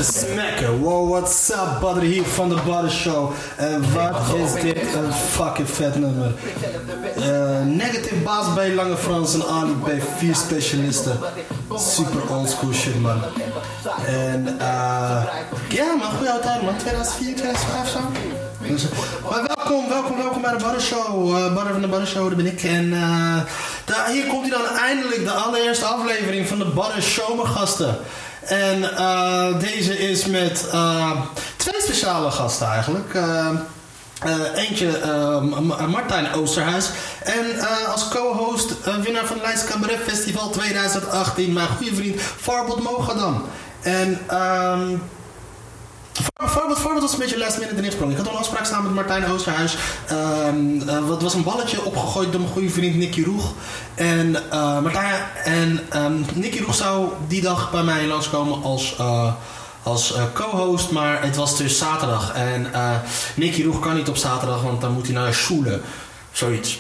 te smacken. Wow, what's up, Badr hier van de Badr Show. Wat is dit een fucking vet nummer. Negative Baas B, Lange Frans en Ali B, 4 specialisten. Super oldschool shit, man. En ja man, goeie oude tijd man, 2004, 2005 zo. Dus, maar welkom bij de Badr Show. Badr van de Badr Show, daar ben ik. En hier komt hij dan eindelijk, de allereerste aflevering van de Badr Show, mijn gasten. En deze is met 2 speciale gasten eigenlijk. Eentje Martijn Oosterhuis. En als co-host winnaar van het Leids Cabaret Festival 2018 mijn goede vriend Farbod Mogadam. En Farbod was een beetje last minute erin gesprongen. Ik had al een afspraak staan met Martijn Oosterhuis. Wat was een balletje opgegooid door mijn goede vriend Nicky Roeg. En Nicky Roeg zou die dag bij mij langskomen als co-host, maar het was dus zaterdag. En Nicky Roeg kan niet op zaterdag, want dan moet hij naar Schule. Zoiets.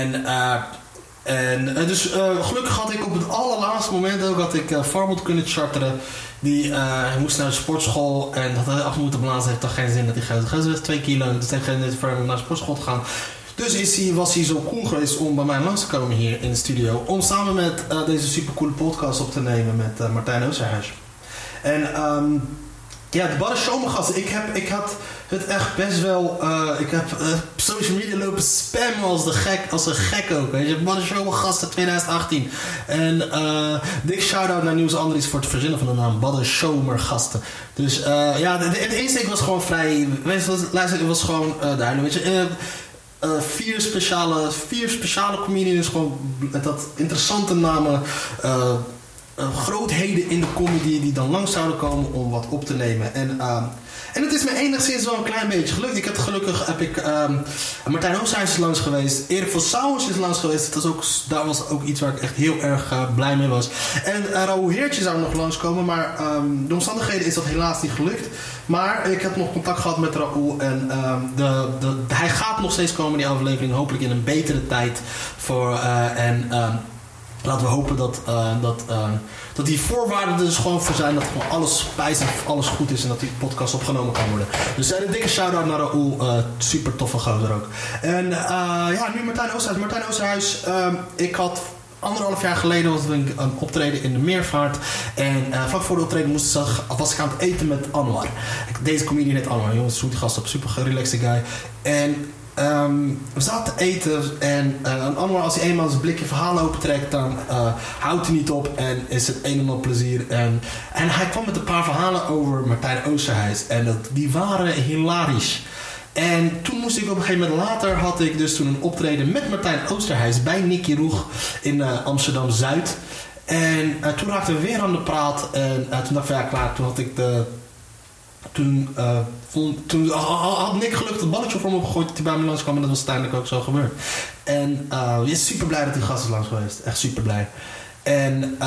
Dus gelukkig had ik op het allerlaatste moment ook Farbod kunnen charteren. Hij moest naar de sportschool en dat had af moeten blazen. Heeft toch geen zin dat hij gaat 2 kilo. Dus heeft geen zin om naar de sportschool te gaan. Dus was hij zo cool geweest om bij mij langs te komen hier in de studio. Om samen met deze supercoole podcast op te nemen met Martijn Oosterhuis. En ja, de Badr Show, mijn gasten. Ik had het echt best wel. Ik heb social media lopen spammen als een gek ook. Weet je, Badr Show, mijn gasten 2018. En dik shout-out naar Nieuws Andries voor het verzinnen van de naam Badr Show, mijn gasten. Dus ja, de insteek was gewoon vrij. Het was gewoon duidelijk. Weet je. 4 speciale comedians, gewoon met dat interessante namen. Grootheden in de comedy die dan langs zouden komen om wat op te nemen. En het is me enigszins wel een klein beetje gelukt. Gelukkig heb ik Martijn Oosterhuis is langs geweest. Erik van Sauwers is langs geweest. Daar was ook iets waar ik echt heel erg blij mee was. En Raoul Heertje zou nog langskomen. Maar de omstandigheden is dat helaas niet gelukt. Maar ik heb nog contact gehad met Raoul. En hij gaat nog steeds komen in die aflevering. Hopelijk in een betere tijd. Laten we hopen dat die voorwaarden er dus gewoon voor zijn. Dat gewoon alles spijs en alles goed is. En dat die podcast opgenomen kan worden. Dus een dikke shout-out naar Raoul. Super toffe gozer ook. En ja, nu Martijn Oosterhuis. Martijn Oosterhuis. Ik had 1,5 jaar geleden was een optreden in de Meervaart. En vlak voor de optreden was ik aan het eten met Anwar. Deze comedian heet Anwar. Jongens, zoete gast op. Super gerelaxte guy. En we zaten te eten en Anwar, als hij eenmaal zijn blikje verhalen opentrekt, dan houdt hij niet op en is het een en al plezier. En hij kwam met een paar verhalen over Martijn Oosterhuis en die waren hilarisch. En toen moest ik op een gegeven moment later, had ik dus toen een optreden met Martijn Oosterhuis bij Nicky Roeg in Amsterdam-Zuid. En toen raakten we weer aan de praat en toen dacht ik van ja klaar, toen had ik Toen had Nick gelukkig het balletje voor me opgegooid dat hij bij me langskwam en dat was uiteindelijk ook zo gebeurd. En je is super blij dat die gast is langs geweest. Echt super blij. En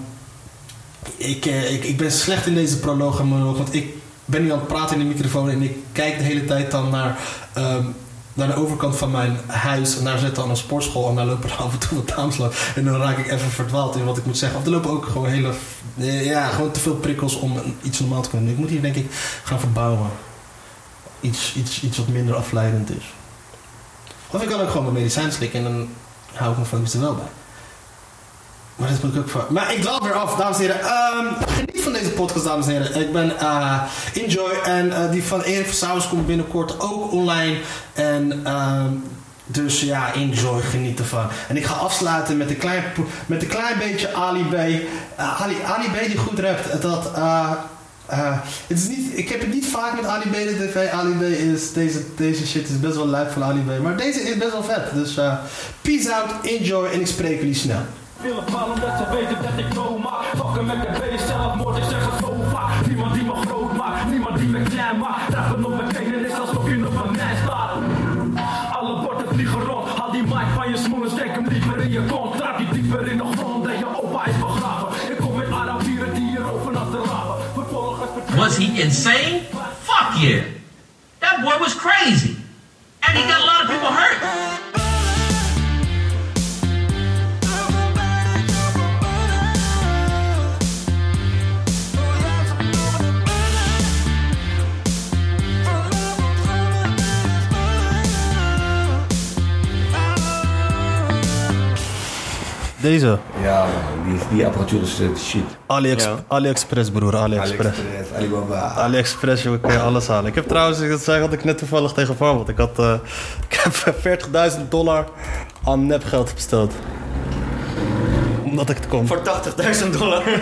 ik ben slecht in deze proloog en monoloog, want ik ben nu aan het praten in de microfoon en ik kijk de hele tijd dan naar de overkant van mijn huis en daar zit dan een sportschool en daar lopen er af en toe wat dames langs en dan raak ik even verdwaald in wat ik moet zeggen. Of er lopen ook gewoon gewoon te veel prikkels om iets normaal te kunnen. Ik moet hier denk ik gaan verbouwen. Iets wat minder afleidend is. Of ik kan ook gewoon mijn medicijn slikken en dan hou ik mijn focus er wel bij. Maar dat moet ik ook voor. Maar ik dwaal weer af, dames en heren. Geniet van deze podcast, dames en heren. Ik ben Enjoy en die van Erik van Sauwers komt binnenkort ook online. En dus ja, enjoy, geniet ervan. En ik ga afsluiten met een klein beetje Ali B. Ali B die goed rapt. Het is niet, ik heb het niet vaak met Ali B de tv. Ali B is, deze shit is best wel lijp van Ali B. Maar deze is best wel vet. Dus peace out, enjoy en ik spreek jullie snel. Willen vallen dat ze weten dat ik no maak. Fokken met de B, zelfmoord, ik zeg het zo vaak. Niemand die me groot maakt, niemand die me klein maakt. Dragen op mijn benen is alsof je op mijn mij staat. Alle borden vliegen rond, haal die mic van je smoelen, steek hem liever in je kont. Trap je dieper in de grond en je opa is begraven. Ik kom met Arabieren die hier over naar te raven. Was he insane? Fuck yeah! That boy was crazy! And he got a lot of people hurt! Deze. Ja, die apparatuur is shit. AliExpress, broer. AliExpress. Alibaba. AliExpress, joh, kun je alles halen. Ik heb trouwens, dat had ik net toevallig tegen Farmeld. Ik heb $40.000 aan nepgeld besteld. Omdat ik het kon. Voor $80.000.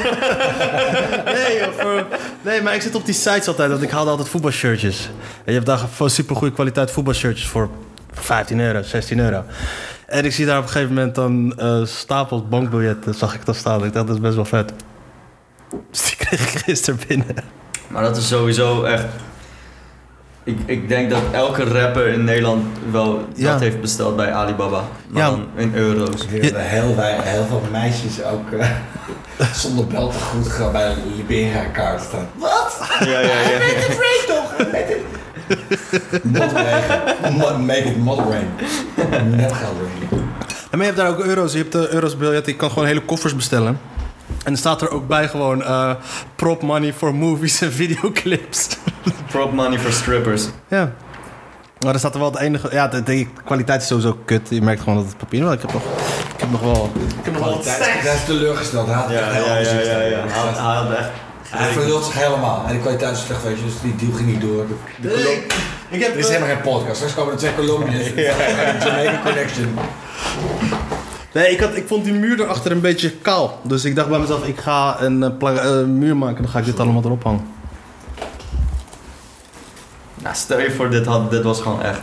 Nee, maar ik zit op die sites altijd, want ik haalde altijd voetbalshirtjes. En je hebt daar gewoon supergoeie kwaliteit voetbalshirtjes voor €15, €16. En ik zie daar op een gegeven moment dan stapels bankbiljetten, zag ik dan staan. Ik dacht, dat is best wel vet. Dus die kreeg ik gisteren binnen. Maar dat is sowieso echt... Ik denk dat elke rapper in Nederland wel dat heeft besteld bij Alibaba. Maar dan in euro's. Ik denk dat heel veel meisjes ook zonder beltegoed gaan bij een Libera-kaart staan. Wat? Ja. Met het rain toch? Make it model rain. Net geld rain. En maar je hebt daar ook euro's. Je hebt de euro's biljet. Je kan gewoon hele koffers bestellen. En er staat er ook bij gewoon prop money for movies en videoclips. Prop money for strippers. Ja. Maar er staat er wel het enige... Ja, de kwaliteit is sowieso kut. Je merkt gewoon dat het papier... Maar ik heb nog wel Dat is teleurgesteld. Hij had echt... Hij verlult zich helemaal. En de kwaliteit is slecht geweest, dus die deal ging niet door. Er is helemaal geen podcast. Straks komen er 2 Colombiërs. Jamaica Connection. Nee, ik vond die muur erachter een beetje kaal. Dus ik dacht bij mezelf, ik ga een muur maken en dan ga ik dit allemaal erop hangen. Nou, stel je voor, dit was gewoon echt.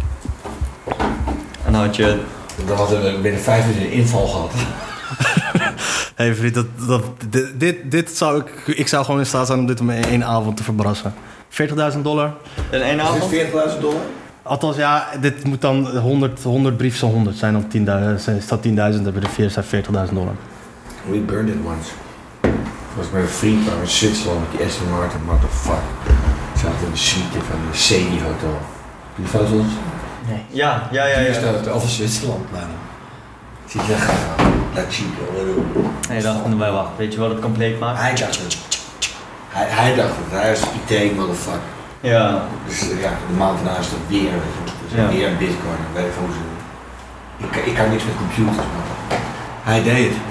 En dan had je... Dan hadden we binnen 5 minuten een inval gehad. Hé vriend, dit zou ik zou gewoon in staat zijn om dit in 1 avond te verbrassen. $40.000. In 1 avond? Is het $40.000? Althans, ja, dit moet dan 100 briefs van 100 zijn dan 10.000. Is dat 10.000, dan hebben we er $40.000. We burned it once. Ik was met een vriend in Zwitserland met die Aston Martin, what the fuck. Ik zat in de suite van de Cedi Hotel. Heb je die foto's? Nee. Ja. Duurste hotel van Zwitserland bijna. Zie je dat chico. Nee, dacht wij wacht. Weet je wat het compleet maakt? Hij dacht het. Hij dacht het. Hij is IT motherfucker. Ja. Dus ja, de maand daarna is het weer. Dus weer een bitcoin. Weet ik hoe ze. Ik kan niks met computers, maar hij deed het.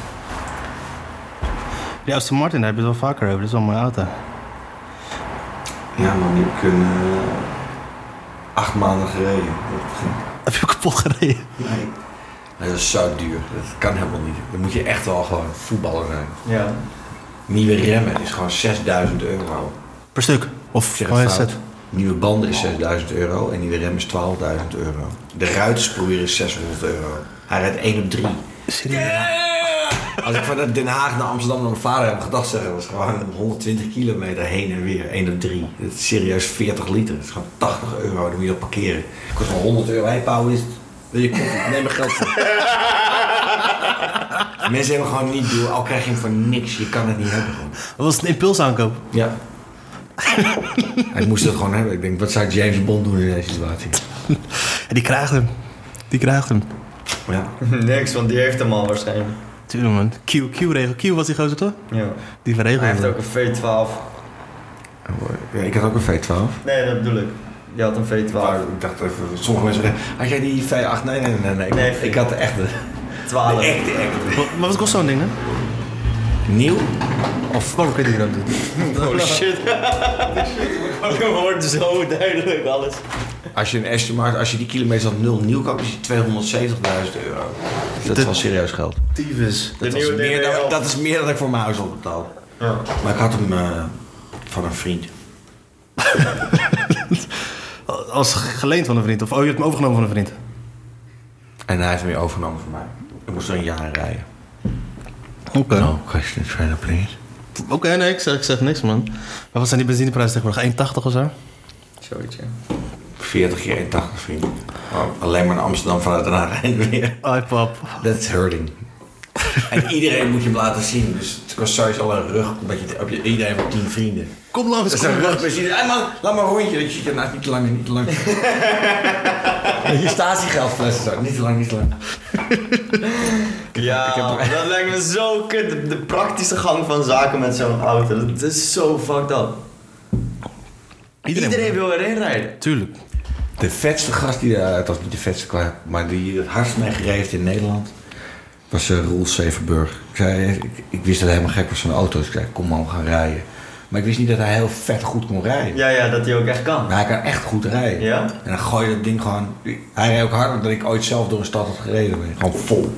Die Aston Martin, daar heb je het wel vaker over. Dat is wel een mooie auto. Ja man, die heb ik 8 maanden gereden. Heb je ook kapot gereden? Nee. Dat is zo duur. Dat kan helemaal niet. Dan moet je echt wel gewoon voetballer zijn. Ja. Nieuwe remmen is gewoon €6.000. Per stuk? Of zeg gewoon het een fout. set? Nieuwe banden is €6.000 en nieuwe rem is €12.000. De ruitensproeier is €600. Hij rijdt 1 op 3. Serieus? Als ik van Den Haag naar Amsterdam naar mijn vader heb gedacht zeggen, was gewoon 120 kilometer heen en weer, 1 op 3. Dat is serieus 40 liter. Dat is gewoon €80. Dan moet je dat parkeren. Kost gewoon €100. Hé, Pauw, is het? Wil je koffie? Neem mijn geld voor. Mensen hebben gewoon niet door, al krijg je hem voor niks. Je kan het niet hebben gewoon. Wat was het een impulsaankoop? Ja. Ik moest het gewoon hebben. Ik denk, wat zou James Bond doen in deze situatie? En die krijgt hem. Ja. Niks, want die heeft hem al waarschijnlijk. Tuurlijk man. Q-regel. Q was die gozer toch? Ja. Die verregelde. Hij heeft ook een V12. Ja, ik had ook een V12. Nee, dat bedoel ik. Je had een V12. Maar ik dacht even, sommige mensen zeggen, had jij die V8? Nee. Ik had de echte. 12. De echte. Maar wat kost zo'n ding hè? Nieuw? Of waarom kun je dat doen? Oh shit. Je hoort zo duidelijk alles. Als je een Aston Martin, als je die kilometers al 0 nieuw koopt, is die €270.000. Dat is wel serieus geld. Tyfus. Dat is meer dan ik voor mijn huis al betaal. Ja. Maar ik had hem van een vriend. Als geleend van een vriend? Of je hebt hem overgenomen van een vriend? En hij heeft hem weer overgenomen van mij. Ik moest er een jaar rijden. Oké. No question, trailer, please. Oké, nee, ik zeg niks man. Maar wat zijn die benzineprijzen tegenwoordig? 1,80 of zo? Zoiets, ja. 40 keer 1,80 vriend. Oh, alleen maar naar Amsterdam vanuit Den Haag en weer. Ai pap. That's hurting. En iedereen moet je hem laten zien. Dus het kost sowieso al een rug. Iedereen heeft 10 vrienden. Kom langs, Dat is een rugbenzine. Hey man, laat maar een rondje. Dat je nou, niet te lang, niet te lang. Je statiegeldflessen zo. Niet te lang. Ja, dat lijkt me zo kut. De praktische gang van zaken met zo'n auto. Dat is zo fucked up. Iedereen wil erin rijden. Tuurlijk. De vetste gast die, het was niet de vetste qua, maar die het hardst mee gereden heeft in Nederland. was Roel Severburg. Ik wist dat hij helemaal gek was van auto's. Ik zei, kom man, we gaan rijden. Maar ik wist niet dat hij heel vet goed kon rijden. Ja, dat hij ook echt kan. Maar hij kan echt goed rijden. Ja? En dan gooi je dat ding gewoon... Hij reed ook harder dan ik ooit zelf door een stad had gereden. Gewoon vol.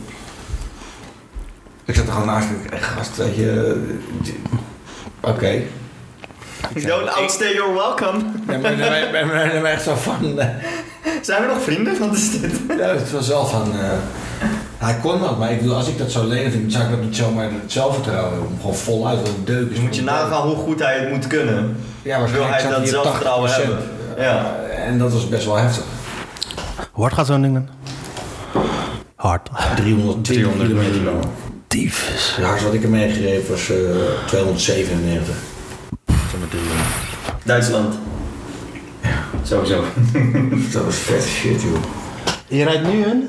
Ik zat er gewoon naast en gast, weet je... Oké. Don't outstay your welcome. En echt zo van... Zijn we nog vrienden? Wat is dit? Ja, het was wel van... hij kon dat, maar ik bedoel, als ik dat zou lenen vind, zou ik dat niet zomaar het zelfvertrouwen hebben. Om gewoon voluit wat een deuk is. Dus moet je nagaan hoe goed hij het moet kunnen. Ja, wil hij dat zelfvertrouwen hebben. Ja. En dat was best wel heftig. Hoe hard gaat zo'n ding dan? Hard. 300 kilometer lang. Diefs. Het hardste wat ik ermee gereden was 297. Duitsland. Sowieso. Dat was vet shit, joh. Je rijdt nu in?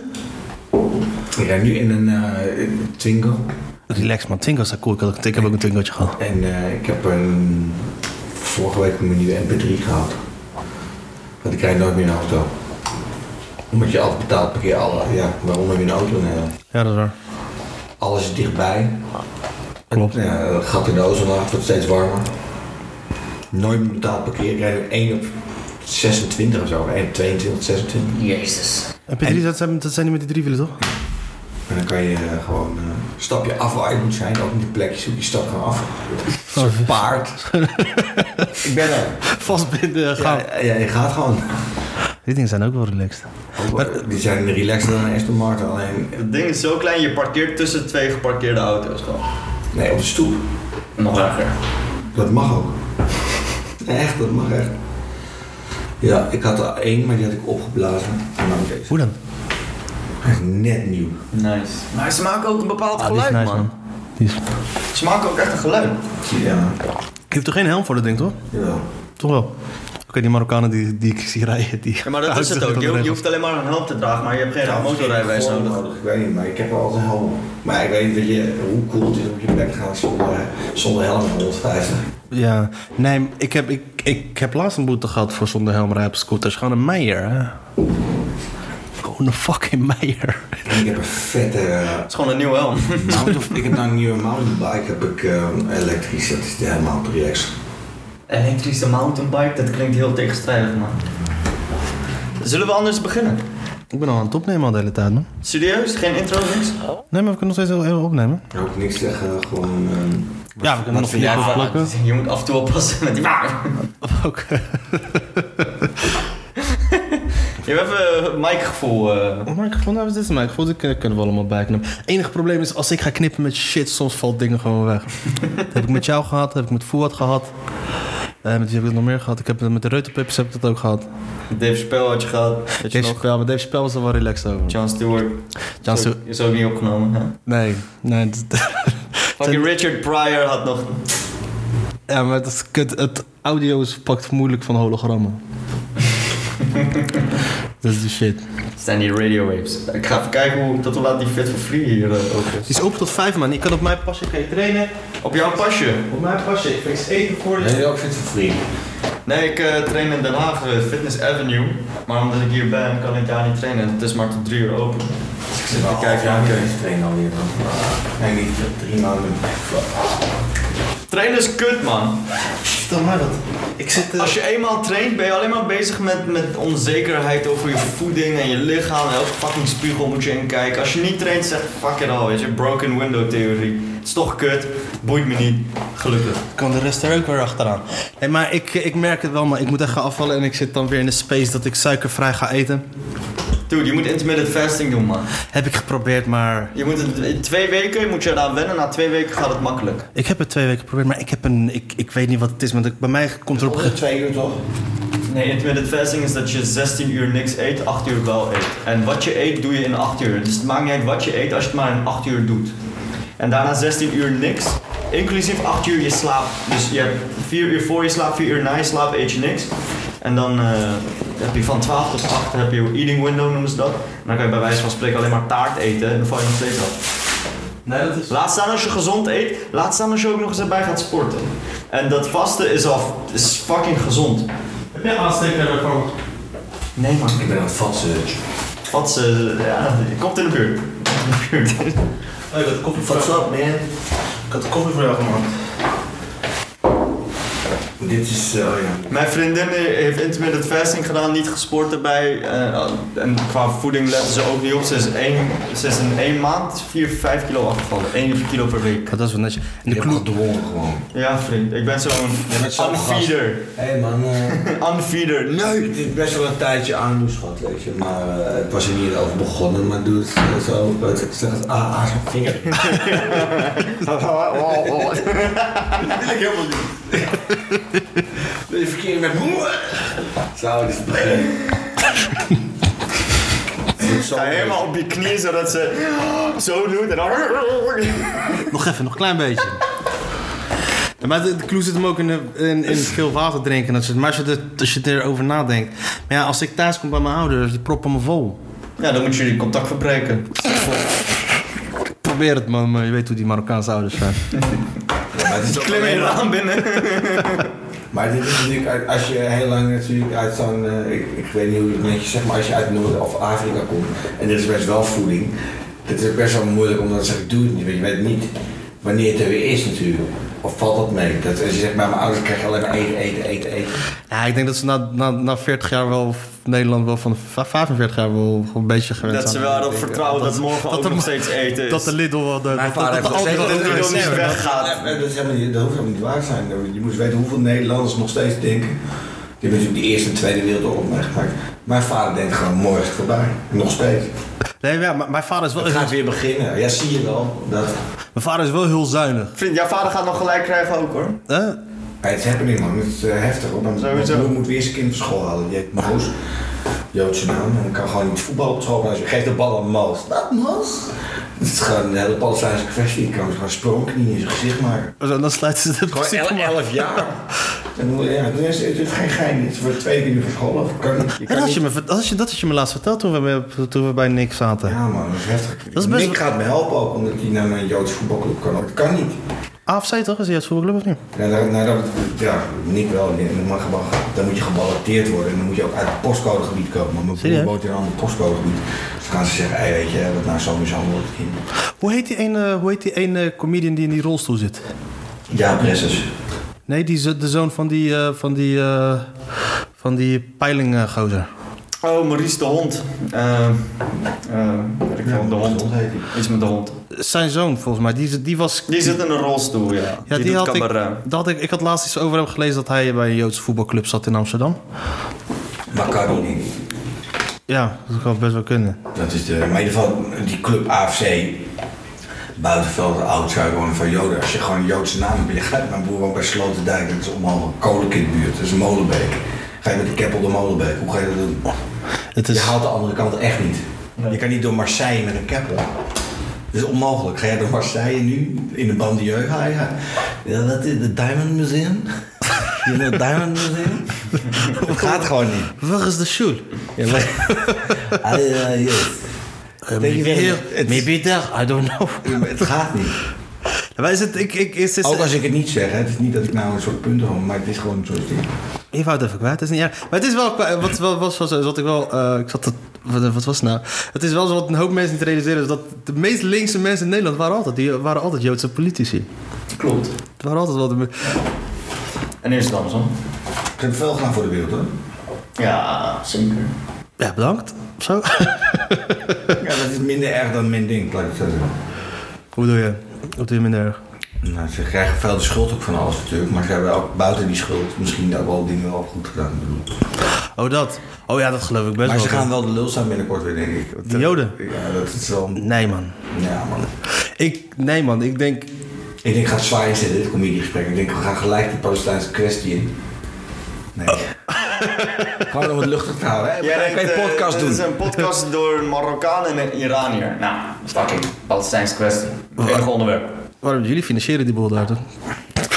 Ik rijd nu in een Twingo. Relax man, Twingo's zijn cool. Ik heb ook een Twingo'tje gehad. En ik heb vorige week een nieuwe MP3 gehad. Want ik rijd nooit meer in een auto. Omdat je altijd betaalt per keer alle. Ja, waarom heb je een auto? Nee. Ja, dat is waar. Alles is dichtbij. Klopt. Ja, het gat in de ozonlaag, het wordt steeds warmer. Nooit meer betaald per keer. Ik rijd 1 op 26 of zo. 1 op 22, 26. Jezus. MP3, dat zijn niet met die driewielen toch? En dan kan je gewoon stap je af waar je moet zijn. Ook niet de plekjes, zoek je stap gewoon af. Oh, paard. Ik ben er. Vastbinden, gaan. Ja, je gaat gewoon. Die dingen zijn ook wel relaxed. Die zijn relaxter dan een Aston Martin. Alleen... Het ding is zo klein, je parkeert tussen 2 geparkeerde auto's gewoon. Nee, op de stoep. Nog erger. Dat mag ook. Echt, dat mag echt. Ja, ik had er 1, maar die had ik opgeblazen. En dan deze. Hoe dan? Hij is net nieuw. Nice. Maar ze maken ook een bepaald Die is geluid, nice, man. Die is... Ze maken ook echt een geluid. Ja. Je hoeft er geen helm voor dat ding, toch? Ja. Toch wel? Oké, die Marokkanen die ik zie rijden, die... Ja, maar dat is het ook. Je hoeft alleen maar een helm te dragen, maar je hebt geen motorrijbewijs nodig. Ik weet niet, maar ik heb wel altijd een helm. Maar ik weet niet hoe cool het is om op je plek te gaan zonder helm van 150. Ja, nee, ik heb laatst een boete gehad voor zonder helm rijden op scooters. Gewoon een Meijer, hè? Gewoon een fucking Meijer. En ik heb een vette... Het is gewoon een nieuwe helm. ik heb nou een nieuwe mountainbike, heb ik elektrisch, dat is helemaal relaxed. Elektrische mountainbike, dat klinkt heel tegenstrijdig, man. Zullen we anders beginnen? Ik ben al aan het opnemen al de hele tijd, man. Serieus? Geen intro, niks? Nee, maar we kunnen nog steeds heel opnemen. Ook niks zeggen, gewoon... Ja, we kunnen nog 4 plakken. Je moet af en toe oppassen met die Oké. Je hebt even micgevoel. Microfoon, nou, dit is een microfoon, die kunnen we allemaal bijknippen. Enige probleem is, als ik ga knippen met shit, soms valt dingen gewoon weg. Dat heb ik met jou gehad, dat heb ik met Fouad gehad. Met wie heb ik het nog meer gehad? Ik heb het met de Reuterpips heb ik dat ook gehad. Dave Chappelle had je gehad. Met Dave Chappelle was er wel relaxed over. John Stewart. Is ook niet opgenomen, hè? Nee. Fucking Richard Pryor had nog... Ja, maar dat is kut. Het audio is pakt moeilijk van hologrammen. Dat is de shit. Het zijn die radio waves. Ik ga even kijken tot hoe laat die Fit for Free hier open is. Die is open tot 5, man. Ik kan op mijn pasje trainen. Op jouw pasje? Op mijn pasje. Ik fix eten voor je. Ben je ook fit for free? Nee, ik train in Den Haag, Fitness Avenue. Maar omdat ik hier ben, kan ik daar niet trainen. Het is maar tot 3 uur open. Dus ik zit te kijken. Ja, ik train alweer. Nee, niet 3 maanden. Trainen is kut, man. Stel maar dat. Als je eenmaal traint, ben je alleen maar bezig met onzekerheid over je voeding en je lichaam. Elke fucking spiegel moet je inkijken. Als je niet traint, zeg fuck it all, weet je. Broken window theorie. Het is toch kut, boeit me niet. Gelukkig. Kan de rest er ook weer achteraan. Hey, maar ik merk het wel, maar ik moet echt gaan afvallen en ik zit dan weer in de space dat ik suikervrij ga eten. Dude, je moet intermittent fasting doen, man. Heb ik geprobeerd, maar... Je moet in 2 weken moet je eraan wennen. Na 2 weken gaat het makkelijk. Ik heb het 2 weken geprobeerd, maar ik weet niet wat het is. Maar bij mij komt er op... 2 uur toch? Nee, intermittent fasting is dat je 16 uur niks eet, 8 uur wel eet. En wat je eet, doe je in 8 uur. Dus het maakt niet uit wat je eet als je het maar in 8 uur doet. En daarna 16 uur niks, inclusief 8 uur je slaap. Dus je hebt 4 uur voor je slaap, 4 uur na je slaap eet je niks. En dan heb je van 12 tot 8 heb je eating window, noemen ze dat. En dan kan je bij wijze van spreken alleen maar taart eten en dan val je nog steeds af. Nee, dat is... Laat staan als je gezond eet, laat staan als je ook nog eens erbij gaat sporten. En dat vasten is fucking gezond. Heb jij aansteker ervoor? Nee man. Ik ben aan het vatsen. Vatsen, ja, je komt in de buurt. buurt is. Oh, ik had koffie voor What's up, man? Ik had koffie voor jou gemaakt. Dit is, ja. Mijn vriendin heeft intermittent fasting gedaan, niet gesport erbij. En qua voeding letten ze ook niet op. Ze is in 1 maand 4-5 kilo afgevallen. 1 kilo per week. Dat is wel netjes. En Je hebt gedwongen gewoon. Ja, vriend. Ik ben zo'n unfeeder. Hé man, Unfeeder. Nee. het is best wel een tijdje aan, schat, weet je. Maar het was er niet over begonnen, maar doe het zo. Ik zeg het, zijn vinger. Ik helemaal niet. De verkeer met moe. Zo, dit is het begin. Ga helemaal op je knieën zodat ze zo doet en dan... Nog even, nog een klein beetje. Ja, maar de clue zit hem ook in veel water drinken. Maar als je erover nadenkt. Maar ja, als ik thuis kom bij mijn ouders, die proppen me vol. Ja, dan moet je die contact verbreken. Probeer het man, maar je weet hoe die Marokkaanse ouders zijn. Ja, maar het is Klim in je raam binnen. Maar dit is natuurlijk, als je heel lang natuurlijk uit zo'n, ik weet niet hoe je het netjes zegt, maar als je uit Noord- of Afrika komt en dit is best wel voeding, het is best wel moeilijk omdat te zeggen, doe het niet, want je weet niet wanneer het er weer is natuurlijk. Of valt dat mee? Dat als je zegt, bij mijn ouders krijg je alleen maar eten. Ja, ik denk dat ze na 40 jaar wel, Nederland wel van 45 jaar wel een beetje gewend zijn. Dat ze wel erop vertrouwen dat morgen ook nog steeds eten is. Dat de Lidl wel... Mijn vader heeft gezegd dat de Lidl niet weggaat. Dat hoeft helemaal niet waar te zijn. Je moet weten hoeveel Nederlanders nog steeds denken. Die hebben natuurlijk de Eerste en Tweede Wereldoorlog meegemaakt. Mijn vader denkt gewoon, morgen is het voorbij. Nog steeds. Nee, ja, maar mijn vader is wel... Het gaat weer beginnen. Ja, zie je wel. Dat... Mijn vader is wel heel zuinig. Vriend, jouw vader gaat nog gelijk krijgen ook hoor. Ja, het is happening man. Het is heftig hoor. Dan Sowieso. moet weer zijn kind van school halen. Die heet Moos. Joodse naam. En dan kan gewoon niet voetballen op school. Maar je geeft de bal aan Moos. Wat Moos? Het is gewoon een hele Palestijnse kwestie. Ik kan gewoon sprongknie in zijn gezicht maken. Dan sluiten ze het Gewoon 11 jaar. En ja, het is geen gein. Het is voor de tweede keer nu van school af. Dat had je me laatst verteld toen we bij Nick zaten. Ja man, dat is heftig. Dat is best Nick gaat me helpen ook, omdat hij naar een Joodse voetbalclub kan. Dat kan niet. AFC toch? Is hij uit voetbalclub of niet? Ja, Nick wel. Dan moet je geballoteerd worden. En dan moet je ook uit het postcodegebied komen. Maar mijn broer woont in een ander postcodegebied. Dus dan gaan ze zeggen, weet je, wat nou zo mishandeld het kind. Hoe heet die ene comedian die in die rolstoel zit? Ja, Presses. Nee, de zoon van die peilinggozer. Oh, Maurice de Hond. Weet ik veel, de hond. Iets met de hond. Zijn zoon volgens mij, die was... Die zit in een rolstoel, ja. Ja, die doet cabaret. Ik had laatst iets over hem gelezen dat hij bij een Joodse voetbalclub zat in Amsterdam. Maccabi denk ik. Ja, dat kan best wel kunnen. Dat is maar in ieder geval die club AFC. Buitenveld, Oud-Zuid, gewoon van Joden. Als je gewoon een Joodse naam hebt, je gaat mijn broer ook bij Sloterdijk, dat is allemaal Kolenkindbuurt, dat is Molenbeek. Ga je met de keppel door Molenbeek, hoe ga je dat doen? Je haalt de andere kant echt niet. Nee. Je kan niet door Marseille met een keppel. Dat is onmogelijk. Ga jij door Marseille nu, in de banlieue ga je? Ja, dat is het Diamond Museum. Je know het Diamond Museum? Het gaat gewoon niet. Waar is de school? Ja, maar... yes. Maybe there, I don't know. Het gaat niet. Maar is het, ook als ik het niet zeg, hè. Het is niet dat ik nou een soort punt heb, maar het is gewoon een soort ding. Ik wou het even kwijt, het is niet erg. Maar het is wel, wat was het nou? Het is wel zo wat een hoop mensen niet realiseren, is dat de meest linkse mensen in Nederland waren altijd Joodse politici. Klopt. Het waren altijd wel de... En is het andersom? Ik heb veel gedaan voor de wereld, hoor. Ja, zeker. Ja, bedankt. Zo. Ja, dat is minder erg dan mijn ding, laat ik het zo zeggen. Hoe doe je? Wat doe je minder erg? Nou, ze krijgen veel de schuld ook van alles natuurlijk, maar ze hebben ook buiten die schuld misschien ook wel dingen wel goed gedaan. Oh, dat? Oh ja, dat geloof ik best maar wel. Maar ze gaan wel de lul staan binnenkort weer, denk ik. Die Joden? Ja, dat is wel... Nee, man. Ja, man. Ik denk... Ik denk, ga zwaar inzetten, dit comediegesprek. Ik denk, we gaan gelijk die Palestijnse kwestie in. Nee. Gewoon om het luchtig te houden, hè? Jij kan je een podcast doen. Dit is een podcast door een Marokkaan en een Iranier. Nou, fucking Palestijnse kwestie. Enige onderwerp. Waarom jullie financieren die boel daar toch?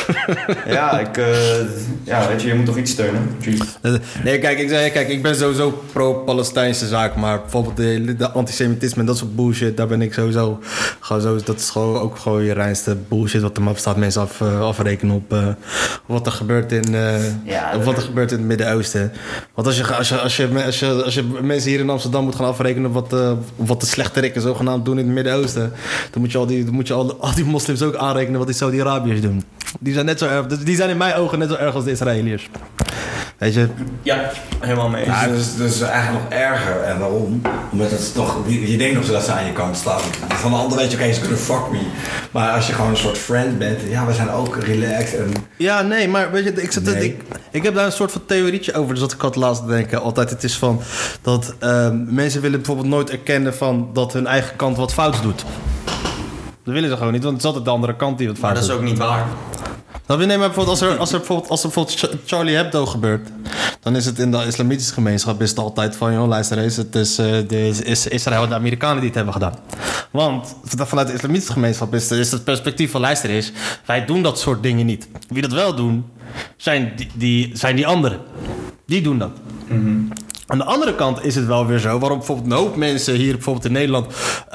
weet je moet toch iets steunen? Jeez. Nee, kijk, ik ben sowieso pro-Palestijnse zaak, maar bijvoorbeeld de antisemitisme en dat soort bullshit, daar ben ik sowieso dat is gewoon ook gewoon je reinste bullshit wat er maar bestaat, mensen afrekenen op wat er gebeurt in het Midden-Oosten. Want als je mensen hier in Amsterdam moet gaan afrekenen wat de slechterik zogenaamd doen in het Midden-Oosten, dan moet je al die moslims ook aanrekenen wat die Saudi-Arabiërs doen. Die zijn net zo erg, die zijn in mijn ogen net zo erg als de Israëliërs. Weet je? Ja, helemaal mee eens. Ja, dat is eigenlijk nog erger. En waarom? Omdat het toch, je denkt nog zo dat ze aan je kant staan. Van de andere weet je, oké, ze kunnen fuck me. Maar als je gewoon een soort friend bent, ja, we zijn ook relaxed. En... Ja, nee, maar weet je, ik heb daar een soort van theorietje over. Dus wat ik had laatst denken. Altijd, het is van dat mensen willen bijvoorbeeld nooit erkennen van dat hun eigen kant wat fouts doet. Dat willen ze gewoon niet, want het is altijd de andere kant die wat fout doet. Maar dat is ook niet waar. Nee, maar bijvoorbeeld als er bijvoorbeeld Charlie Hebdo gebeurt, dan is het in de islamitische gemeenschap is het altijd van, joh, luister eens, het is Israël en de Amerikanen die het hebben gedaan. Want vanuit de islamitische gemeenschap is het perspectief van, luister eens, wij doen dat soort dingen niet. Wie dat wel doen, zijn die anderen. Die doen dat. Mm-hmm. Aan de andere kant is het wel weer zo, waarom bijvoorbeeld een hoop mensen hier bijvoorbeeld in Nederland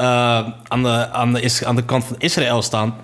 aan de kant van Israël staan.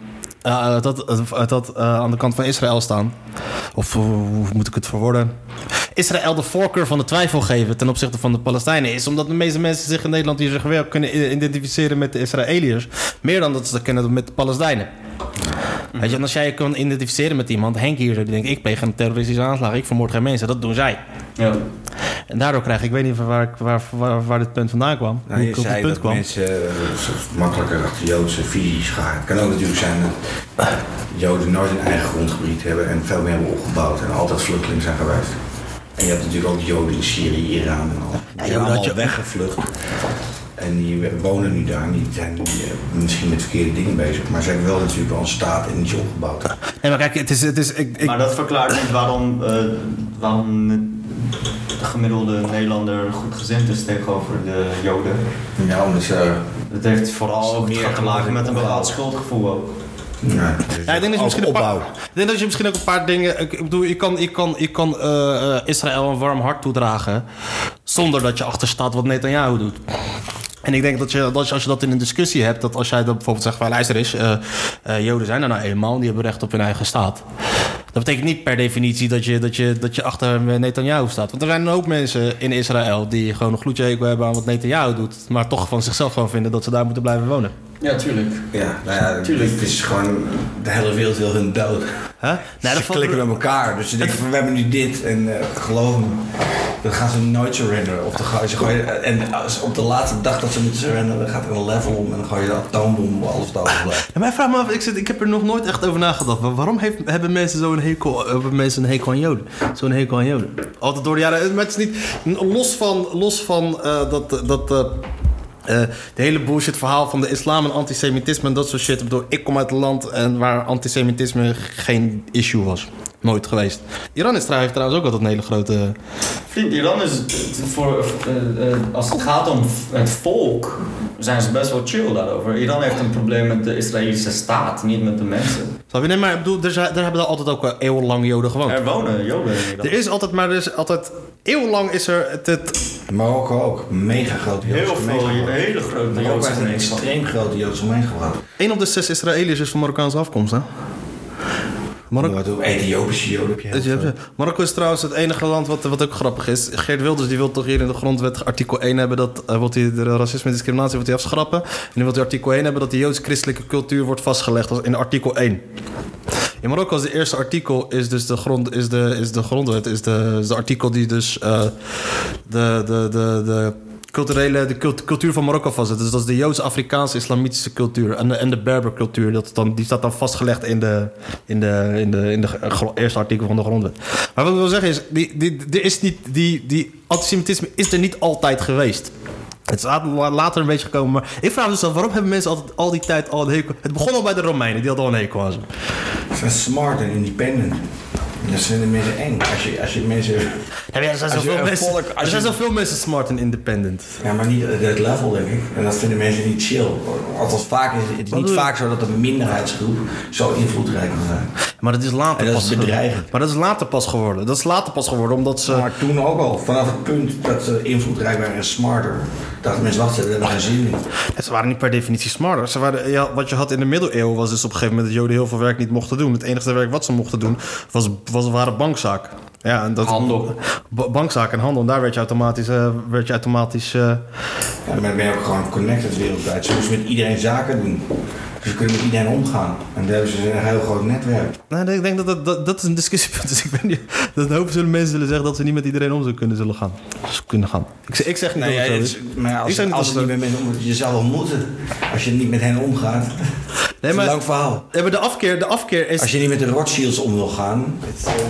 Aan de kant van Israël staan. Of hoe moet ik het verwoorden? Israël de voorkeur van de twijfel geven ten opzichte van de Palestijnen is omdat de meeste mensen zich in Nederland hier zich wel kunnen identificeren met de Israëliërs. Meer dan dat ze dat kennen met de Palestijnen. Weet je, en als jij je kan identificeren met iemand, Henk hier, die denkt, ik pleeg een terroristische aanslag, ik vermoord geen mensen, dat doen zij. Ja. En daardoor krijg ik weet niet waar dit punt vandaan kwam. Nou, je zei dat mensen makkelijker achter Joodse visies gaan. Het kan ook natuurlijk zijn dat Joden nooit een eigen grondgebied hebben en veel meer hebben opgebouwd en altijd vluchteling zijn geweest. En je hebt natuurlijk ook Joden in Syrië, Iran en al. Die zijn allemaal weggevlucht. En die wonen nu daar. Die zijn nu misschien met verkeerde dingen bezig. Maar ze hebben wel natuurlijk wel een staat en iets opgebouwd. Nee, maar kijk, het is Maar dat verklaart niet waarom de gemiddelde Nederlander goedgezind is tegenover de Joden. Ja, omdat ze... Het heeft vooral ook meer te maken met een bepaald schuldgevoel ook. Nee, ja, ik denk dat je misschien ook een paar dingen... Ik bedoel, je kan Israël een warm hart toedragen zonder dat je achter staat wat Netanyahu doet. En ik denk dat als je dat in een discussie hebt, dat als jij dan bijvoorbeeld zegt van, luister eens, Joden zijn er nou eenmaal, die hebben recht op hun eigen staat. Dat betekent niet per definitie dat je achter Netanyahu staat. Want er zijn een hoop mensen in Israël die gewoon een gloedje hekel hebben aan wat Netanyahu doet, maar toch van zichzelf gewoon vinden dat ze daar moeten blijven wonen. Ja, tuurlijk. Ja, nou ja, tuurlijk. Het is gewoon, de hele wereld wil hun dood. Huh? Nee, ze klikken met elkaar. Dus ze denken van, we hebben nu dit en geloof me, dan gaan ze nooit surrenderen. Of dan en op de laatste dag dat ze moeten surrenderen, dan gaat er een level om en dan ga je de atoombom op alles over blijven. Ja, maar vraag me af, ik heb er nog nooit echt over nagedacht. Waarom hebben mensen zo'n hekel, een hekel aan Joden? Zo'n hekel aan Joden. Altijd door de jaren. Maar het is niet los van de hele bullshit verhaal van de islam en antisemitisme en dat soort shit. Ik kom uit een land waar antisemitisme geen issue was. Nooit geweest. Iran heeft trouwens ook altijd een hele grote... Vriend, Iran is als het gaat om het volk, zijn ze best wel chill daarover. Iran heeft een probleem met de Israëlische staat, niet met de mensen. Nee, maar ik bedoel, daar hebben altijd ook eeuwenlang Joden gewoond. Er wonen Joden in Iran. Er is altijd eeuwenlang is er Marokko ook, mega grote Joodse gemeenschap. Hele grote Joodse gemeenschap. Een extreem grote Joodse gemeenschap. 1 op de 6 Israëliërs is van Marokkaanse afkomst, hè? Ethiopische Joden heb je. Marokko is trouwens het enige land wat ook grappig is. Geert Wilders die wil toch hier in de grondwet artikel 1 hebben dat de racisme en discriminatie wil hij afschrappen. En nu wil hij artikel 1 hebben dat de joods-christelijke cultuur wordt vastgelegd als in artikel 1. In Marokko is de eerste artikel is dus de grondwet, is de artikel die dus de cultuur van Marokko vastzet. Dus dat is de Joods-Afrikaanse islamitische cultuur en de Berbercultuur. Die staat dan vastgelegd in de eerste artikel van de grondwet. Maar wat ik wil zeggen is, die antisemitisme is er niet altijd geweest. Het is later een beetje gekomen, maar ik vraag me dus af, waarom hebben mensen altijd al die tijd al een hekel? Het begon al bij de Romeinen, die hadden al een hekel aan ze. Ze zijn smart en independent. Dat vinden mensen eng. Als je mensen... Ja, er zijn zoveel mensen smart en independent. Ja, maar niet dat level, denk ik. En dat vinden mensen niet chill. Althans, het is niet vaak zo dat een minderheidsgroep zo invloedrijk kan zijn. Maar dat is later En dat pas is bedreigend. Maar dat is later pas geworden. Dat is later pas geworden omdat ze... Maar toen ook al, vanaf het punt dat ze invloedrijk waren en smarter, dachten mensen, wacht, we hebben er geen zin in. Ja, ze waren niet per definitie smarter. Ze waren, ja, wat je had in de middeleeuwen was dus op een gegeven moment dat Joden heel veel werk niet mochten doen. Het enige werk wat ze mochten doen waren bankzaken. Ja, en dat, Handel. Bankzaken en handel. En daar werd je automatisch... Ja, maar dan ben je ook gewoon connected wereldwijd. Ze moesten met iedereen zaken doen. Dus ze kunnen met iedereen omgaan. En daar hebben ze een heel groot netwerk. Nee, ik denk dat is een discussiepunt. Dus ik weet niet, dat hopen zullen mensen zullen zeggen dat ze niet met iedereen om zullen gaan. Ik zeg niet dat het zo is. Maar als je niet met mensen omgaat, je zou wel moeten. Als je niet met hen omgaat. Nee, maar, een lang verhaal. Ja, maar de afkeer is... Als je niet met de Rothschilds om wil gaan.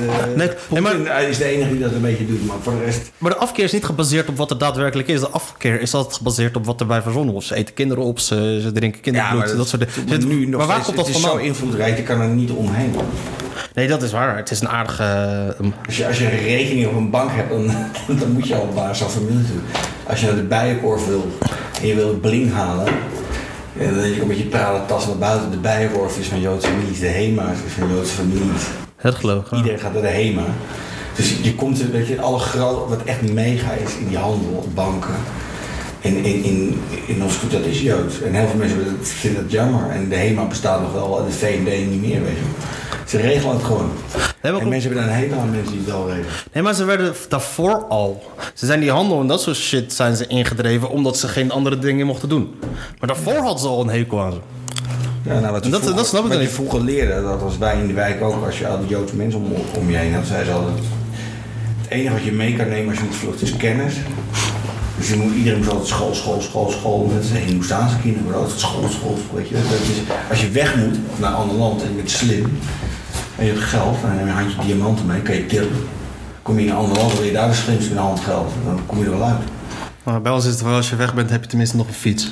Poetin is de enige die dat een beetje doet, maar voor de rest... Maar de afkeer is niet gebaseerd op wat er daadwerkelijk is. De afkeer is altijd gebaseerd op wat erbij verzonnen wordt. Ze eten kinderen op, ze drinken kinderbloed, dat soort dingen. Maar waar komt dat vandaan? Het is zo invloedrijk, je kan er niet omheen. Nee, dat is waar. Het is een aardige... Als je een rekening op een bank hebt, dan moet je al naar zo'n familie toe. Als je naar de Bijenkorf wil en je wil bling halen... En dan denk je ook met je prale tas naar buiten. De Bijenkorf is van Joodse families, de HEMA is van Joodse families. Het geloof. Iedereen gaat naar de HEMA. Dus je komt, weet je, alle grote, wat echt mega is in die handel, banken. En in ons goed, dat is Joods. En heel veel mensen vinden dat jammer. En de HEMA bestaat nog wel, de V&D niet meer, weet je. Ze regelen het gewoon. En mensen hebben daar een hekel aan mensen die het wel regelen. Nee, maar ze werden daarvoor al. Ze zijn die handel en dat soort shit zijn ze ingedreven omdat ze geen andere dingen mochten doen. Maar daarvoor hadden ze al een hekel aan ze. Ja, nou, dat snap ik wat je vroeger leerde, dat was wij in de wijk ook, als je al die Joodse mensen om je heen had, zei ze altijd, het enige wat je mee kan nemen als je moet vluchten is kennis. Dus iedereen moest altijd school. Net als Hindoestaanse kinderen worden altijd school. Weet je. Als je weg moet naar een ander land en je bent slim en je hebt geld, dan neem je een handje diamanten mee, kan je tippen. Kom je in een ander land, wil je daar de slimste in de hand geld, dan kom je er wel uit. Maar bij ons is het wel, als je weg bent, heb je tenminste nog een fiets.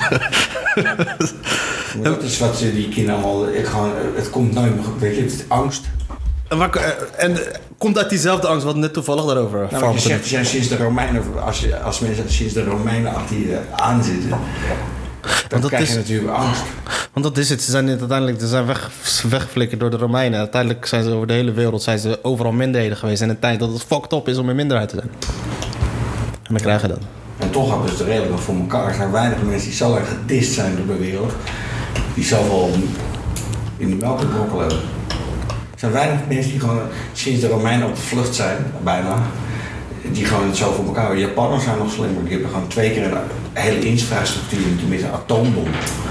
Dat is wat die kinderen allemaal, het komt nooit meer goed, weet je, het is angst. En komt uit diezelfde angst, wat net toevallig daarover. Nou, wat je zegt, zijn sinds de Romeinen, als mensen sinds de Romeinen achter je aanzitten, dan krijg je natuurlijk angst. Want dat is het, ze zijn weggeflikkerd door de Romeinen. Uiteindelijk zijn ze over de hele wereld overal minderheden geweest in een tijd dat het fucked up is om een minderheid te zijn. En dan krijg je dat. En toch hebben ze het redelijk nog voor elkaar. Er zijn weinig mensen die zo erg gedist zijn door de wereld, die zoveel in de melk gebrokkelen hebben. Er zijn weinig mensen die gewoon sinds de Romeinen op de vlucht zijn, bijna, die gewoon het zo voor elkaar hebben. Japanners zijn nog slimmer, die hebben gewoon 2 keer een hele infrastructuur, tenminste een atoombom.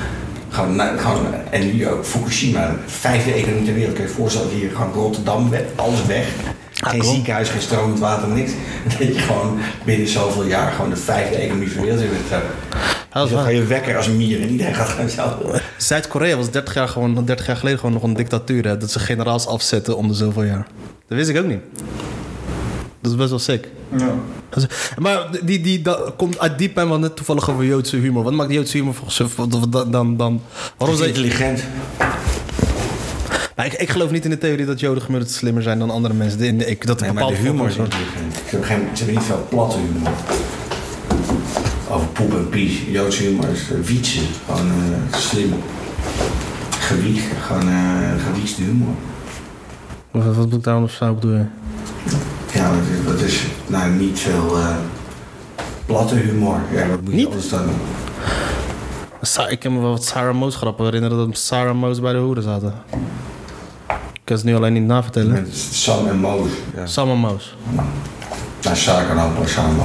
En nu ook Fukushima, 5e economie ter wereld. Kun je je voorstellen dat hier gewoon Rotterdam werd, alles weg. Geen ziekenhuis, geen stromend water, niks. En dat je gewoon binnen zoveel jaar gewoon de 5e economie ter wereld hebt. Dus dan ga je wekker als een mier en iedereen gaat gewoon zo. Zuid-Korea was 30 jaar geleden gewoon nog een dictatuur. Hè? Dat ze generaals afzetten om de zoveel jaar. Dat wist ik ook niet. Dat is best wel sick. Ja. Maar dat komt uit die pijn, wat net toevallig over Joodse humor. Wat maakt die Joodse humor volgens dan? Waarom is intelligent? Nou, ik geloof niet in de theorie dat Joden gemiddeld slimmer zijn dan andere mensen. Maar de humor is intelligent. Ze hebben niet veel platte humor. Over poep en pies. Joodse humor is wietsen. Gewoon slim. Gewicht. Gewoon gewiekste humor. Wat moet ik daar anders op doen? Ja, dat is nou niet veel platte humor. Ja, wat moet je anders dan doen? Ik kan me wel wat Sarah Moos grappen herinneren dat Sarah Moos bij de hoeren zaten. Ik kan ze nu alleen niet navertellen. Met Sam en Moos. Ja. Sam en Moos. Nou, Sarah kan ook wel samen.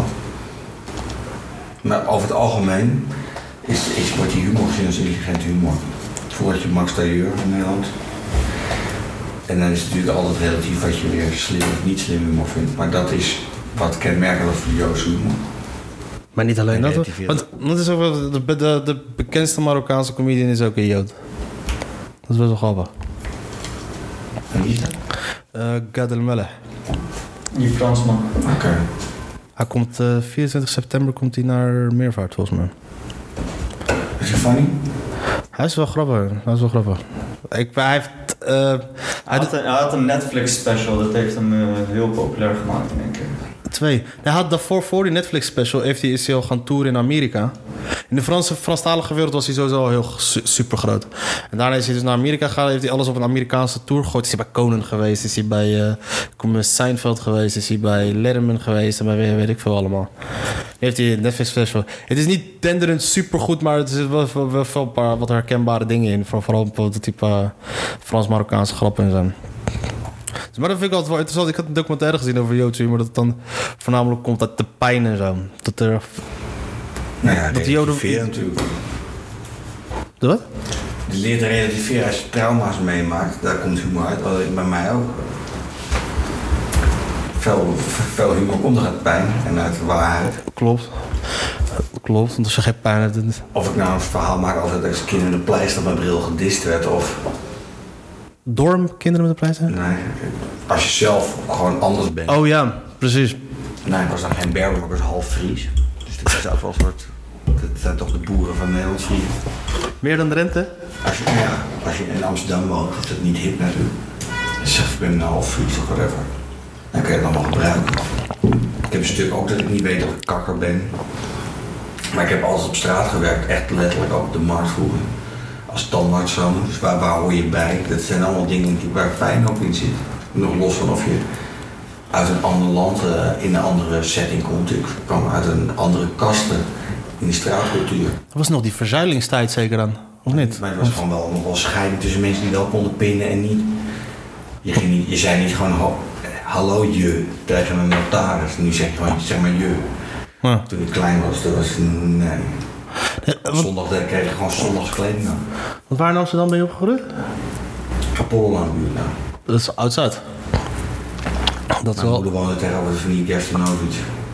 Maar over het algemeen wordt die humor gezien als intelligente humor. Voordat je Max Tailleur in Nederland. En dan is het natuurlijk altijd relatief wat je weer slim of niet slim humor vindt. Maar dat is wat kenmerkend voor de Joodse humor. Maar niet alleen dat. Want is ook de bekendste Marokkaanse comedian is ook een Jood. Dat is best wel grappig. En wie is dat? Gad Elmaleh. Die Fransman. Oké. Hij komt 24 september komt hij naar Meervaart volgens mij. Is hij funny? Hij is wel grappig. Hij had een Netflix special, dat heeft hem heel populair gemaakt in één keer. 2. Hij had daarvoor, voor die Netflix special, is hij al gaan touren in Amerika. In de Franstalige wereld was hij sowieso al heel super groot. En daarna is hij dus naar Amerika gegaan. Heeft hij alles op een Amerikaanse tour gegooid. Is hij bij Conan geweest. Is hij bij Seinfeld geweest. Is hij bij Letterman geweest. En bij weet ik veel allemaal. Nu heeft hij een Netflix special. Het is niet denderend supergoed, maar het is wel een paar wat herkenbare dingen in. Vooral op het type Frans-Marokkaanse grappen en zo. Maar dat vind ik altijd wel interessant. Ik had een documentaire gezien over Joodse, maar dat het dan voornamelijk komt uit de pijn en zo. Dat er... Nou ja, dat de Joden... natuurlijk. De wat? Je leert te relativeren als je trauma's meemaakt. Daar komt humor uit. Alleen bij mij ook. Veel humor komt er uit pijn en uit de waarheid. Klopt, want als je geen pijn hebt... Of ik nou een verhaal maak altijd als kinderen de pleister op mijn bril gedist werd of... Door kinderen met de pleister? Nee, als je zelf gewoon anders bent. Oh ja, precies. Nee, ik was dan geen Berber, maar ik was half Fries. Dus dat is ook wel een soort... Dat zijn toch de boeren van Nederland, Friese. Meer dan de rente? Als je in Amsterdam woont, is dat niet hip natuurlijk. Dus zeg, ik ben een half Fries of whatever. Dan kun je het allemaal gebruiken. Ik heb een stuk ook dat ik niet weet dat ik kakker ben. Maar ik heb altijd op straat gewerkt, echt letterlijk ook op de markt vroeger. Als standaard zo, dus waar hoor je bij? Dat zijn allemaal dingen waar pijn ook in zit. Nog los van of je uit een ander land in een andere setting komt. Ik kwam uit een andere kasten in de straatcultuur. Dat was nog die verzuilingstijd zeker dan, of niet? Maar het was gewoon wel nog wel scheiding tussen mensen die wel konden pinnen en niet. Je zei niet gewoon hallo je tegen een notaris. Nu zeg je gewoon zeg maar je. Ja. Toen ik klein was, dat was nee. Zondag kreeg je gewoon zondagskleding aan. Want waar in Amsterdam ben je opgegroeid? Apollo-buurt nou. Dat is oud-Zuid. Dat is Mijn wel... moeder woonde tegenover de familie Gerstenovic.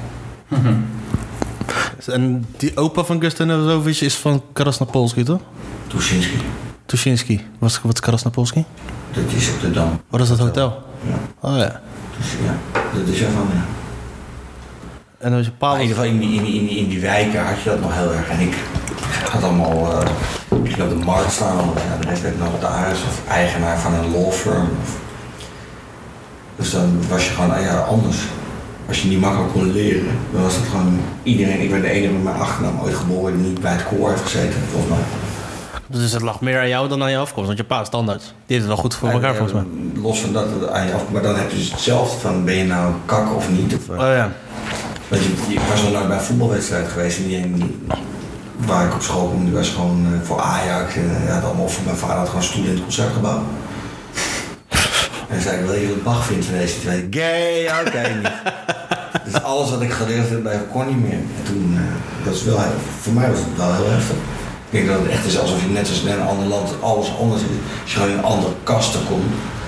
En die opa van Gerstenovic is van Krasnopolski, toch? Tuschinski. Wat is Krasnopolski? Dat is op de Dam. Wat is dat hotel? Ja. Oh ja. Dus, ja, dat is ervan, ja. En dan was je pa... In ieder geval in die wijken had je dat nog heel erg. En ik had allemaal... ik ging op de markt staan. Ja, de rest werd notaris of eigenaar van een law firm. Dus dan was je gewoon anders. Als je niet makkelijk kon leren, dan was het gewoon iedereen. Ik ben de enige met mijn achternaam ooit geboren die niet bij het koor heeft gezeten, volgens mij. Dus het lag meer aan jou dan aan je afkomst, want je pa is standaard. Die heeft het wel goed voor elkaar, volgens mij. Los van dat het aan je afkomst, maar dan heb je dus hetzelfde van ben je nou kak of niet. Of, oh ja. Want ik was nog nooit bij een voetbalwedstrijd geweest en die waar ik op school kwam, die was gewoon voor Ajax. En had allemaal voor mijn vader had gewoon stoelen in het concertgebouw. En dan zei ik, wil je wat Bach vindt van deze twee? Gay, oké, niet. Dus alles wat ik geleerd heb, kon niet meer. En toen, dat is wel, voor mij was het wel heel heftig. Ik denk dat het echt is alsof je net als in een ander land alles anders is. Als je gewoon in andere kasten komt.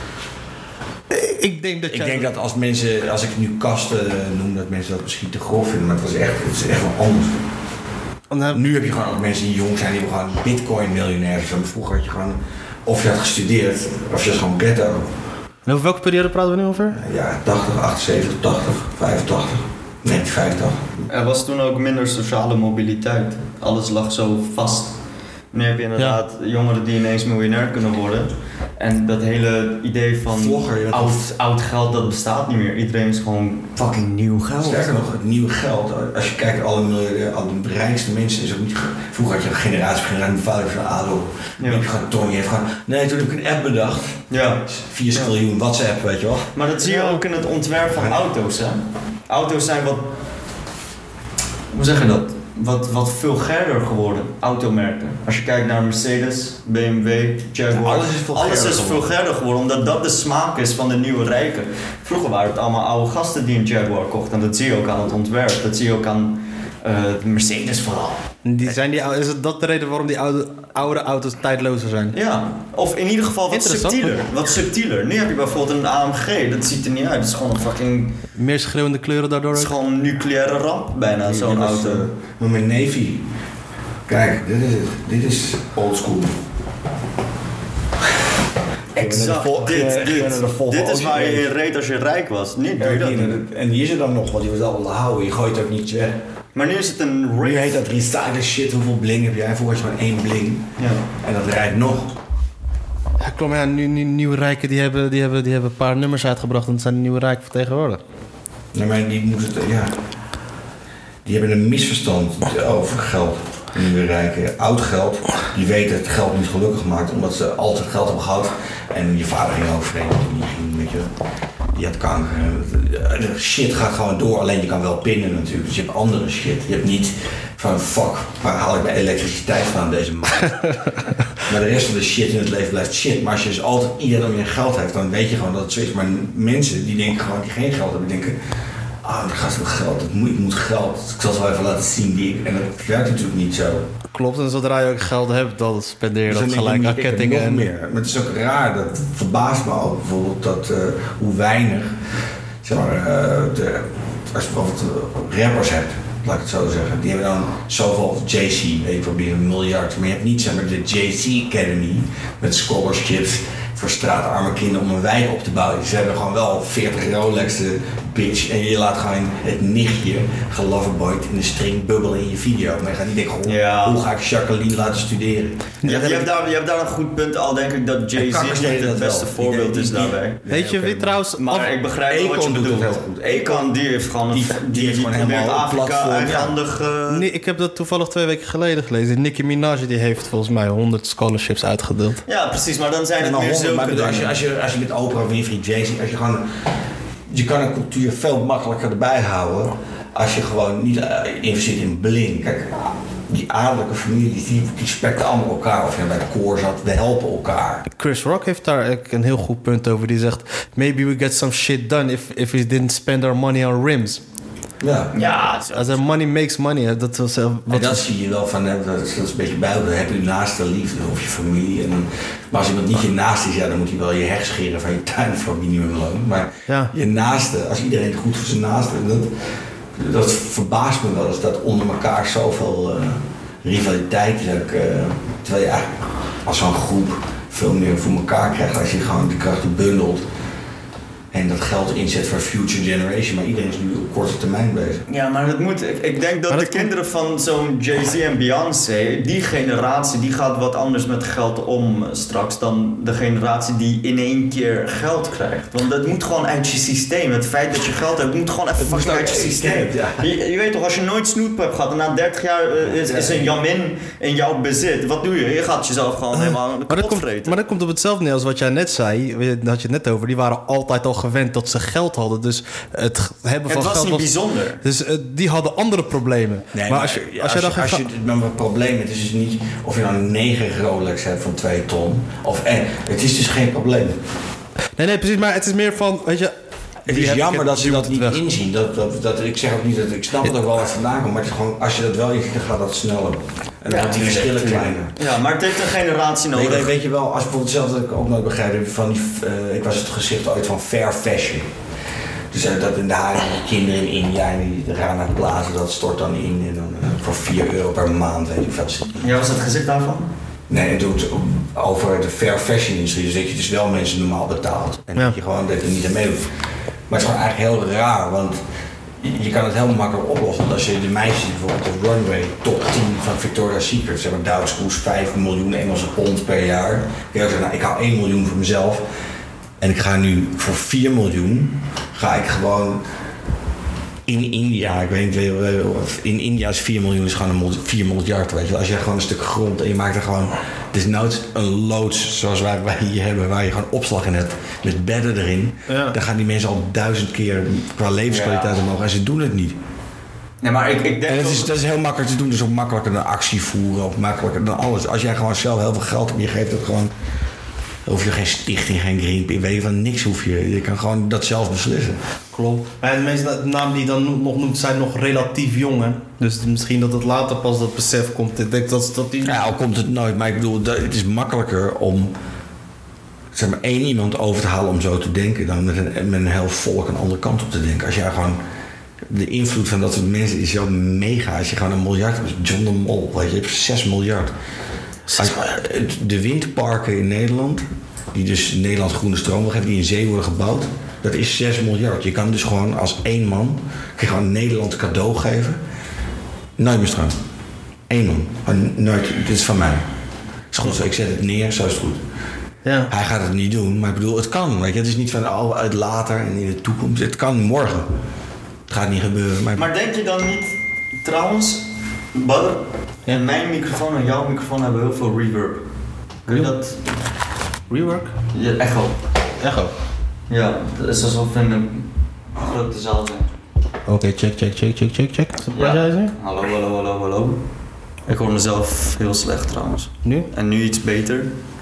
Ik denk dat als mensen, als ik nu kasten noem, dat mensen dat misschien te grof vinden. Maar het is echt wel anders. Nu heb je gewoon ook mensen die jong zijn, die hebben gewoon bitcoin-miljonairs. Vroeger had je gewoon, of je had gestudeerd, of je was gewoon ghetto. En over welke periode praten we nu over? Ja, 80, 78, 80, 85, 1985. Er was toen ook minder sociale mobiliteit. Alles lag zo vast. Nu heb je inderdaad jongeren die ineens miljonair kunnen worden. En dat hele idee van oud geld, dat bestaat niet meer. Iedereen is gewoon fucking nieuw geld. Sterker nog, het nieuwe geld, als je kijkt alle de rijkste mensen, is ook niet... Vroeger had je een generatie, mijn vader van ADO. Ja. Heb je gewoon Tony heeft gewoon... Nee, toen heb ik een app bedacht. Ja. 4 triljoen WhatsApp, weet je wel. Maar dat zie je ook in het ontwerp van auto's, hè. Auto's zijn wat... Hoe zeg je dat? Wat vulgairder geworden, automerken. Als je kijkt naar Mercedes, BMW, Jaguar, alles is vulgairder geworden omdat dat de smaak is van de nieuwe rijken. Vroeger waren het allemaal oude gasten die een Jaguar kochten en dat zie je ook aan het ontwerp, dat zie je ook aan de Mercedes vooral. Is het dat de reden waarom die oude auto's tijdlozer zijn? Ja, of in ieder geval wat subtieler. Nu heb je bijvoorbeeld een AMG, dat ziet er niet uit, het is gewoon een fucking... Meer schreeuwende kleuren daardoor? Het is gewoon een nucleaire ramp bijna, zo'n auto. Maar mijn Navy, kijk, dit is oldschool. Exact, dit is waar je in reed als je rijk was. Niet doe je dat. En die is er dan nog, want die was allemaal houden, je gooit ook niet weg. Maar nu is het een Wraith. Nu heet dat recycle shit, hoeveel bling heb jij? Vroeger had je gewoon 1 bling. Ja. En dat rijdt nog. Ja, klopt, ja, nu nieuwe rijken die hebben een paar nummers uitgebracht en dat zijn de nieuwe rijken van tegenwoordig. Nee, maar die moeten die hebben een misverstand over geld. Nu rijken. Oud geld, die weten dat het geld niet gelukkig maakt, omdat ze altijd geld hebben gehad. En je vader ging ook vreemd, die had kanker. De shit gaat gewoon door, alleen je kan wel pinnen natuurlijk. Dus je hebt andere shit. Je hebt niet van fuck, waar haal ik mijn elektriciteit van deze maand? Maar de rest van de shit in het leven blijft shit. Maar als je dus altijd iedereen om je geld heeft, dan weet je gewoon dat het zo is. Maar mensen die denken gewoon, die geen geld hebben, die denken... dan gaat het geld, ik moet geld. Ik zal het wel even laten zien. En dat werkt natuurlijk niet zo. Klopt, en zodra je ook geld hebt, dan spendeer je Dus dat dan gelijk aan kettingen. En meer. Maar het is ook raar, dat verbaast me ook bijvoorbeeld, dat hoe weinig, zeg maar, als je bijvoorbeeld rappers hebt, laat ik het zo zeggen, die hebben dan zoveel JC, weet je, proberen een miljard. Maar je hebt niet, zeg maar, de JC Academy met scholarships voor straatarme kinderen om een wijk op te bouwen. Ze hebben gewoon wel 40 Rolex'en, bitch. En je laat gewoon het nichtje geloverboyd in de string bubbelen in je video. Maar je gaat niet denken, hoe ga ik Jacqueline laten studeren? Je hebt daar een goed punt, al denk ik dat Jay-Z niet het beste voorbeeld is daarbij. Weet je wie trouwens... Maar ik begrijp wat je bedoelt. Akon, die heeft gewoon die heeft gewoon helemaal Afrika eigenhandig... Nee, ik heb dat toevallig 2 weken geleden gelezen. Nicki Minaj die heeft volgens mij 100 scholarships uitgedeeld. Ja, precies, maar dan zijn het meer zulke dingen. Als je met Oprah, Winfrey, Jay-Z, als je gewoon... Je kan een cultuur veel makkelijker erbij houden als je gewoon niet investeert in bling. Kijk, die adellijke families, die respecten allemaal elkaar. Of je bij de koor zat, we helpen elkaar. Chris Rock heeft daar een heel goed punt over. Die zegt, maybe we get some shit done if we didn't spend our money on rims. Ja, als er money makes money. Dat was, dat zie je wel van, dat is een beetje bijbel. Dan heb je naaste liefde of je familie. En dan, maar als iemand niet je naast is, dan moet hij wel je heg scheren van je tuin voor minimumloon. Maar je naaste, als iedereen goed voor zijn naaste, dat verbaast me wel eens dat onder elkaar zoveel rivaliteit is. Terwijl je eigenlijk als zo'n groep veel meer voor elkaar krijgt als je gewoon die krachten bundelt. En dat geld inzet voor future generation. Maar iedereen is nu op korte termijn bezig. Ja, maar dat moet... Ik denk dat de kinderen van zo'n Jay-Z en Beyoncé... Die generatie, die gaat wat anders met geld om straks... dan de generatie die in één keer geld krijgt. Want dat moet gewoon uit je systeem. Het feit dat je geld hebt, moet gewoon even fucking uit je systeem. Ja. Je weet toch, als je nooit snoep hebt gehad... en na 30 jaar is een jamin in jouw bezit. Wat doe je? Je gaat jezelf gewoon helemaal kapot vreten. Maar dat komt op hetzelfde neer als wat jij net zei. Daar had je het net over. Die waren altijd al gewend dat ze geld hadden. Dus het hebben van geld was niet bijzonder. Dus die hadden andere problemen. Nee, maar het probleem het is dus niet of je nou 9 Rolex hebt van 2 ton. Het is dus geen probleem. Nee, precies. Maar het is meer van, weet je... Het is jammer dat ze dat niet inzien. Dat, ik zeg ook niet dat ik snap het ook wel wat vandaan komt, maar het is gewoon, als je dat wel inziet, dan gaat dat sneller. En dan wordt die verschillen kleiner. Ja, maar het heeft een generatie nodig. Weet je wel, als bijvoorbeeld zelf dat ik ook nooit begrijp van ik was het gezicht ooit van fair fashion. Dus dat in de haren van kinderen in India en die eraan aan het blazen, dat stort dan in en dan voor €4 per maand, weet je hoeveel zit. Ja, was het gezicht daarvan? Nee, het doet over de fair fashion industrie, dus dat je dus wel mensen normaal betaalt. En dat je gewoon dat er niet aan meedoet. Maar het is gewoon eigenlijk heel raar, want je kan het heel makkelijk oplossen. Want als je de meisjes bijvoorbeeld op runway top 10 van Victoria's Secret, ze hebben Douds koers 5 miljoen Engelse pond per jaar. Dan kan je zeggen, ik hou 1 miljoen voor mezelf. En ik ga nu voor 4 miljoen, ga ik gewoon in India, ik weet niet, in India is 4 miljoen is gewoon 4 miljard, weet je wel. Als je gewoon een stuk grond en je maakt er gewoon, desnoods een loods zoals wij hier hebben, waar je gewoon opslag in hebt, met bedden erin. Ja. Dan gaan die mensen al 1000 keer qua levenskwaliteit omhoog en ze doen het niet. Nee, maar ik denk en dat is heel makkelijk te doen, dus ook makkelijker dan actie voeren of makkelijker dan alles. Als jij gewoon zelf heel veel geld hebt, je geeft het gewoon, dan hoef je geen stichting, geen Greenpeace, weet je van niks hoef je. Je kan gewoon dat zelf beslissen. Klopt. Maar de meeste namen die je dan nog noemt zijn nog relatief jong, hè? Dus misschien dat het later pas dat besef komt. Ik denk dat die... Ja, al komt het nooit. Maar ik bedoel, het is makkelijker om zeg maar 1 iemand over te halen om zo te denken dan met een heel volk een andere kant op te denken. Als jij gewoon de invloed van dat soort mensen is zo mega. Als je gewoon 1 miljard hebt, John de Mol, weet je hebt 6 miljard. De windparken in Nederland, die dus Nederland groene stroom wil geven, die in zee worden gebouwd, dat is 6 miljard. Je kan dus gewoon als 1 man, kun je gewoon Nederland cadeau geven. Nooit meer stroom. 1 man. Nooit, dit is van mij. Is goed zo, ik zet het neer, zo is het goed. Ja. Hij gaat het niet doen, maar ik bedoel, het kan. Weet je? Het is niet van uit later en in de toekomst. Het kan morgen. gaat niet gebeuren. Maar denk je dan niet, trouwens, Badr, en mijn microfoon en jouw microfoon hebben heel veel reverb. Kun je dat... Rework? Ja, echo. Echo. Ja, dat is alsof we in een grote zaal zijn. Oké, check. Ja. Hallo. Ik hoor mezelf heel slecht trouwens. Nu? En nu iets beter.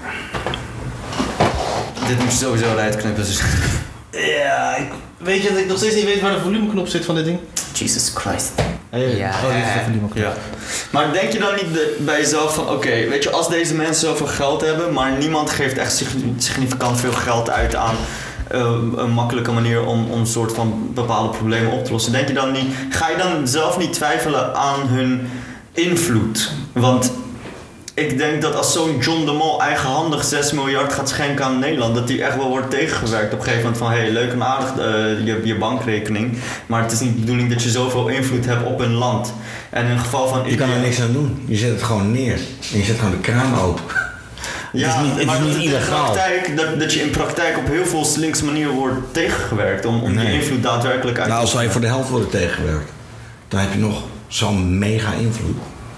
Dit moet je sowieso eruit knippen. Dus. Ja, weet je dat ik nog steeds niet weet waar de volumeknop zit van dit ding? Jesus Christ. Ja. Oh, dit is de volumeknop. Ja. Maar denk je dan niet bij jezelf van, oké, weet je, als deze mensen zoveel geld hebben, maar niemand geeft echt significant veel geld uit aan een makkelijke manier om een soort van bepaalde problemen op te lossen. Denk je dan niet, ga je dan zelf niet twijfelen aan hun invloed? Want ik denk dat als zo'n John de Mol eigenhandig 6 miljard gaat schenken aan Nederland, dat die echt wel wordt tegengewerkt op een gegeven moment van, hey, leuk en aardig je bankrekening, maar het is niet de bedoeling dat je zoveel invloed hebt op een land. En in het geval van... Je kan er niks aan doen. Je zet het gewoon neer. En je zet gewoon de kraan open. Ja, het is niet illegaal. Dat je in praktijk op heel veel slinkse manieren wordt tegengewerkt om die invloed daadwerkelijk uit te als wij voor de helft worden tegengewerkt, dan heb je nog zo'n mega invloed.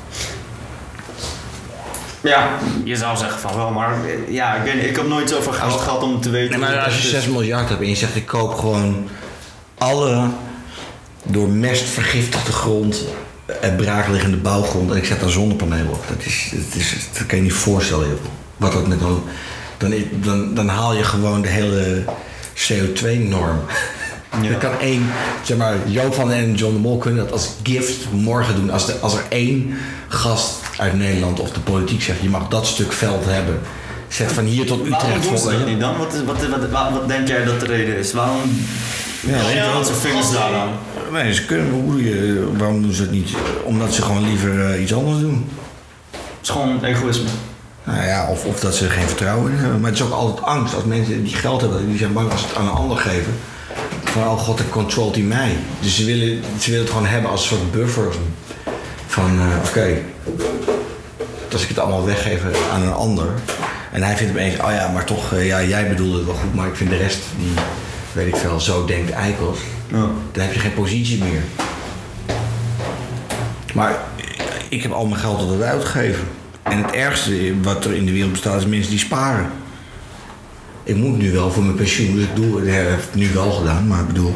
Ja, je zou zeggen van wel, maar ja, ik heb nooit zoveel geld gehad om te weten. Nee, maar als je 6 miljard hebt en je zegt ik koop gewoon alle door mest vergiftigde grond en braakliggende bouwgrond en ik zet daar zonnepanelen op. Dat kan je niet voorstellen, joh. Wat dat met dan haal je gewoon de hele CO2-norm. Ja. Er kan één, zeg maar, Joop van den en John de Mol kunnen dat als gift morgen doen. Als er één gast uit Nederland of de politiek zegt, je mag dat stuk veld hebben. Zet van hier tot Utrecht. Waarom doen ze dat niet dan? Wat denk jij dat de reden is? Waarom ze vingers daaraan? Nee, ze kunnen, waarom doen ze het niet? Omdat ze gewoon liever iets anders doen. Het is gewoon egoïsme. Nou ja, of dat ze er geen vertrouwen in hebben. Maar het is ook altijd angst. Als mensen die geld hebben, die zijn bang als ze het aan een ander geven. Van, oh god, dan controlt hij mij. Dus ze willen het gewoon hebben als een soort buffer. Van, oké. Als ik het allemaal weggeef aan een ander. En hij vindt opeens, oh ja, maar toch, jij bedoelde het wel goed. Maar ik vind de rest, die, weet ik veel, zo denkt eikels. Ja. Dan heb je geen positie meer. Maar ik heb al mijn geld altijd uitgegeven. En het ergste wat er in de wereld bestaat is mensen die sparen. Ik moet nu wel voor mijn pensioen, dus ik heb het nu wel gedaan, maar ik bedoel,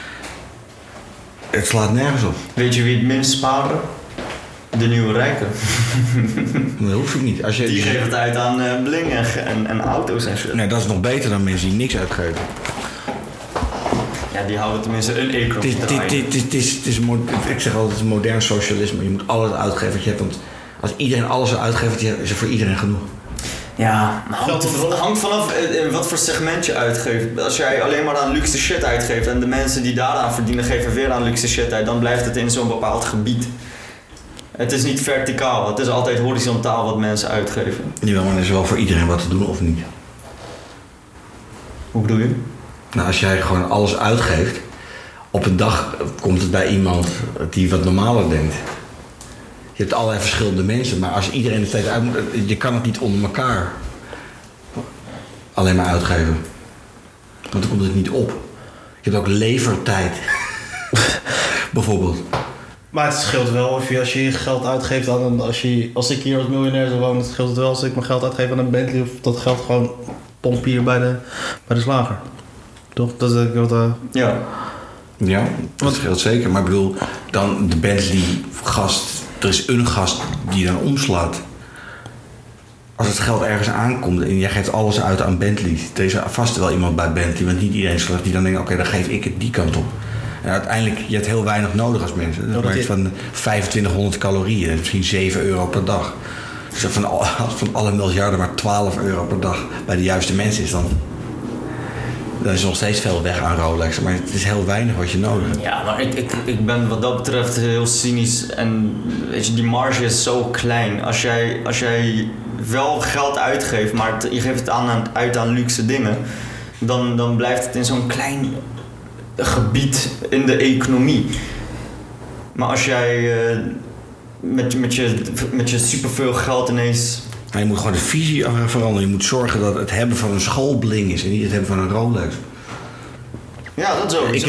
het slaat nergens op. Weet je wie het minst sparen? De nieuwe rijken. Dat hoef ik niet. Die geven het uit aan bling en auto's en shit. Nee, dat is nog beter dan mensen die niks uitgeven. Ja, die houden tenminste een economie draaien. Ik zeg altijd, het is modern socialisme. Je moet alles uitgeven wat je hebt, want als iedereen alles zou uitgeven, is er voor iedereen genoeg. Ja, hangt vanaf wat voor segment je uitgeeft. Als jij alleen maar aan luxe shit uitgeeft en de mensen die daaraan verdienen geven weer aan luxe shit uit, dan blijft het in zo'n bepaald gebied. Het is niet verticaal, het is altijd horizontaal wat mensen uitgeven. Jawel, maar er is wel voor iedereen wat te doen of niet. Hoe bedoel je? Nou, als jij gewoon alles uitgeeft, op een dag komt het bij iemand die wat normaler denkt. Je hebt allerlei verschillende mensen, maar als iedereen het steeds uit moet, je kan het niet onder elkaar alleen maar uitgeven. Want dan komt het niet op. Je hebt ook levertijd. Bijvoorbeeld. Maar het scheelt wel als je geld uitgeeft aan als ik hier als miljonair zou wonen, het scheelt het wel als ik mijn geld uitgeef aan een Bentley of dat geld gewoon pomp hier bij de slager. Toch? Dat is wat. Ja. Ja, dat scheelt zeker. Maar ik bedoel, dan de Bentley gast. Er is een gast die dan omslaat. Als het geld ergens aankomt en jij geeft alles uit aan Bentley. Er is vast wel iemand bij Bentley, want niet iedereen is die dan denkt, oké, dan geef ik het die kant op. En uiteindelijk, je hebt heel weinig nodig als mensen. Dat werkt van 2500 calorieën, en misschien 7 euro per dag. Dus van alle miljarden maar 12 euro per dag bij de juiste mensen is dan is er nog steeds veel weg aan Rolex, maar het is heel weinig wat je nodig hebt. Ja, maar ik ben wat dat betreft heel cynisch en weet je, die marge is zo klein. Als jij wel geld uitgeeft, maar je geeft het uit aan luxe dingen, dan blijft het in zo'n klein gebied in de economie. Maar als jij met je superveel geld ineens... Maar je moet gewoon de visie veranderen. Je moet zorgen dat het hebben van een schoolbling is en niet het hebben van een Rolex. Ja, dat sowieso.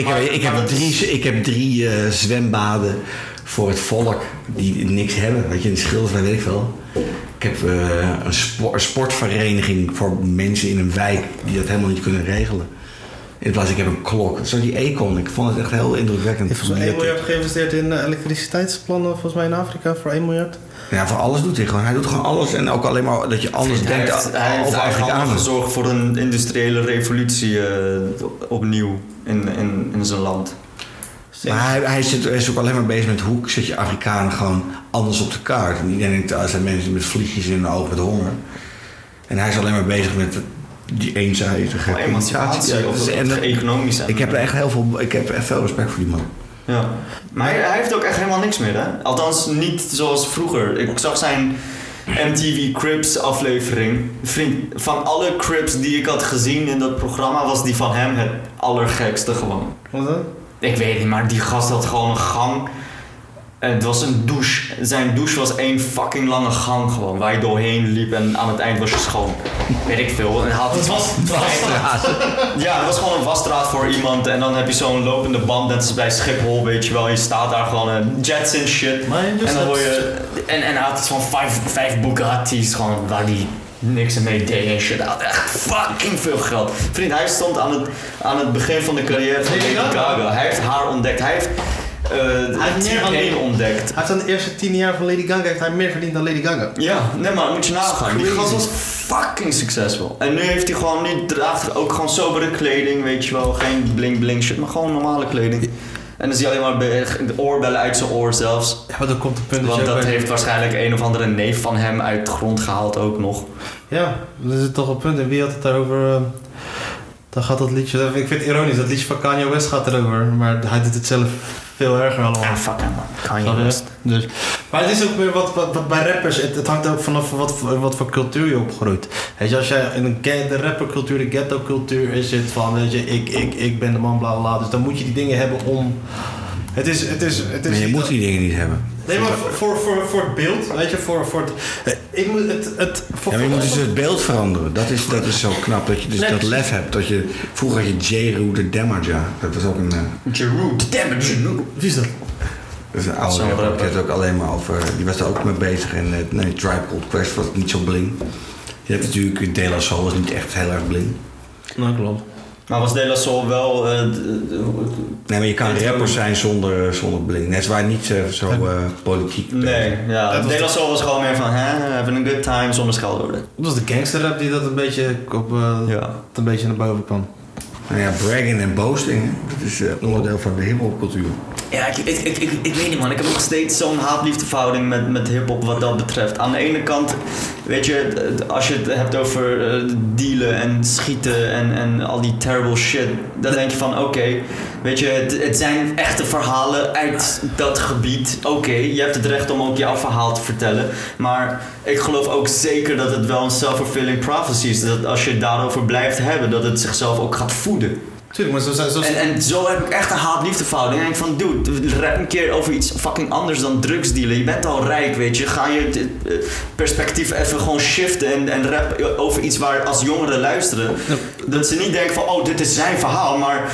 Ik heb drie zwembaden voor het volk die niks hebben. Weet je, in Schilders, weet ik veel. Ik heb een sportvereniging voor mensen in een wijk die dat helemaal niet kunnen regelen. In plaats ik heb een klok. Zo die Econ. Ik vond het echt heel indrukwekkend. Heeft volgens mij 1 miljard geïnvesteerd in elektriciteitsplannen volgens mij in Afrika voor 1 miljard. Ja, voor alles doet hij gewoon. Hij doet gewoon alles en ook alleen maar dat je anders denkt over Afrikanen. Hij heeft gezorgd voor een industriële revolutie opnieuw in zijn land. Maar hij is ook alleen maar bezig met hoe zet je Afrikanen gewoon anders op de kaart. En iedereen denkt, er zijn mensen met vliegjes in de ogen met honger. En hij is alleen maar bezig met die eenzijdige emancipatie of economisch. Ik heb echt veel respect voor die man. Ja, maar hij heeft ook echt helemaal niks meer, hè? Althans, niet zoals vroeger. Ik zag zijn MTV Cribs aflevering. Vriend, van alle Cribs die ik had gezien in dat programma was die van hem het allergekste gewoon. Wat dan? Ik weet niet, maar die gast had gewoon een gang. Het was een douche. Zijn douche was 1 fucking lange gang gewoon, waar je doorheen liep en aan het eind was je schoon. Weet ik veel. En het was ja, het was gewoon een wasstraat voor iemand en dan heb je zo'n lopende band, net als bij Schiphol, weet je wel. Je staat daar gewoon jets en shit. En dan hoor je... En hij had iets van 5 Bugatti's gewoon, waar die niks mee deed en shit. Hij had echt fucking veel geld. Vriend, hij stond aan het begin van de carrière van Lady Gaga. Hij heeft haar ontdekt. Hij heeft T-Pain ontdekt. Hij heeft aan de eerste 10 jaar van Lady Gaga heeft hij meer verdiend dan Lady Gaga. Ja, nee, maar moet je nagaan. Die gast was fucking succesvol. En nu heeft hij gewoon draagt ook gewoon sobere kleding, weet je wel. Geen bling bling shit, maar gewoon normale kleding. En dan zie je alleen maar de oorbellen uit zijn oor zelfs. Ja, maar dan komt het punt want dat heeft waarschijnlijk een of andere neef van hem uit de grond gehaald ook nog. Ja, dat is toch een punt. En wie had het daarover... Dan gaat dat liedje... Ik vind het ironisch, dat liedje van Kanye West gaat erover. Maar hij doet het zelf veel erger allemaal. Ja, fuck hem man. Kanye West. Dus. Maar het is ook weer wat bij rappers... Het hangt ook vanaf wat voor cultuur je opgroeit. Weet je, als jij in de rappercultuur, de ghetto-cultuur is het van... Weet je, ik ben de man, bla bla. Dus dan moet je die dingen hebben om... Het is maar je moet die dingen niet hebben. Nee, maar voor het beeld, weet je, voor het... Ik moet het maar je moet dus het beeld veranderen. Dat is zo knap, dat je dus dat lef hebt. Vroeger had je Jeru de Damaja. Dat was ook een... Jeru de Damaja. Wie is dat? Dat is een oude rapper. Die had ook alleen maar over... Die was er ook mee bezig. En Tribe Called Quest was niet zo bling. Je hebt natuurlijk De La Soul, is niet echt heel erg bling. Nou, klopt. Maar was De La Soul wel... nee, maar je kan rapper zijn zonder bling. Net waar niet zo politiek. Nee, ja. De La Soul was gewoon meer van... having a good time zonder scheldwoorden. Dat was de gangsterrap die dat een beetje een beetje naar boven kwam. Nou ja, bragging en boasting, dat is onderdeel van de hiphopcultuur. Ja, ik weet niet man, ik heb nog steeds zo'n haat-liefdeverhouding met hiphop wat dat betreft. Aan de ene kant, weet je, als je het hebt over dealen en schieten en al die terrible shit, dan denk je van oké, weet je, het zijn echte verhalen uit dat gebied. Oké, je hebt het recht om ook jouw verhaal te vertellen, maar ik geloof ook zeker dat het wel een self-fulfilling prophecy is. Dat als je het daarover blijft hebben, dat het zichzelf ook gaat voeden. Tuurlijk, maar En zo heb ik echt een haat-liefdeverhouding. En ik denk van, dude, rap een keer over iets fucking anders dan drugsdealen. Je bent al rijk, weet je. Ga je perspectief even gewoon shiften en rap over iets waar als jongeren luisteren. Ja. Dat ze niet denken van, oh, dit is zijn verhaal, maar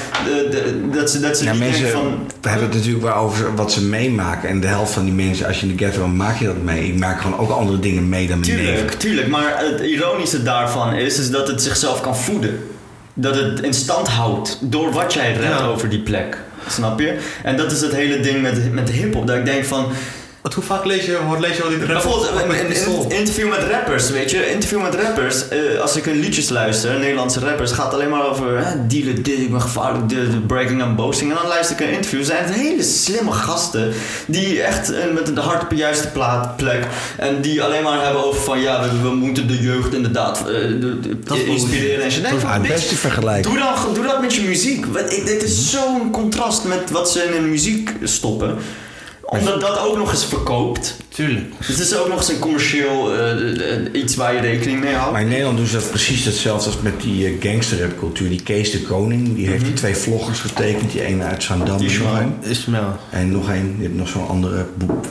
dat ze niet denken van... We hebben het natuurlijk wel over wat ze meemaken. En de helft van die mensen, als je in de ghetto maak je dat mee. Ik maak gewoon ook andere dingen mee dan mijn neef. Tuurlijk, maar het ironische daarvan is dat het zichzelf kan voeden. Dat het in stand houdt door wat jij rapt over die plek. Snap je? En dat is het hele ding met hiphop. Dat ik denk van... Hoe vaak lees je wel die rappers? Bijvoorbeeld een interview met rappers, weet je. Interview met rappers. Als ik hun liedjes luister, Nederlandse rappers, gaat alleen maar over dealen, dit, ik ben gevaarlijk, de breaking en boasting. En dan luister ik een interview. Zijn het hele slimme gasten die echt met de hart op de juiste plek. En die alleen maar hebben over van ja, we moeten de jeugd inderdaad inspireren. En je denkt van, beste vergelijking. Doe dat met je muziek. Dit is zo'n contrast met wat ze in hun muziek stoppen. Omdat dat ook nog eens verkoopt. Tuurlijk. Het is ook nog eens een commercieel iets waar je rekening mee houdt. Maar in Nederland doen ze dat precies hetzelfde als met die gangsterrapcultuur. Die Kees de Koning, die heeft die 2 vloggers getekend. Die ene uit Zaandam. Ismail. En nog één, die heeft nog zo'n andere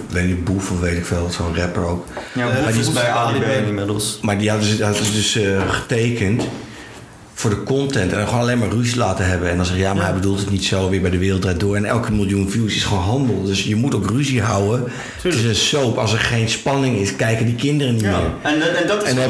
Boef of weet ik veel, zo'n rapper ook. Ja, Boef is bij Ali B inmiddels. Maar die hadden ze dus getekend voor de content en gewoon alleen maar ruzie laten hebben. En dan zeggen maar hij bedoelt het niet zo, weer bij De Wereld Draait Door. En elke miljoen views is gewoon handel. Dus je moet ook ruzie houden. Het is een soap. Als er geen spanning is, kijken die kinderen niet meer. En dat is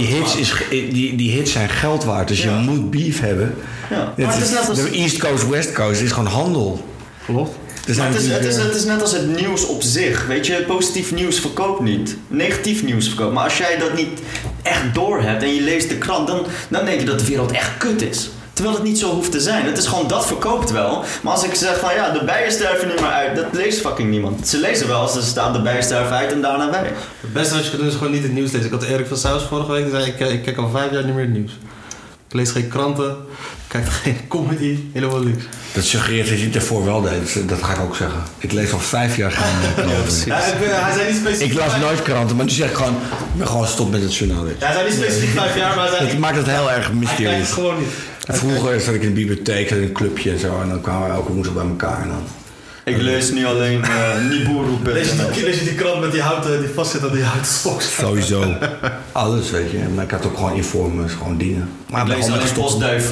die hits zijn geld waard. Dus je moet beef hebben. Ja. Maar het is net als... De East Coast, West Coast is gewoon handel. Klopt. Het is net als het nieuws op zich. Weet je, positief nieuws verkoopt niet. Negatief nieuws verkoopt. Maar als jij dat niet echt door hebt en je leest de krant, dan denk je dat de wereld echt kut is. Terwijl het niet zo hoeft te zijn. Het is gewoon, dat verkoopt wel. Maar als ik zeg van de bijen sterven niet meer uit, dat leest fucking niemand. Ze lezen wel als er staat de bijen sterven uit en daarna weg. Het beste wat je kunt doen is gewoon niet het nieuws lezen. Ik had Erik van Saus vorige week, die zei ik kijk al 5 jaar niet meer het nieuws. Ik lees geen kranten, ik kijk geen comedy, helemaal niks. Dat suggereert dat je het ervoor wel deed. Dat ga ik ook zeggen. Ik lees al 5 jaar geen kranten. Hij zei niet specifiek. Ik las nooit kranten, maar nu zeg ik gewoon, ik ben gewoon stop met het journaal. Hij zei niet specifiek 5 jaar, maar hij zei... Het maakt het heel erg mysterieus. Hij kijkt gewoon niet. Vroeger zat ik in de bibliotheek, in een clubje en zo. En dan kwamen we elke woensdag bij elkaar. En dan... Ik lees nu alleen Nibiru. Lees je die krant met die houten, die vastzit aan die houten stok? Sowieso. Alles, weet je. Maar ik had ook gewoon informers, gewoon dingen. Maar ik lees alleen Postduif.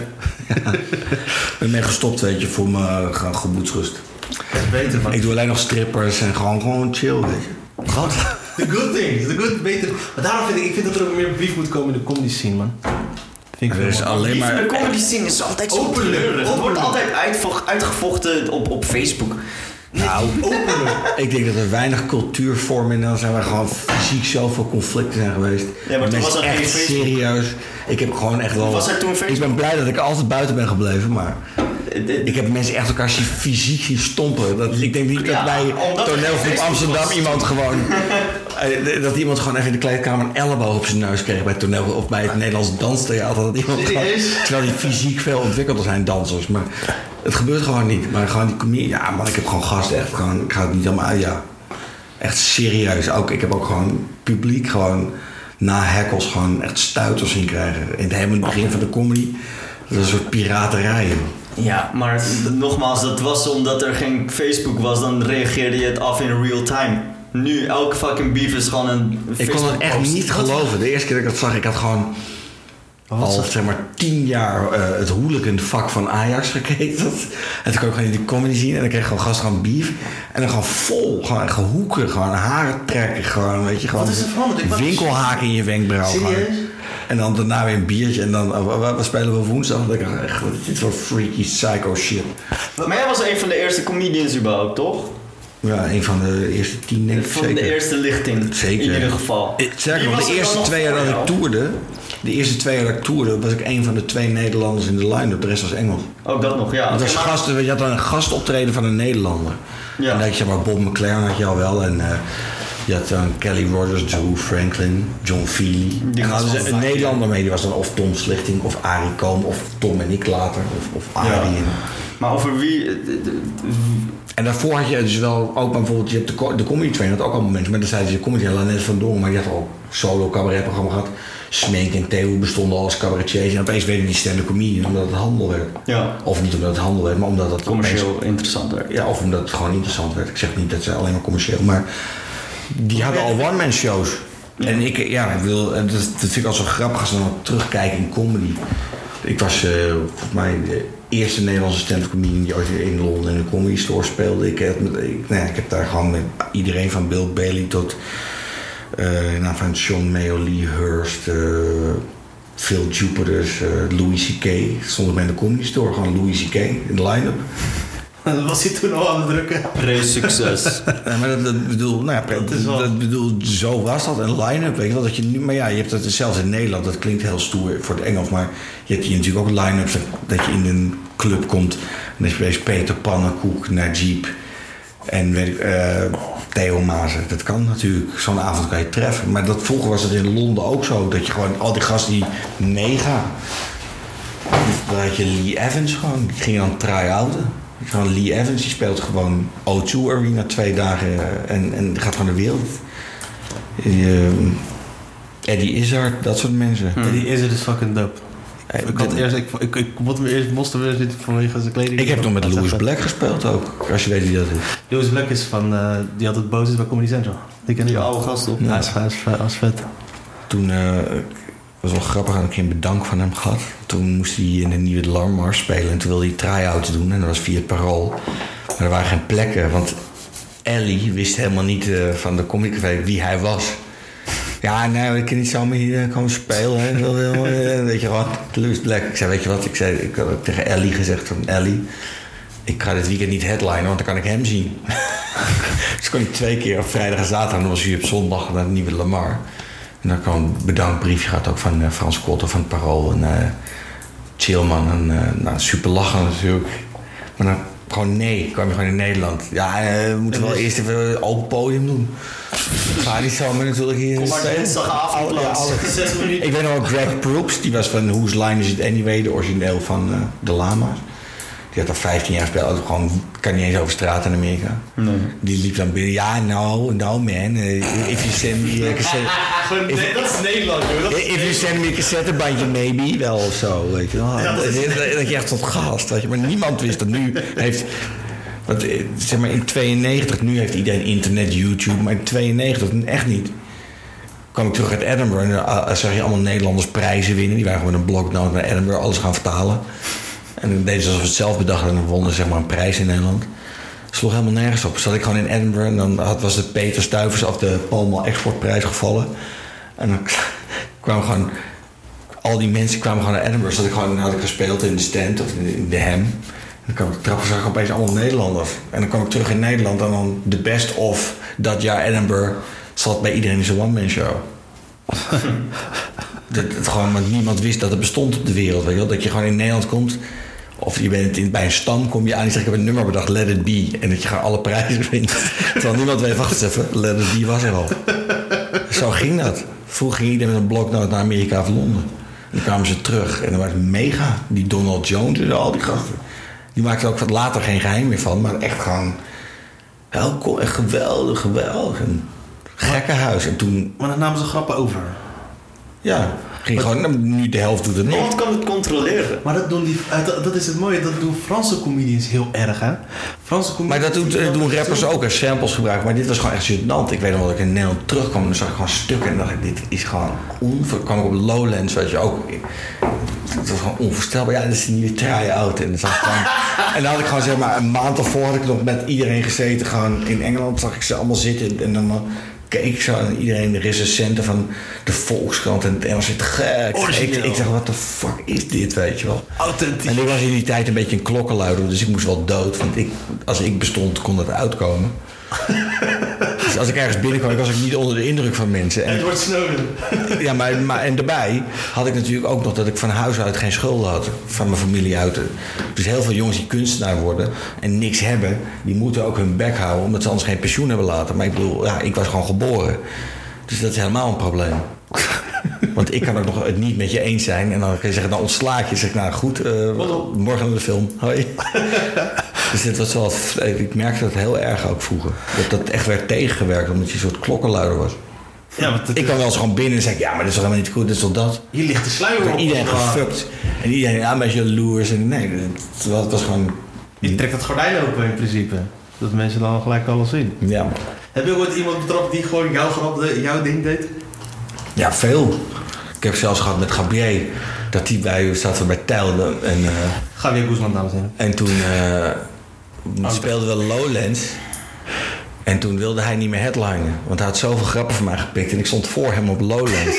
Ik ben mee gestopt, weet je, voor mijn gemoedsrust. Beter, man. Ik doe alleen nog strippers en gewoon chill, weet je. Wat? The good things, beter. Maar daarom vind ik dat er ook meer brief moet komen in de comedy scene, man. Er is alleen maar... De comedy scene is altijd zo treurig. Het wordt altijd uitgevochten op Facebook. Nou, ik denk dat er weinig cultuurvormen in Nederland zijn waar gewoon fysiek zoveel conflicten zijn geweest. Ja, maar toen was dat echt geen Facebook. serieus. Ik heb gewoon echt wel... Was er toen Facebook? Ik ben blij dat ik altijd buiten ben gebleven, maar... Ik heb mensen echt elkaar fysiek zien stompen. Ik denk niet dat bij Toneelgroep Amsterdam iemand gewoon... dat iemand gewoon even in de kleedkamer een elleboog op zijn neus kreeg bij toneel of bij het Nederlands Danstheater. Dat iemand gewoon, terwijl die fysiek veel ontwikkelder zijn dansers. Maar het gebeurt gewoon niet. Maar gewoon die comedie... Ja, man, ik heb gewoon gasten echt gewoon... Ik ga het niet allemaal... Ja, echt serieus. Ik heb ook gewoon publiek gewoon... Na hekkels gewoon echt stuiters zien krijgen. In het begin van de comedy. Dat is een soort piraterij. Ja, maar nogmaals, dat was omdat er geen Facebook was, dan reageerde je het af in real time. Nu, elke fucking beef is gewoon een Facebook. Ik kon het echt niet geloven. De eerste keer dat ik dat zag, ik had gewoon al zeg maar 10 jaar het hooligan vak van Ajax gekeken. En toen kon ik gewoon in die comedy zien en dan kreeg ik gewoon gasten gewoon beef. En dan gewoon vol, gewoon gehoeken, gewoon haren trekken, gewoon, weet je, gewoon winkelhaken in je wenkbrauw. Serieus? En dan daarna weer een biertje en dan, wat spelen we woensdag? Dan denk ik, echt, dit is wel freaky psycho shit. Maar jij was een van de eerste comedians überhaupt, toch? Ja, een van de eerste 10 denk ik van zeker. De eerste lichting, zeker. In ieder geval. Zeker, want de eerste 2 jaar dat ik toerde... De eerste 2 jaar dat ik toerde, was ik een van de 2 Nederlanders in de line-up. De rest was Engels. Ook dat nog, ja. Dat was gasten, je had dan een gastoptreden van een Nederlander. Ja. En dan had je maar Bob McLaren had je al wel. En je had dan Kelly Rogers, Drew Franklin, John Feely. En dan hadden ze een Nederlander mee. Die was dan of Tom Slichting of Arie Koom. Of Tom en ik later. Of Arie. Ja. Maar over wie... En daarvoor had je dus wel ook bijvoorbeeld, je hebt de Comedy Train had ook allemaal mensen, maar dan zeiden ze Comedy en Lanet van Dongen, maar je had ook solo cabaretprogramma gehad. Smeek en Theo bestonden al als cabaretiers en opeens werden die stand-up comedian omdat het handel werd. Ja. Of niet omdat het handel werd, maar omdat het commercieel interessant werd. Ja, of omdat het gewoon interessant werd. Ik zeg niet dat ze alleen maar commercieel, maar die hadden al one-man shows. Ja. En ik dat vind ik al zo grappig als we dan terugkijken in comedy. Ik was volgens mij de eerste Nederlandse stand-up comedian die ooit in Londen in de Comedy Store speelde. Ik heb daar gewoon met iedereen van Bill Bailey tot van Sean Mayo, Lee Hurst, Phil Jupiters, Louis C.K. Stonden bij in de Comedy Store, gewoon Louis C.K. in de line-up. Dat was hij toen al aan het drukken. Pre-succes. Ja, maar dat bedoel, zo was dat. Een line-up, weet je wel. Dat je nu, maar ja, je hebt dat zelfs in Nederland. Dat klinkt heel stoer voor het Engels. Maar je hebt hier natuurlijk ook line-ups. Dat je in een club komt. En dan is je Peter Pannenkoek, Najib. En Theo Maassen. Dat kan natuurlijk. Zo'n avond kan je treffen. Maar vroeger was het in Londen ook zo. Dat je gewoon al die gasten die meegaan. Dan had je Lee Evans gewoon. Die ging dan try-outen. Gewoon Lee Evans, die speelt gewoon O2 Arena 2 dagen en gaat gewoon de wereld. Eddie Izzard, dat soort mensen. Eddie Izzard is fucking dope. Ik moest hem eerst niet vanwege zijn kleding. Ik heb toen met Louis Black gespeeld ook, als je weet wie dat is. Louis Black is van, die had het boos bij Comedy Central. Die ken je oude gast op. Ja, hij is vet. Toen was wel grappig, had ik een bedank van hem gehad. Toen moest hij in een nieuwe Lamar spelen en toen wilde hij try-outs doen en dat was via het Parool. Maar er waren geen plekken, want Ellie wist helemaal niet van de comedycafé wie hij was. Ja, nee, ik kan niet zomaar hier komen spelen. Hè. Weet je gewoon, Louis Black. Ik zei, weet je wat, ik had ook tegen Ellie gezegd van Ellie, ik ga dit weekend niet headlinen, want dan kan ik hem zien. Dus kon ik 2 keer op vrijdag en zaterdag, en dan was hij op zondag naar het nieuwe Lamar. En dan kwam een bedankbriefje gehad ook van Frans Kotter van het Parool en Chillman. En super lachen natuurlijk. Maar dan gewoon nee, kwam je gewoon in Nederland. Ja, we moeten wel eerst even een open podium doen. Ga niet zo, maar natuurlijk hier... Kom maar dinsdagavond langs. 6 minuten. Ik weet nog wel, Greg Proops, die was van Whose Line Is It Anyway, de origineel van de Lama's. Die had al 15 jaar gespeeld, gewoon kan niet eens over straat in Amerika. Nee. Die liep dan binnen, ja, no man, if you send me a cassette... Dat is Nederland, joh. If you send me a cassettebandje, maybe, wel of zo, weet je wel. Ja, dat je echt tot gast, weet je. Maar niemand wist dat nu heeft... Want, zeg maar in 92, nu heeft iedereen internet, YouTube, maar in 92 echt niet. Kwam ik terug uit Edinburgh en zag je allemaal Nederlanders prijzen winnen. Die waren gewoon met een bloknoot naar Edinburgh, alles gaan vertalen. En dan deden ze alsof we het zelf bedachten en dan wonnen zeg maar een prijs in Nederland. Sloeg helemaal nergens op. Zat ik gewoon in Edinburgh en dan was de Peter Stuyvers af de Palmal Exportprijs gevallen. En dan kwamen gewoon... Al die mensen kwamen gewoon naar Edinburgh. Dan had ik gespeeld in de stand of in de Ham. En dan kwam ik trappen, zag ik opeens allemaal Nederlanders. En dan kwam ik terug in Nederland en dan de best of dat jaar Edinburgh zat bij iedereen in zijn one-man show. Want niemand wist dat het bestond op de wereld. Weet je wel? Dat je gewoon in Nederland komt. Of je bent bij een stam, kom je aan en zegt, ik heb een nummer bedacht, Let It Be. En dat je gewoon alle prijzen wint. Terwijl niemand weet, wacht eens even, Let It Be was er al. Zo ging dat. Vroeger ging iedereen met een bloknoot naar Amerika of Londen. En dan kwamen ze terug. En dan was het mega. Die Donald Jones en al die gasten. Die maakten ook wat later geen geheim meer van. Maar echt gewoon... Heel cool, echt geweldig. Een gekkenhuis. En toen... Maar dan namen ze grappen over. Ja. Ging gewoon, nu de helft doet het nog. Niemand kan het controleren. Maar dat is het mooie, dat doen Franse comedians heel erg, hè? Maar dat doen rappers ook, als samples gebruiken. Maar dit was gewoon echt gênant. Ik weet nog dat ik in Nederland terugkwam en dan zag ik gewoon stukken. En dacht ik, dit is gewoon kwam ik op Lowlands, weet je ook. Het was gewoon onvoorstelbaar. Ja, dit is een nieuwe try-out. En dan had ik gewoon zeg maar een maand ervoor had ik nog met iedereen gezeten. Gewoon in Engeland zag ik ze allemaal zitten. En dan keek ik zo en iedereen, de recensenten van de Volkskrant en het Engels zit gek. Ik dacht, wat de fuck is dit, weet je wel. Authentiek. En ik was in die tijd een beetje een klokkenluider, dus ik moest wel dood. Want als ik bestond, kon dat uitkomen. Dus als ik ergens binnenkwam, was ik niet onder de indruk van mensen. En Edward Snowden. Ja, maar en daarbij had ik natuurlijk ook nog dat ik van huis uit geen schulden had. Van mijn familie uit. Dus heel veel jongens die kunstenaar worden en niks hebben, die moeten ook hun bek houden, omdat ze anders geen pensioen hebben laten. Maar ik bedoel, ja, ik was gewoon geboren. Dus dat is helemaal een probleem. Want ik kan ook nog het niet met je eens zijn. En dan kun je zeggen, dan ontslaak je. Zeg ik, nou goed, morgen naar de film. Hoi. Dus dit was wel... Ik merkte dat heel erg ook vroeger. Dat echt werd tegengewerkt, omdat je een soort klokkenluider was. Ja, ik kwam wel eens gewoon binnen en zei, ja, maar dit is toch helemaal niet goed, dit is toch dat? Hier ligt de sluier op. Iedereen gefukt. En iedereen, ja, een beetje jaloers. En nee, het was gewoon... Je trekt het gordijn open in principe. Dat mensen dan gelijk alles zien. Ja. Heb je ooit iemand betrapt die gewoon jouw ding deed? Ja, veel. Ik heb zelfs gehad met Gabriel. Dat hij zaten bij Tijl. Javier Guzman, dames en heren. En toen speelden we Lowlands. En toen wilde hij niet meer headlinen. Want hij had zoveel grappen van mij gepikt. En ik stond voor hem op Lowlands.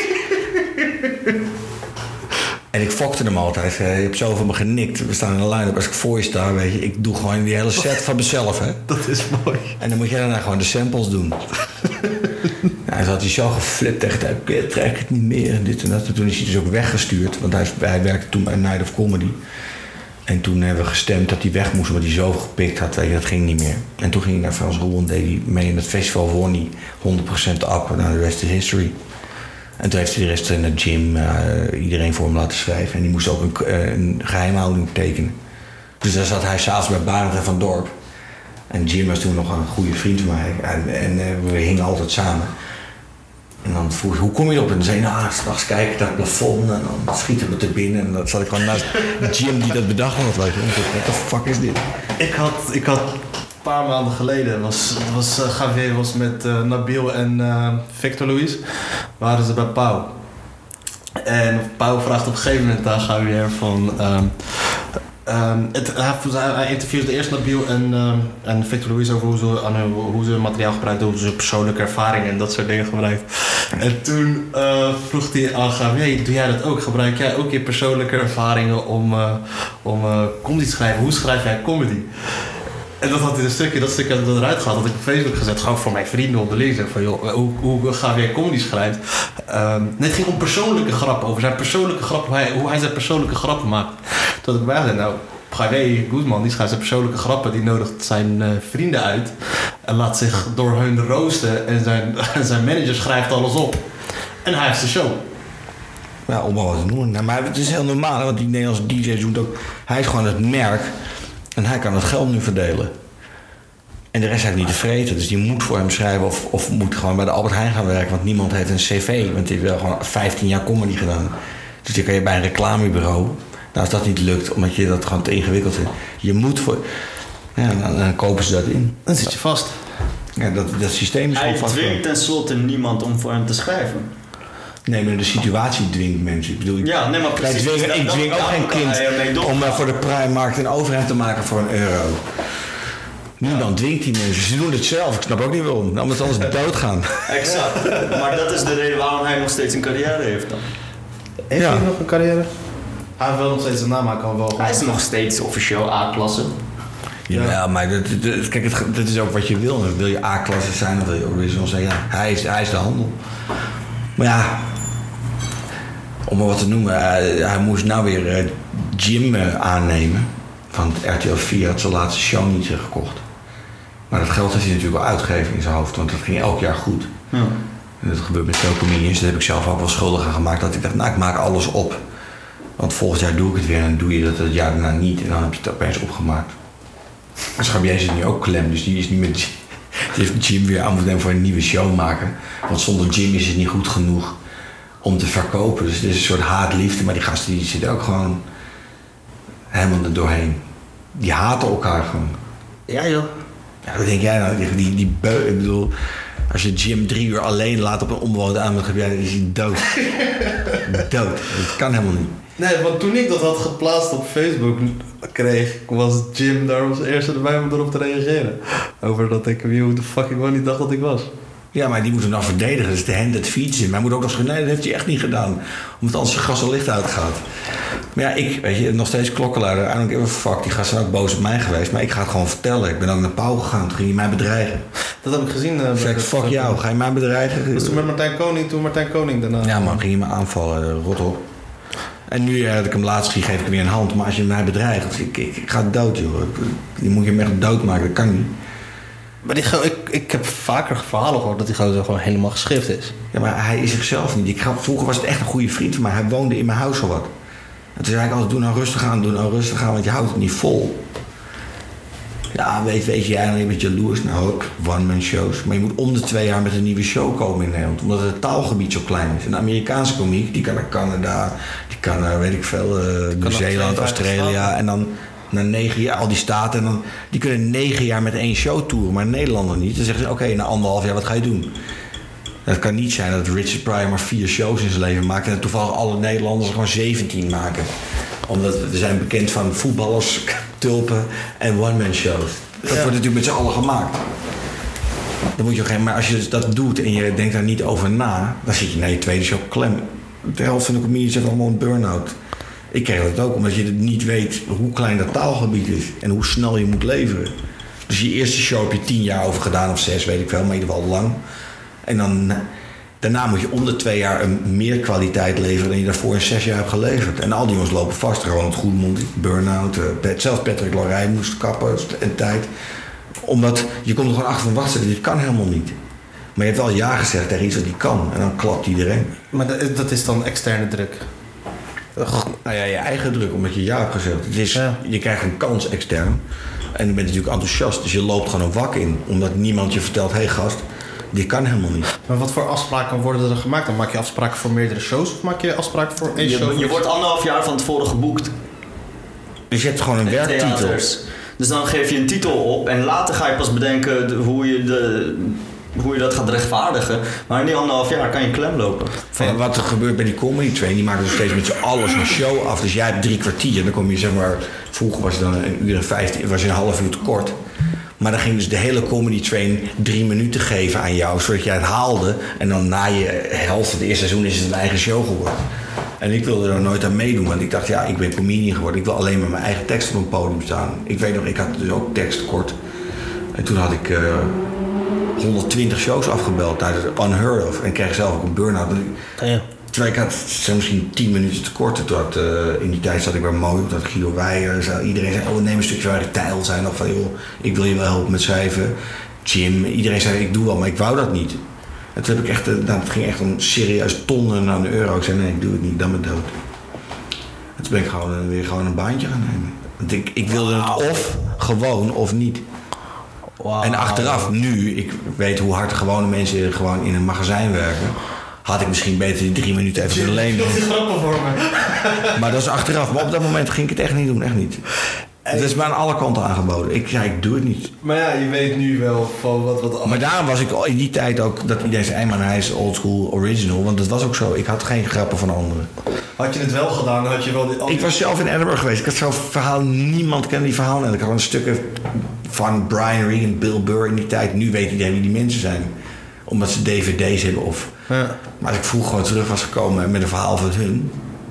En ik fokte hem altijd. Je hebt zo van me genikt. We staan in een line-up. Als ik voor je sta, weet je. Ik doe gewoon die hele set van mezelf, hè. Dat is mooi. En dan moet jij daarna gewoon de samples doen. En toen had hij zo geflipt tegen het uit. Ik trek het niet meer en dit en dat. En toen is hij dus ook weggestuurd. Want hij werkte toen bij Night of Comedy. En toen hebben we gestemd dat hij weg moest. Omdat hij zo gepikt had. Weet je, dat ging niet meer. En toen ging hij naar Frans Roel en deed hij mee in het festival. Won hij 100% up. Nou, de rest is history. En toen heeft hij de rest in de gym iedereen voor hem laten schrijven. En die moest ook een geheimhouding tekenen. Dus daar zat hij s'avonds bij Barend en Van Dorp. En Jim was toen nog een goede vriend van mij. En we hingen altijd samen. En dan vroeg ik, hoe kom je erop? En dan zei hij, nou, s'nachts kijk ik naar het plafond. En dan schieten we er binnen. En dan zat ik gewoon naast Jim die dat bedacht had. What the fuck is dit? Ik had een paar maanden geleden, Javier was met Nabil en Victor Luis, waren ze bij Pauw. En Pauw vraagt op een gegeven moment aan Javier van... hij interviewde eerst Nabil en Victor Ruiz over hoe ze materiaal gebruiken, hoe ze persoonlijke ervaringen en dat soort dingen gebruiken. En toen vroeg hij aan Javier, doe jij dat ook? Gebruik jij ook je persoonlijke ervaringen om comedy te schrijven? Hoe schrijf jij comedy? En dat had hij dat stukje had ik eruit gehaald, had ik op Facebook gezet, gewoon voor mijn vrienden onderling. Zeg van, joh, hoe Javier comedy schrijft. Nee, het ging om persoonlijke grappen, over zijn persoonlijke grappen, hoe hij zijn persoonlijke grappen maakt. Toen had ik bij gezegd, nou, Javier Guzman, die schrijft zijn persoonlijke grappen, die nodigt zijn vrienden uit en laat zich door hun roosten en zijn manager schrijft alles op. En hij heeft de show. Ja, om maar wat te noemen. Nou, maar het is heel normaal, hè, want die Nederlandse DJ's doen het ook. Hij is gewoon het merk en hij kan het geld nu verdelen. En de rest heeft niet te vreten, dus die moet voor hem schrijven of moet gewoon bij de Albert Heijn gaan werken, want niemand heeft een cv, want die heeft wel gewoon 15 jaar comedy gedaan. Dus die kan je bij een reclamebureau. Nou, als dat niet lukt, omdat je dat gewoon te ingewikkeld vindt. Je moet voor... Ja, dan kopen ze dat in. Dan zit je vast. Ja, dat systeem is gewoon vast. Hij dwingt tenslotte niemand om voor hem te schrijven. Nee, maar de situatie dwingt mensen. Ik bedoel, ja, nee, maar precies. Ik dwing ook geen kind om voor de Primark een overhemd te maken voor €1. Niemand dwingt die mensen. Ze doen het zelf. Ik snap ook niet waarom. Omdat ze anders doodgaan. Exact. Maar dat is de reden waarom hij nog steeds een carrière heeft dan. Heeft hij nog een carrière? Hij heeft wel nog steeds een naam, maar kan wel... Hij is nog steeds officieel A-klasse. Ja, maar kijk, dat is ook wat je wil. Wil je A-klasse zijn, dan wil je ook weer zo zeggen. Ja, hij is de handel. Maar ja, om maar wat te noemen, hij moest nou weer Jim aannemen. Van RTL 4 had zijn laatste show niet gekocht. Maar dat geld heeft hij natuurlijk wel uitgegeven in zijn hoofd, want dat ging elk jaar goed. Ja. En dat gebeurt met veel comedians. Daar heb ik zelf ook wel schuldig aan gemaakt. Dat ik dacht, nou, ik maak alles op. Want volgend jaar doe ik het weer en dan doe je dat het jaar daarna niet. En dan heb je het opeens opgemaakt. En Schabier zit nu ook klem, dus die is nu met... Die heeft Jim weer aan moeten nemen voor een nieuwe show maken. Want zonder Jim is het niet goed genoeg om te verkopen. Dus het is een soort haat-liefde. Maar die gasten die zitten ook gewoon helemaal er doorheen. Die haten elkaar gewoon. Ja joh. Ja, wat denk jij nou? Ik bedoel, als je Jim 3 uur alleen laat op een onbewoond aangebied, dan is hij dood. Dood. Dat kan helemaal niet. Nee, want toen ik dat had geplaatst op Facebook was Jim daar als eerste erbij om erop te reageren. Over dat ik hoe de fuck ik wel niet dacht dat ik was. Ja, maar die moet hem dan verdedigen. Dat is de hand dat fiets in. Maar hij moet ook nog zeggen, nee, dat heeft hij echt niet gedaan. Omdat anders zijn gas al licht uitgaat. Maar ja, ik, weet je, nog steeds klokkenluider. I don't give a fuck. Die gasten zijn ook boos op mij geweest. Maar ik ga het gewoon vertellen. Ik ben ook naar Pauw gegaan. Toen ging hij mij bedreigen. Dat heb ik gezien. Zeg, fuck jou. Ga je mij bedreigen? Dat was toen met Martijn Koning daarna. Ja man, ging je me aanvallen. Rot op. En nu dat ik hem laatst zie, geef ik hem weer een hand. Maar als je mij bedreigt, ik ga dood, joh. Die moet je hem echt doodmaken. Dat kan niet. Maar ik heb vaker verhalen gehoord dat hij gewoon helemaal geschift is. Ja, maar hij is zichzelf niet. Vroeger was het echt een goede vriend van mij. Hij woonde in mijn huis al wat. En toen zei ik altijd, doe nou rustig aan, want je houdt het niet vol. Ja, weet je, je bent jaloers. Nou, ook one-man shows. Maar je moet om de 2 jaar met een nieuwe show komen in Nederland. Omdat het taalgebied zo klein is. Een Amerikaanse komiek, die kan naar Canada, die kan naar, weet ik veel, Nieuw-Zeeland, Australië. En dan na 9 jaar, al die staten. En dan, die kunnen 9 jaar met 1 show toeren, maar Nederlander niet. Dan zeggen ze, oké, na 1,5 jaar, wat ga je doen? Het kan niet zijn dat Richard Pryor maar 4 shows in zijn leven maakt. En toevallig alle Nederlanders er gewoon 17 maken. Omdat we zijn bekend van voetballers, tulpen en one-man shows. Dat wordt natuurlijk met z'n allen gemaakt. Dan moet je maar als je dat doet en je denkt daar niet over na, dan zit je na je tweede show klem. De helft van de comedians heeft allemaal een burn-out. Ik kreeg dat ook, omdat je niet weet hoe klein dat taalgebied is en hoe snel je moet leveren. Dus je eerste show heb je 10 jaar over gedaan, of 6, weet ik wel, maar in ieder geval lang. En dan, daarna moet je om de 2 jaar meer kwaliteit leveren dan je daarvoor in 6 jaar hebt geleverd. En al die jongens lopen vast, gewoon het Goedemond, burn-out. Zelfs Patrick Lorijn moest kappen en tijd. Omdat je komt er gewoon achter van, wacht, dit kan helemaal niet. Maar je hebt wel ja gezegd tegen iets wat die kan. En dan klapt iedereen. Maar dat is dan externe druk? Nou ja, je eigen druk, omdat je ja hebt gezegd. Het is, je krijgt een kans extern. En je bent natuurlijk enthousiast. Dus je loopt gewoon een wak in. Omdat niemand je vertelt, hé gast, dit kan helemaal niet. Maar wat voor afspraken worden er gemaakt? Dan maak je afspraken voor meerdere shows? Of maak je afspraken voor 1 show? Je wordt 1,5 jaar van tevoren geboekt. Dus je hebt gewoon een werktitel. Dus dan geef je een titel op. En later ga je pas bedenken hoe je hoe je dat gaat rechtvaardigen. Maar in die 1,5 jaar kan je klem lopen. Van wat er gebeurt bij die comedy train, die maken dus steeds met z'n allen zo'n show af. Dus jij hebt 3 kwartier, dan kom je zeg maar, vroeger was het dan 1 uur en 15, was je een half uur te kort. Maar dan ging dus de hele comedy train 3 minuten geven aan jou, zodat jij het haalde. En dan na je helft van het eerste seizoen is het een eigen show geworden. En ik wilde er nooit aan meedoen, want ik dacht, ja, ik ben comedian geworden. Ik wil alleen met mijn eigen tekst op een podium staan. Ik weet nog, ik had dus ook tekst kort. En toen had ik 120 shows afgebeld tijdens Unheard Of. En ik kreeg zelf ook een burn-out. Ja. Terwijl ik had misschien 10 minuten te kort. Toen had, in die tijd zat ik bij Mooi, dat Guido Weijer. Iedereen zei, neem een stukje waar ik Tijl zijn. Of van, joh, ik wil je wel helpen met schrijven. Jim, iedereen zei, ik doe wel, maar ik wou dat niet. En toen heb ik echt, het ging echt om serieus tonnen aan de euro. Ik zei, nee, ik doe het niet, dan ben ik dood. En toen ben ik weer een baantje gaan nemen. Want ik wilde het of gewoon of niet. Wow. En achteraf, nu, ik weet hoe hard gewone mensen gewoon in een magazijn werken. Had ik misschien beter die 3 minuten even willen lenen. Dat is grappig voor me. Maar dat is achteraf. Maar op dat moment ging ik het echt niet doen, echt niet. Het is me aan alle kanten aangeboden. Ik zei, ik doe het niet. Maar ja, je weet nu wel van wat... Maar daarom was ik in die tijd ook dat iedereen zei, maar hij is old school original. Want dat was ook zo. Ik had geen grappen van anderen. Had je het wel gedaan, had je wel... Ik was zelf in Edinburgh geweest. Ik had zo'n verhaal, niemand kende die verhalen. En ik had een stukken van Brian Regan, Bill Burr in die tijd. Nu weet iedereen wie die mensen zijn. Omdat ze dvd's hebben of... Ja. Maar als ik vroeger gewoon terug was gekomen met een verhaal van hun...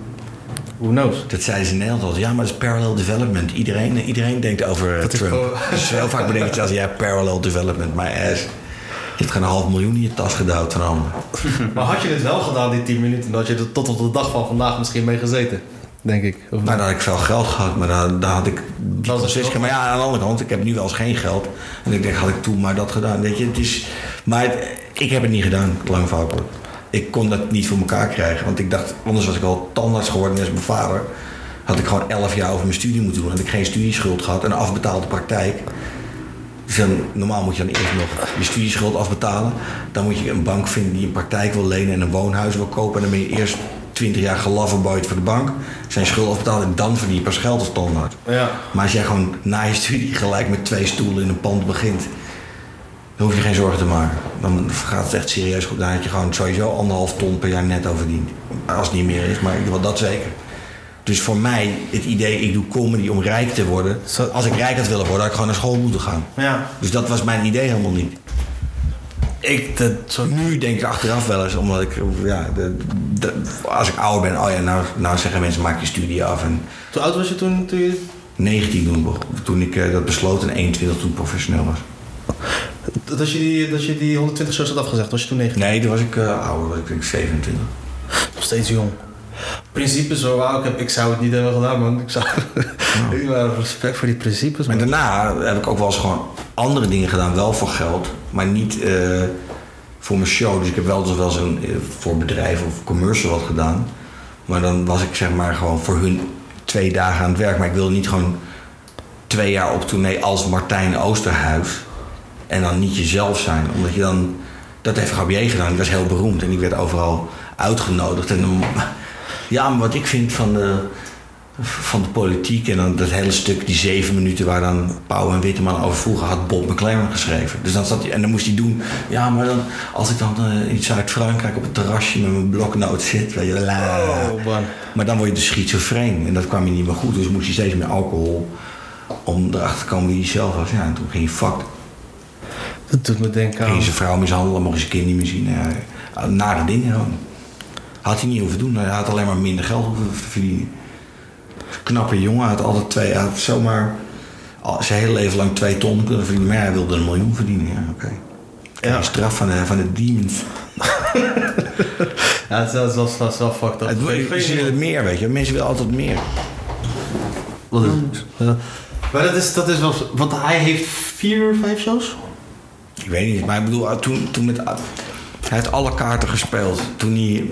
Who knows? Dat zeiden ze in Nederland al. Ja, maar dat is parallel development. Iedereen denkt over Trump. Zo vaak bedenk je als ja, parallel development. Maar je hebt geen 500.000 in je tas gedouwd van anderen. Maar had je het wel gedaan, die 10 minuten, dan had je er tot op de dag van vandaag misschien mee gezeten. Denk ik. Of Nou, dan had ik veel geld gehad, maar dan had ik die concessie. Maar ja, aan de andere kant, ik heb nu wel eens geen geld. En ik denk, had ik toen maar dat gedaan. Weet je, het is... Maar ik heb het niet gedaan, lang verhaal kort. Ik kon dat niet voor elkaar krijgen. Want ik dacht, anders was ik al tandarts geworden, net als mijn vader. Had ik gewoon 11 jaar over mijn studie moeten doen. Had ik geen studieschuld gehad en een afbetaalde praktijk. Dus dan, normaal moet je dan eerst nog je studieschuld afbetalen. Dan moet je een bank vinden die een praktijk wil lenen en een woonhuis wil kopen. En dan ben je eerst 20 jaar gelaverboyd voor de bank. Zijn schuld afbetaald en dan verdien je pas geld als standaard. Ja. Maar als jij gewoon na je studie gelijk met 2 stoelen in een pand begint, dan hoef je geen zorgen te maken. Dan gaat het echt serieus goed. Dan had je gewoon sowieso 1,5 ton per jaar netto verdiend. Als het niet meer is, maar ik wil dat zeker. Dus voor mij, het idee, ik doe comedy om rijk te worden. Als ik rijk had willen worden, had ik gewoon naar school moeten gaan. Ja. Dus dat was mijn idee helemaal niet. Nu denk ik achteraf wel eens, omdat ik, ja, als ik ouder ben, oh ja, nou zeggen mensen, maak je studie af. En Hoe oud was je toen je... 19 toen ik dat besloot en 21 toen ik professioneel was. Dat je die 120 shows had afgezegd, was je toen 19? Nee, toen was ik ouder, was ik denk 27. Nog steeds jong. Principes zo wauw, ik zou het niet hebben gedaan, man. Ik zou... Ik heb respect voor die principes. Maar Man. daarna heb ik ook wel eens gewoon andere dingen gedaan, wel voor geld, maar niet voor mijn show. Dus ik heb wel eens voor bedrijven of commercial wat gedaan. Maar dan was ik zeg maar gewoon voor hun 2 dagen aan het werk. Maar ik wilde niet gewoon 2 jaar op tournee als Martijn Oosterhuis en dan niet jezelf zijn. Omdat je dan... Dat heeft Gabier gedaan, die was heel beroemd en die werd overal uitgenodigd. En dan, ja, maar wat ik vind van de politiek en dan dat hele stuk, die 7 minuten waar dan Pauw en Witteman over vroegen, had Bob McLaren geschreven. Dus dan zat hij, en dan moest hij doen, ja, maar dan, als ik dan in Zuid-Frankrijk op het terrasje met mijn bloknoot zit, weet je, maar dan word je dus schizofreen en dat kwam je niet meer goed. Dus moest je steeds meer alcohol om erachter te komen wie je zelf was. Ja, en toen ging je fucked. Dat doet me denken aan... Ging je zijn vrouw mishandelen, mocht je zijn kind niet meer zien. Nare dingen gewoon. Had hij niet hoeven doen, hij had alleen maar minder geld hoeven te verdienen. Knappe jongen, hij had altijd hij had zomaar zijn hele leven lang 2 ton kunnen verdienen, maar hij wilde 1 miljoen verdienen. Ja, oké. Ja. De straf van de demons. Ja, dat was wel fucked up. Ze willen meer, weet je. Mensen willen altijd meer. Wat is het? Ja. Maar dat is wel... Want hij heeft 4, 5 shows? Ik weet niet, maar ik bedoel, toen met... Hij heeft alle kaarten gespeeld. Toen hij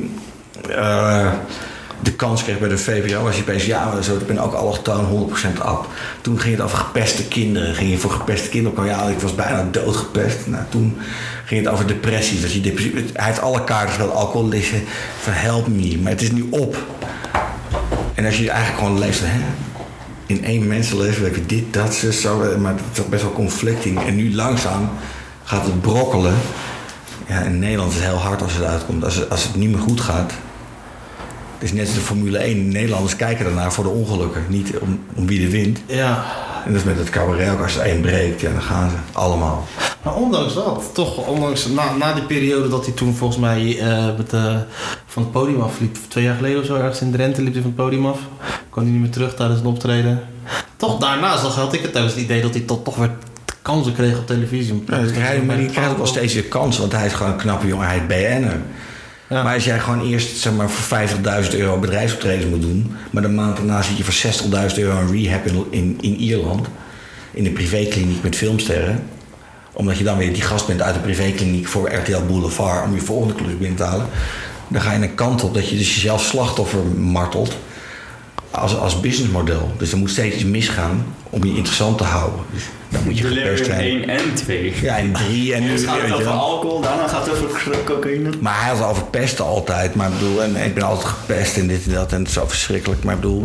de kans kreeg bij de VPRO, was hij opeens, ja, zo, ik ben ook allochtoon 100% ab. Toen ging het over gepeste kinderen. Ging je voor gepeste kinderen, ja, ik was bijna doodgepest. Nou, toen ging het over depressies. Hij heeft alle kaarten gespeeld, alcoholisten, van help me. Maar het is nu op. En als je eigenlijk gewoon leest, hè, in 1 mensenleven heb je dit, dat, zo, maar het is best wel conflicting. En nu langzaam gaat het brokkelen. Ja, in Nederland is het heel hard als het uitkomt. Als het niet meer goed gaat. Het is net als de Formule 1. Nederlanders kijken daarna voor de ongelukken. Niet om wie er wint. Ja. En dat is met het cabaret ook. Als het één breekt, ja, dan gaan ze allemaal. Maar ondanks dat, toch, ondanks na die periode dat hij toen volgens mij van het podium afliep. 2 jaar geleden of zo, ergens in Drenthe liep hij van het podium af. Kwam hij niet meer terug tijdens het optreden. Toch daarnaast had ik het thuis het idee dat hij toch weer kansen kreeg op televisie. Ja, maar die krijgt ook wel steeds weer kansen, want hij is gewoon een knappe jongen, hij is BN'er. Ja. Maar als jij gewoon eerst zeg maar, voor €50.000 bedrijfsoptredens moet doen, maar de maand daarna zit je voor €60.000 aan rehab in Ierland, in een privékliniek met filmsterren, omdat je dan weer die gast bent uit de privékliniek voor RTL Boulevard om je volgende klus binnen te halen, dan ga je een kant op dat je dus jezelf slachtoffer martelt als businessmodel. Dus er moet steeds iets misgaan om je interessant te houden. Dus dan moet je geperst zijn. 1 en 2. Ja, en 3 en nu. Eerst gaat het over alcohol, daarna gaat het over cocaïne. Maar hij had over pesten altijd. Maar ik bedoel, en ik ben altijd gepest en dit en dat en het is zo verschrikkelijk. Maar ik bedoel,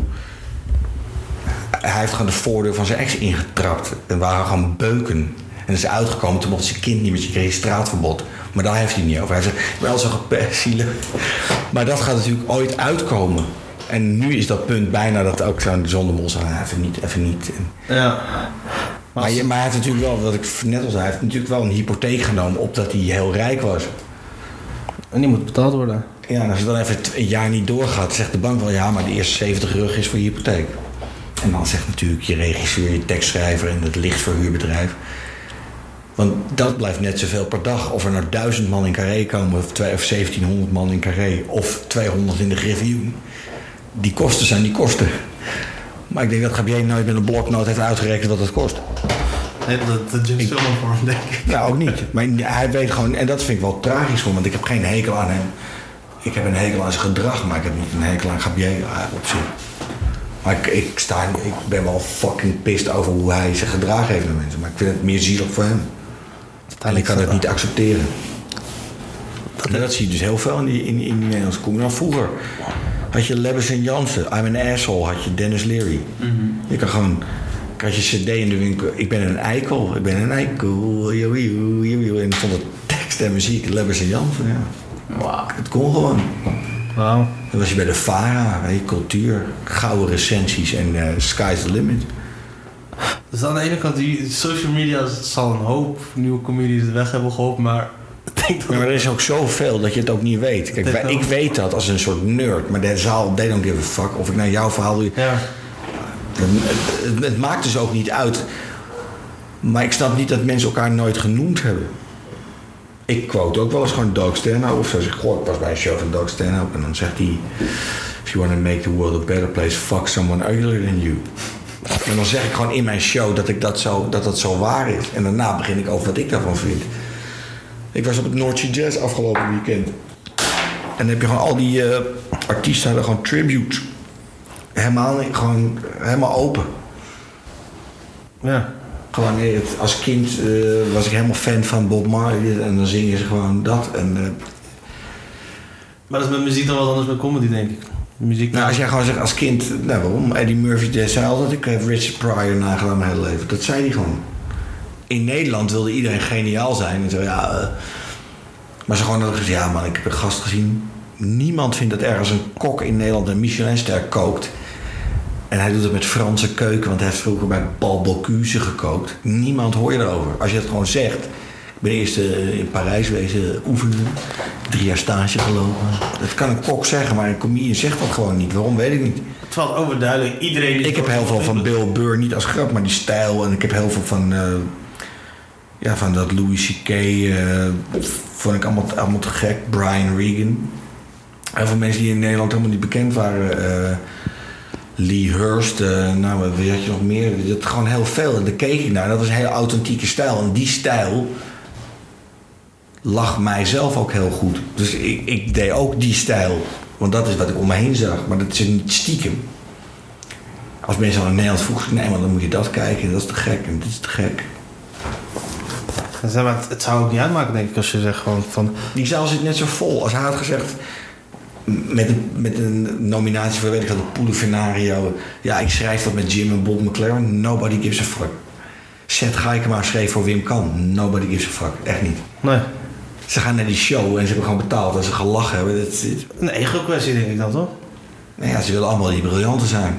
hij heeft gewoon de voordeur van zijn ex ingetrapt. En waren gewoon beuken. En is uitgekomen, toen mocht zijn kind niet met je kreeg straatverbod. Maar daar heeft hij niet over. Hij zegt, ik ben al zo gepest, zielig. Maar dat gaat natuurlijk ooit uitkomen. En nu is dat punt bijna dat ook zo'n Zondemol zegt, even niet. Ja. Maar hij heeft natuurlijk wel, wat ik net al zei, hij heeft natuurlijk wel een hypotheek genomen op dat hij heel rijk was. En die moet betaald worden. Ja, en als het dan even een jaar niet doorgaat, zegt de bank wel, ja, maar de eerste 70 rug is voor je hypotheek. En dan zegt natuurlijk je regisseur, je tekstschrijver en het lichtverhuurbedrijf. Want dat blijft net zoveel per dag. Of er nou 1000 man in Carré komen, of 1700 man in Carré, of 200 in de Griffioen. Die kosten zijn die kosten. Maar ik denk dat Gabriel nooit met een bloknoot heeft uitgerekend wat het kost. Nee, dat James Filman voor hem, denk ik. Ja, ook niet. Maar hij weet gewoon, en dat vind ik wel tragisch voor, want ik heb geen hekel aan hem. Ik heb een hekel aan zijn gedrag, maar ik heb niet een hekel aan Gabriel op zich. Maar ik ben wel fucking pissed over hoe hij zich gedragen heeft naar mensen. Maar ik vind het meer zielig voor hem. En ik kan het niet accepteren. Dat zie je dus heel veel in die Nederlandse comedy. Nou, vroeger had je Lebbes en Jansen, I'm an Asshole, had je Dennis Leary. Mm-hmm. Je kan gewoon, ik had je cd in de winkel, ik ben een eikel. En ik vond het tekst en muziek, Lebbes en Jansen, ja. Wow. Het kon gewoon. Wauw. Dan was je bij de VARA, cultuur, gouden recensies en sky's the limit. Dus aan de ene kant, die social media zal een hoop nieuwe comedies de weg hebben geholpen, maar ik denk dat... Ja, maar er is ook zoveel dat je het ook niet weet. Kijk, ik weet dat als een soort nerd, maar de zaal, they don't give a fuck. Of ik naar jouw verhaal doe. Ja. Het maakt dus ook niet uit. Maar ik snap niet dat mensen elkaar nooit genoemd hebben. Ik quote ook wel eens gewoon Doug Stanhope. Of zo zeg ik, goh, ik was bij een show van Doug Stanhope. En dan zegt hij, if you want to make the world a better place, fuck someone uglier than you. En dan zeg ik gewoon in mijn show dat zo waar is. En daarna begin ik over wat ik daarvan vind. Ik was op het North Sea Jazz afgelopen weekend. En dan heb je gewoon al die artiesten hadden gewoon tribute. Helemaal open. Ja. Gewoon, als kind was ik helemaal fan van Bob Marley. En dan zingen ze gewoon dat. Maar dat is met muziek dan wat anders met comedy, denk ik. Muziek nou, als jij gewoon zegt als kind, nou waarom? Eddie Murphy zei altijd, ik heb Richard Pryor nagedaan mijn hele leven. Dat zei hij gewoon. In Nederland wilde iedereen geniaal zijn. En zo, ja, maar ze gewoon hadden gezegd, ja man, ik heb een gast gezien. Niemand vindt dat ergens een kok in Nederland een Michelinster kookt. En hij doet het met Franse keuken, want hij heeft vroeger bij Paul Bocuse gekookt. Niemand hoor je erover. Als je het gewoon zegt. Ik ben eerst in Parijs wezen oefenen. 3 jaar stage gelopen. Dat kan een kok zeggen, maar een comedian zegt dat gewoon niet. Waarom, weet ik niet. Het valt overduidelijk. Iedereen... Ik heb heel veel van Bill Burr, niet als grap, maar die stijl. En ik heb heel veel van dat Louis C.K. Vond ik allemaal te gek. Brian Regan. Heel veel mensen die in Nederland helemaal niet bekend waren. Lee Hurst, wie had je nog meer? Dat gewoon heel veel. En daar keek ik naar. En dat was een hele authentieke stijl. En die stijl lag mijzelf ook heel goed. Dus ik deed ook die stijl. Want dat is wat ik om me heen zag. Maar dat is niet stiekem. Als mensen al in Nederland vroegen, nee, maar dan moet je dat kijken. En dat is te gek. En dit is te gek. Het zou ook niet uitmaken, denk ik, als je zegt gewoon van... Die zaal zit net zo vol. Als hij had gezegd... Met een nominatie voor, weet ik wat, de Polifenario. Ja, ik schrijf dat met Jim en Bob McLaren. Nobody gives a fuck. Seth Geikema schreef voor Wim Kan. Nobody gives a fuck. Echt niet. Nee. Ze gaan naar die show en ze hebben gewoon betaald en ze gelachen hebben. Een ego-kwestie denk ik dan, toch? Nou ja, ze willen allemaal die briljanten zijn.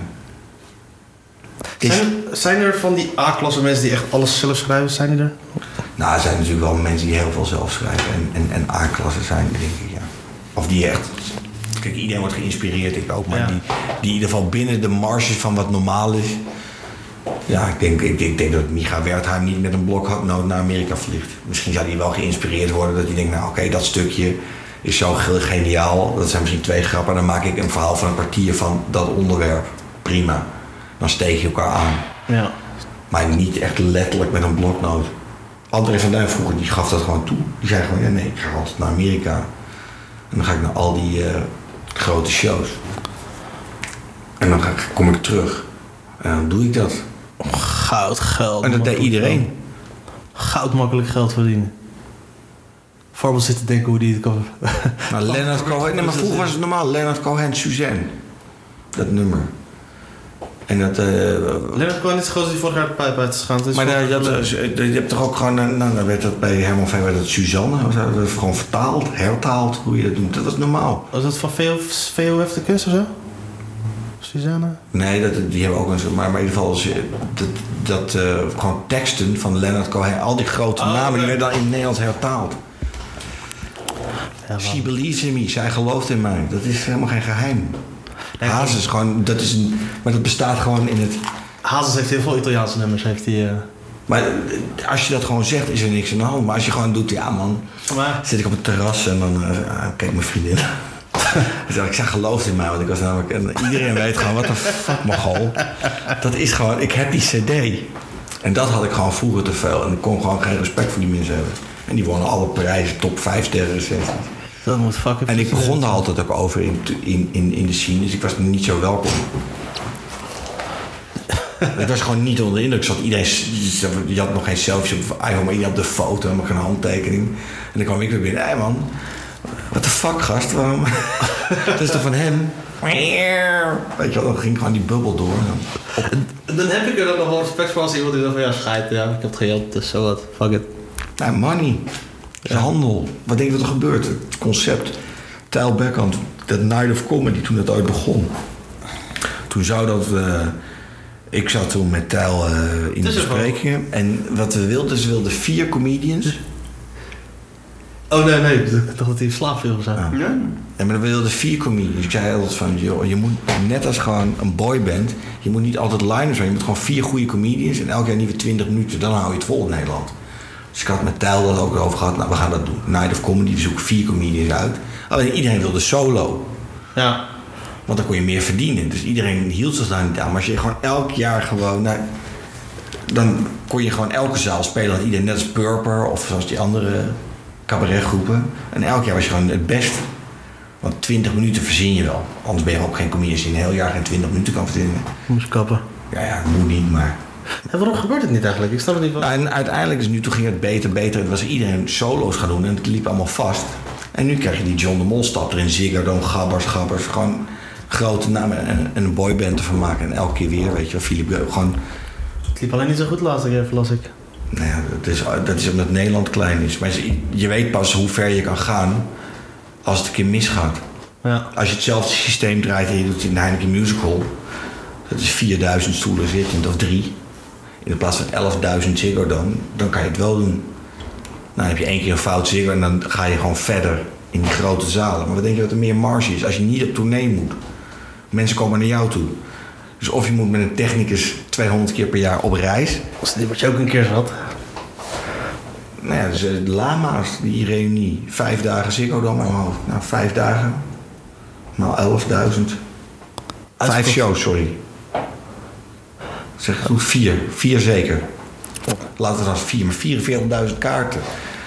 Zijn er van die A-klasse mensen die echt alles zelf schrijven? Zijn die er? Nou, er zijn natuurlijk wel mensen die heel veel zelf schrijven en A-klasse zijn, denk ik, ja. Of die echt... Kijk, iedereen wordt geïnspireerd, ik ook, maar die in ieder geval binnen de marges van wat normaal is. Ja, ik denk dat Micha Wertheim niet met een bloknoot naar Amerika vliegt. Misschien zou hij wel geïnspireerd worden dat hij denkt, nou oké, dat stukje is zo geniaal. Dat zijn misschien 2 grappen, dan maak ik een verhaal van een kwartier van dat onderwerp. Prima. Dan steek je elkaar aan. Ja. Maar niet echt letterlijk met een bloknoot. André van Duin vroeger, die gaf dat gewoon toe. Die zei gewoon, ja nee, ik ga altijd naar Amerika. En dan ga ik naar al die grote shows. En dan kom ik terug. En dan doe ik dat. Goud geld. En dat deed iedereen. Goud makkelijk geld verdienen. Voorbeeld zitten denken hoe die het kan. Maar Leonard Cohen, nee, maar vroeger was het normaal. Leonard Cohen, Suzanne. Dat nummer. En dat... Leonard Cohen is de grootste die vorig jaar de pijp uit is gegaan. Maar je hebt toch ook gewoon... Nou, dan werd dat bij Herman Veen werd dat Suzanne. Of dat werd gewoon vertaald, hertaald, hoe je dat doet. Dat was normaal. Was dat van VOF de kunst of zo? Suzanne? Nee, die hebben ook een... Maar in ieder geval... gewoon teksten van Leonard Cohen. Al die grote namen, die werden dan in het Nederlands hertaald. Ja, She believes in me. Zij gelooft in mij. Dat is helemaal geen geheim. Nee, Hazes gewoon... maar dat bestaat gewoon in het... Hazes heeft heel veel Italiaanse nummers. Heeft hij... Maar als je dat gewoon zegt, is er niks aan de hand. Maar als je gewoon doet, ja man... Maar... Zit ik op het terras en dan kijk mijn vriendin. Ik zei, geloof in mij, want ik was namelijk... En iedereen weet gewoon, wat de fuck, Mogol. Dat is gewoon, ik heb die cd. En dat had ik gewoon vroeger te veel. En ik kon gewoon geen respect voor die mensen hebben. En die wonnen alle prijzen, top 5 sterren recensies. Dat moet fucking... En ik begon daar altijd ook over in de scene, dus ik was niet zo welkom. Ik was gewoon niet onder de indruk. Je had nog geen selfie op iPhone, maar iedereen op de foto, maar geen handtekening. En dan kwam ik weer binnen. Hé man, what the fuck gast, waarom? Dat is toch van hem? Weet je wel, dan ging gewoon die bubbel door. Dan heb ik er dan nog wel respect voor als iemand die zegt van ja, schijt, ja, ik heb het geheeld, dus zo wat, fuck it. Nou, money. Het is handel. Wat denk je wat er gebeurt? Het concept. Tijl Beckhand, dat Night of Comedy, toen dat ooit begon. Toen zou dat... ik zat toen met Tijl in de besprekingen. En wat we wilden, ze wilden 4 comedians. Oh nee, ik dacht dat hij in slaap viel of zo. Ja. En maar we wilden 4 comedians. Ik zei altijd van, joh, je moet net als gewoon een boyband, je moet niet altijd liners zijn. Je moet gewoon 4 goede comedians en elk jaar nieuwe 20 minuten. Dan hou je het vol in Nederland. Dus ik had met Tijl dat ook over gehad. Nou, we gaan dat doen. Night of Comedy, we zoeken 4 comedians uit. Alleen iedereen wilde solo. Ja. Want dan kon je meer verdienen. Dus iedereen hield zich daar niet aan. Maar als je gewoon elk jaar gewoon... Nou, dan kon je gewoon elke zaal spelen. Iedereen net als Purper of zoals die andere cabaretgroepen. En elk jaar was je gewoon het beste. Want 20 minuten verzin je wel. Anders ben je ook geen comedian die een heel jaar geen 20 minuten kan verdienen. Moest kappen. Ja, dat moet niet, maar... En waarom gebeurt het niet eigenlijk? Ik snap het niet van... Nou, en uiteindelijk, dus nu toen ging het beter. Het was iedereen solo's gaan doen en het liep allemaal vast. En nu krijg je die John de Mol stap erin. Ziggo Dome, Gabbers. Gewoon grote namen en een boyband ervan maken. En elke keer weer, weet je wel, Philip Geu, gewoon... Het liep alleen niet zo goed laatst keer, las ik. Nou ja, dat is omdat Nederland klein is. Maar je weet pas hoe ver je kan gaan als het een keer misgaat. Ja. Als je hetzelfde systeem draait en je doet in de Heineken Musical... Dat is 4000 stoelen zittend of 3. In plaats van 11.000 Ziggo Dome, dan kan je het wel doen. Nou, dan heb je 1 keer een fout Ziggo en dan ga je gewoon verder in die grote zalen. Maar wat denk je dat er meer marge is als je niet op tournee moet? Mensen komen naar jou toe. Dus of je moet met een technicus 200 keer per jaar op reis. Dit wat je ook een keer zat. Nou ja, dus de Lama's, die reunie. 5 dagen Ziggo Dome omhoog. Nou, 5 dagen. Nou, 11.000. 5 shows, sorry. Zeg goed, 4. 4 zeker. Laten we dan 4, maar 44.000 kaarten.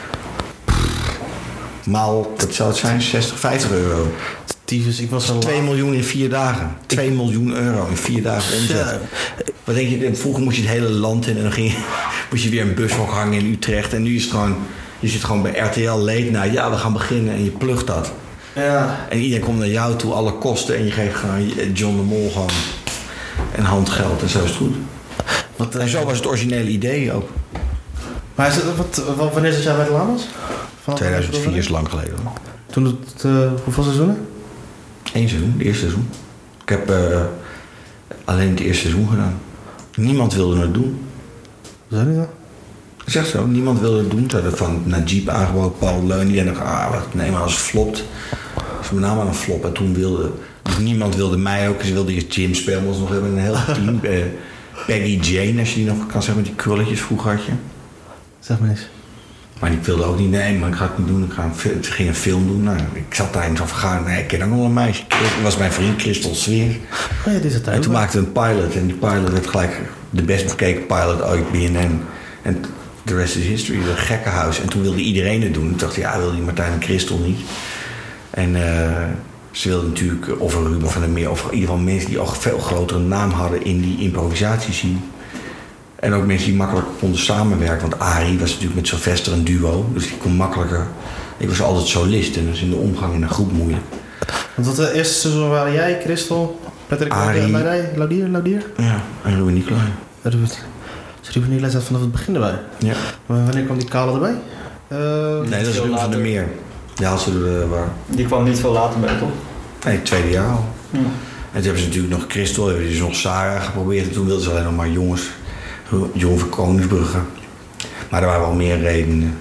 Maal, dat zou het zijn, 60, 50 euro. Tyfus, ik was zo 2 miljoen in 4 dagen. 2 miljoen euro in 4 dagen omzet. Wat denk je, vroeger moest je het hele land in en dan moest je weer een bushok hangen in Utrecht. En nu is het gewoon, je zit gewoon bij RTL Late Night. Ja, we gaan beginnen en je plugt dat. Ja. En iedereen komt naar jou toe, alle kosten. En je geeft gewoon John de Mol gewoon een handgeld en zo is het goed. En zo was het originele idee ook. Maar wanneer zat jij bij de Lama's? 2004 is lang geleden. Hoor. Toen hoeveel seizoenen? 1 seizoen, het eerste seizoen. Ik heb alleen het eerste seizoen gedaan. Niemand wilde het doen. Hoe zei je dat? Ik zeg zo, niemand wilde het doen. Ze hadden van Najib aangeboden, Paul Leuny. En dan nee, maar als het flopt. Dus met name een flop. En toen wilde... Dus niemand wilde mij ook. Ze wilden eerst Jim spelen. We nog een heel team. Peggy Jane, als je die nog kan zeggen, met die krulletjes. Vroeger had je. Zeg maar eens. Maar die wilde ook niet. Nee, maar ik ga het niet doen. Ze ging een film doen. Nou, ik zat daar in zo'n vergadering. Nee, ik ken ook nog een meisje. Dat was mijn vriend, Christel Sweer. Oh ja, deze tijd. En toen maakten we een pilot. En die pilot werd gelijk de best bekeken pilot ooit, BNN. En the rest is history. Een gekkenhuis. En toen wilde iedereen het doen. Ik dacht, ja, wil die Martijn en Christel niet. En ze wilden natuurlijk of een Ruben van der Meer... of in ieder geval mensen die al veel grotere naam hadden in die improvisatiescene. En ook mensen die makkelijker konden samenwerken. Want Arie was natuurlijk met Sylvester een duo. Dus die kon makkelijker... Ik was altijd solist. En dus in de omgang in een groep moeilijk. Want wat de eerste seizoen waren jij, Christel, Patrick, Laudier? Ja, en Ruben Nicolai. Ruben Nicolai zat vanaf het begin erbij. Ja. Maar wanneer kwam die Kale erbij? Nee, dat is Ruben van der Meer. Ja, als ze waren. Die kwam niet veel later bij, toch? Nee, het tweede jaar al. Ja. En toen hebben ze natuurlijk nog Christel, hebben ze nog Sarah geprobeerd. En toen wilden ze alleen nog maar jongens. Jon van Koningsbrugge. Maar er waren wel meer redenen.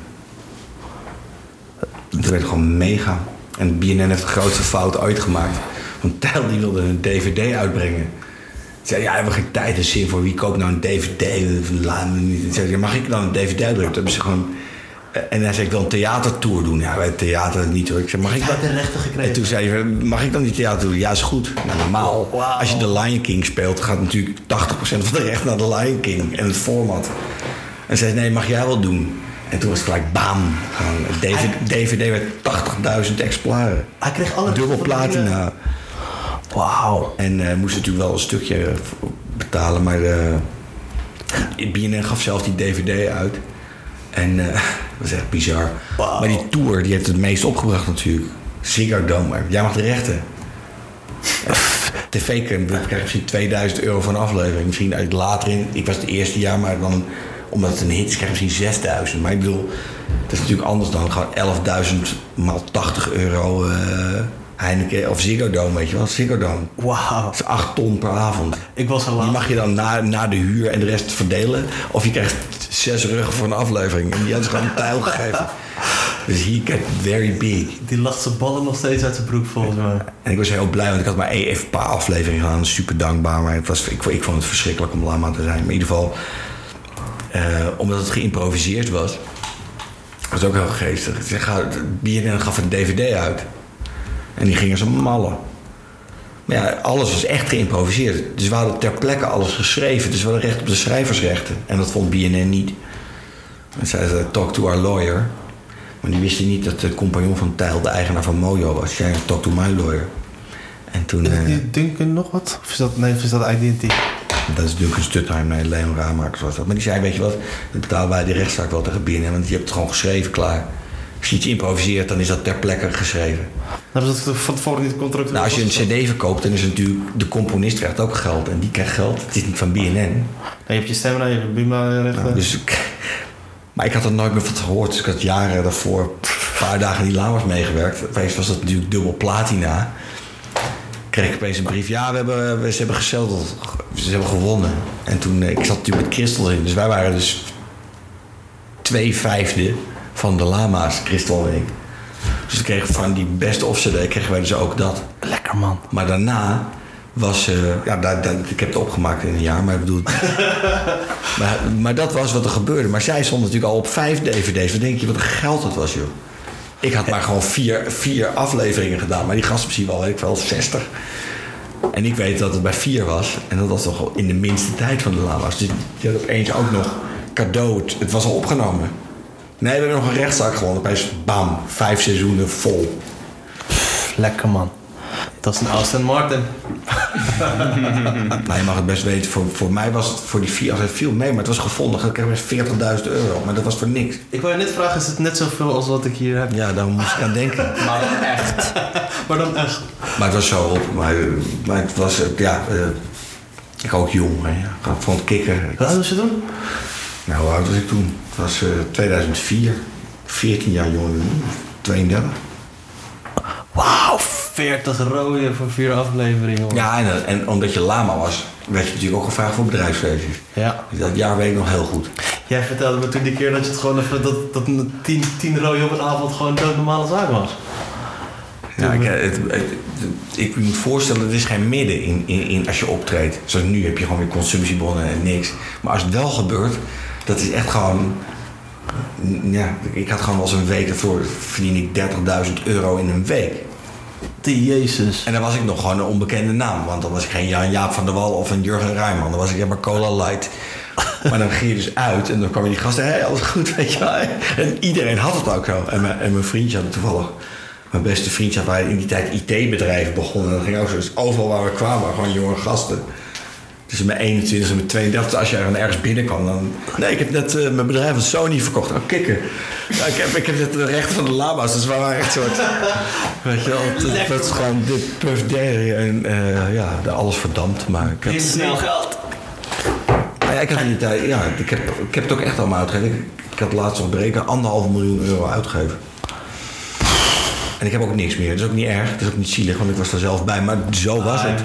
Het werd gewoon mega. En BNN heeft de grootste fout ooit gemaakt. Want Tijl die wilde een DVD uitbrengen. Ze zei, ja, we hebben geen tijd en zin voor. Wie koopt nou een DVD? Ze zei, mag ik dan een DVD uitbrengen? Toen hebben ze gewoon... En hij zei, ik wil een theatertour doen. Ja, bij het theater niet hoor. Ik zei, mag ik dat? de rechten gekregen. En toen zei hij, mag ik dan die theatertour? Ja, is goed. Nou, normaal. Wow. Als je de Lion King speelt, gaat natuurlijk 80% van de recht naar de Lion King. En het format. En zei, nee, mag jij wel doen? En toen was het gelijk, bam. DVD werd 80.000 exemplaren. Hij kreeg alle Dubbel platina. Wauw. En moest natuurlijk wel een stukje betalen. Maar BNN gaf zelf die DVD uit. En dat was echt bizar. Wow. Maar die tour die heeft het meest opgebracht natuurlijk. Ziggo Dome. Jij mag de rechten. TV krijg je misschien €2000 voor een aflevering. Misschien uit later in. Ik was het eerste jaar, maar dan... Omdat het een hit is, krijg je misschien 6.000. Maar ik bedoel, dat is natuurlijk anders dan gewoon 11.000 maal €80 Heineken of Ziggo Dome, weet je wel. Ziggo Dome. Wauw. Dat is 8 ton per avond. Ik was al Die laat. mag je dan na de huur en de rest verdelen. Of je krijgt 6 ruggen voor een aflevering. En die hadden ze gewoon een Tijl gegeven. Dus he got very big. Die lacht zijn ballen nog steeds uit zijn broek volgens mij. En ik was heel blij, want ik had maar even een paar afleveringen gedaan. Super dankbaar, maar ik vond het verschrikkelijk om lama te zijn. Maar in ieder geval, omdat het geïmproviseerd was, was het ook heel geestig. BNN gaf een DVD uit. En die gingen ze mallen. Maar ja, alles was echt geïmproviseerd. Dus we hadden ter plekke alles geschreven. Dus we hadden recht op de schrijversrechten. En dat vond BNN niet. En zeiden, talk to our lawyer. Maar die wisten niet dat de compagnon van Tijl de eigenaar van Mojo was. Jij talk to my lawyer. En toen... Is die Duncan nog wat? Of is dat Identity? Dat is Duncan Stuttheim, nee, Leon Ramakers was dat. Maar die zei, weet je wat, dan betalen wij die rechtszaak wel tegen BNN. Want je hebt het gewoon geschreven, klaar. Als je iets improviseert, dan is dat ter plekke geschreven. Hebben ze dat van tevoren niet contract? Nou, als je een cd verkoopt, dan is het natuurlijk... De componist krijgt ook geld. En die krijgt geld. Het is niet van BNN. Nee, je hebt je stemmen, je hebt Buma-rechten. Nou, dus maar ik had er nooit meer van gehoord. Dus ik had jaren daarvoor een paar dagen in die Lama's meegewerkt. Opeens was dat natuurlijk dubbel platina. Kreeg ik opeens een brief. Ja, ze hebben gesetteld. Ze hebben gewonnen. En toen, ik zat natuurlijk met Christel in. Dus wij waren dus 2/5 van de Lama's, Christel en ik. Dus we kregen van die beste off-cd kregen wij dus ook dat. Lekker man. Maar daarna was... ik heb het opgemaakt in een jaar, maar ik bedoel... maar dat was wat er gebeurde. Maar zij stond natuurlijk al op 5 dvd's. Dan denk je, wat een geld dat was, joh. Ik had maar gewoon 4 afleveringen gedaan. Maar die gasten misschien wel, weet ik wel, 60. En ik weet dat het bij 4 was. En dat was toch in de minste tijd van de Lama's. Dus die had opeens ook nog cadeau. Het was al opgenomen. Nee, we hebben nog een rechtszaak gewonnen. Opeens, bam, 5 seizoenen vol. Lekker man. Dat is een Aston Martin. Nou, je mag het best weten. Voor mij was het voor die 4 als het viel mee. Maar het was gevonden. Dan kreeg ik €40.000. Maar dat was voor niks. Ik wil je net vragen, is het net zoveel als wat ik hier heb? Ja, daar moest ik aan denken. Maar dan echt. Maar dan echt. Maar het was zo op. Maar het was, ik ook jong. Hè. Ik vond het kicken. Hoe oud was je toen? Nou, hoe oud was ik toen? Het was 2004. 14 jaar jonger dan nu. 32. Wauw, 40 rode voor 4 afleveringen. Man. Ja, en omdat je lama was, werd je natuurlijk ook gevraagd voor bedrijfsfeestjes. Ja. Dat jaar weet ik nog heel goed. Jij vertelde me toen die keer dat je het gewoon even, dat 10 rode op een avond gewoon een doodnormale zaak was. Ja, ik moet voorstellen, er is geen midden in als je optreedt. Zoals nu heb je gewoon weer consumptiebonnen en niks. Maar als het wel gebeurt, dat is echt gewoon... Ja, ik had gewoon wel eens een week ervoor verdien ik €30.000 in een week. De Jezus. En dan was ik nog gewoon een onbekende naam. Want dan was ik geen Jan-Jaap van der Wal of een Jurgen Rijman. Dan was ik maar Cola Light. Maar dan ging je dus uit en dan kwamen die gasten... Hé, alles goed, weet je wel. En iedereen had het ook zo. En mijn vriendje had het toevallig... Mijn beste vriendje had in die tijd IT-bedrijven begonnen. En dat ging ook zo. Dus overal waar we kwamen, gewoon jonge gasten. Dus met 21 en met 32, als je ergens binnenkwam, dan... Nee, ik heb net mijn bedrijf aan Sony verkocht. Oh, kikker. Ja, ik heb net de rechten van de lama's, dus we waren echt soort... Weet je wel, het is gewoon de Puff Daddy en de alles verdampt. Maar ik heb... Snel geld. Nou ja, ik had in die tijd... Ja, ik heb het ook echt allemaal uitgegeven. Ik had laatst nog berekend €1,5 miljoen uitgegeven. En ik heb ook niks meer. Dat is ook niet erg. Het is ook niet zielig, want ik was er zelf bij. Maar zo was het.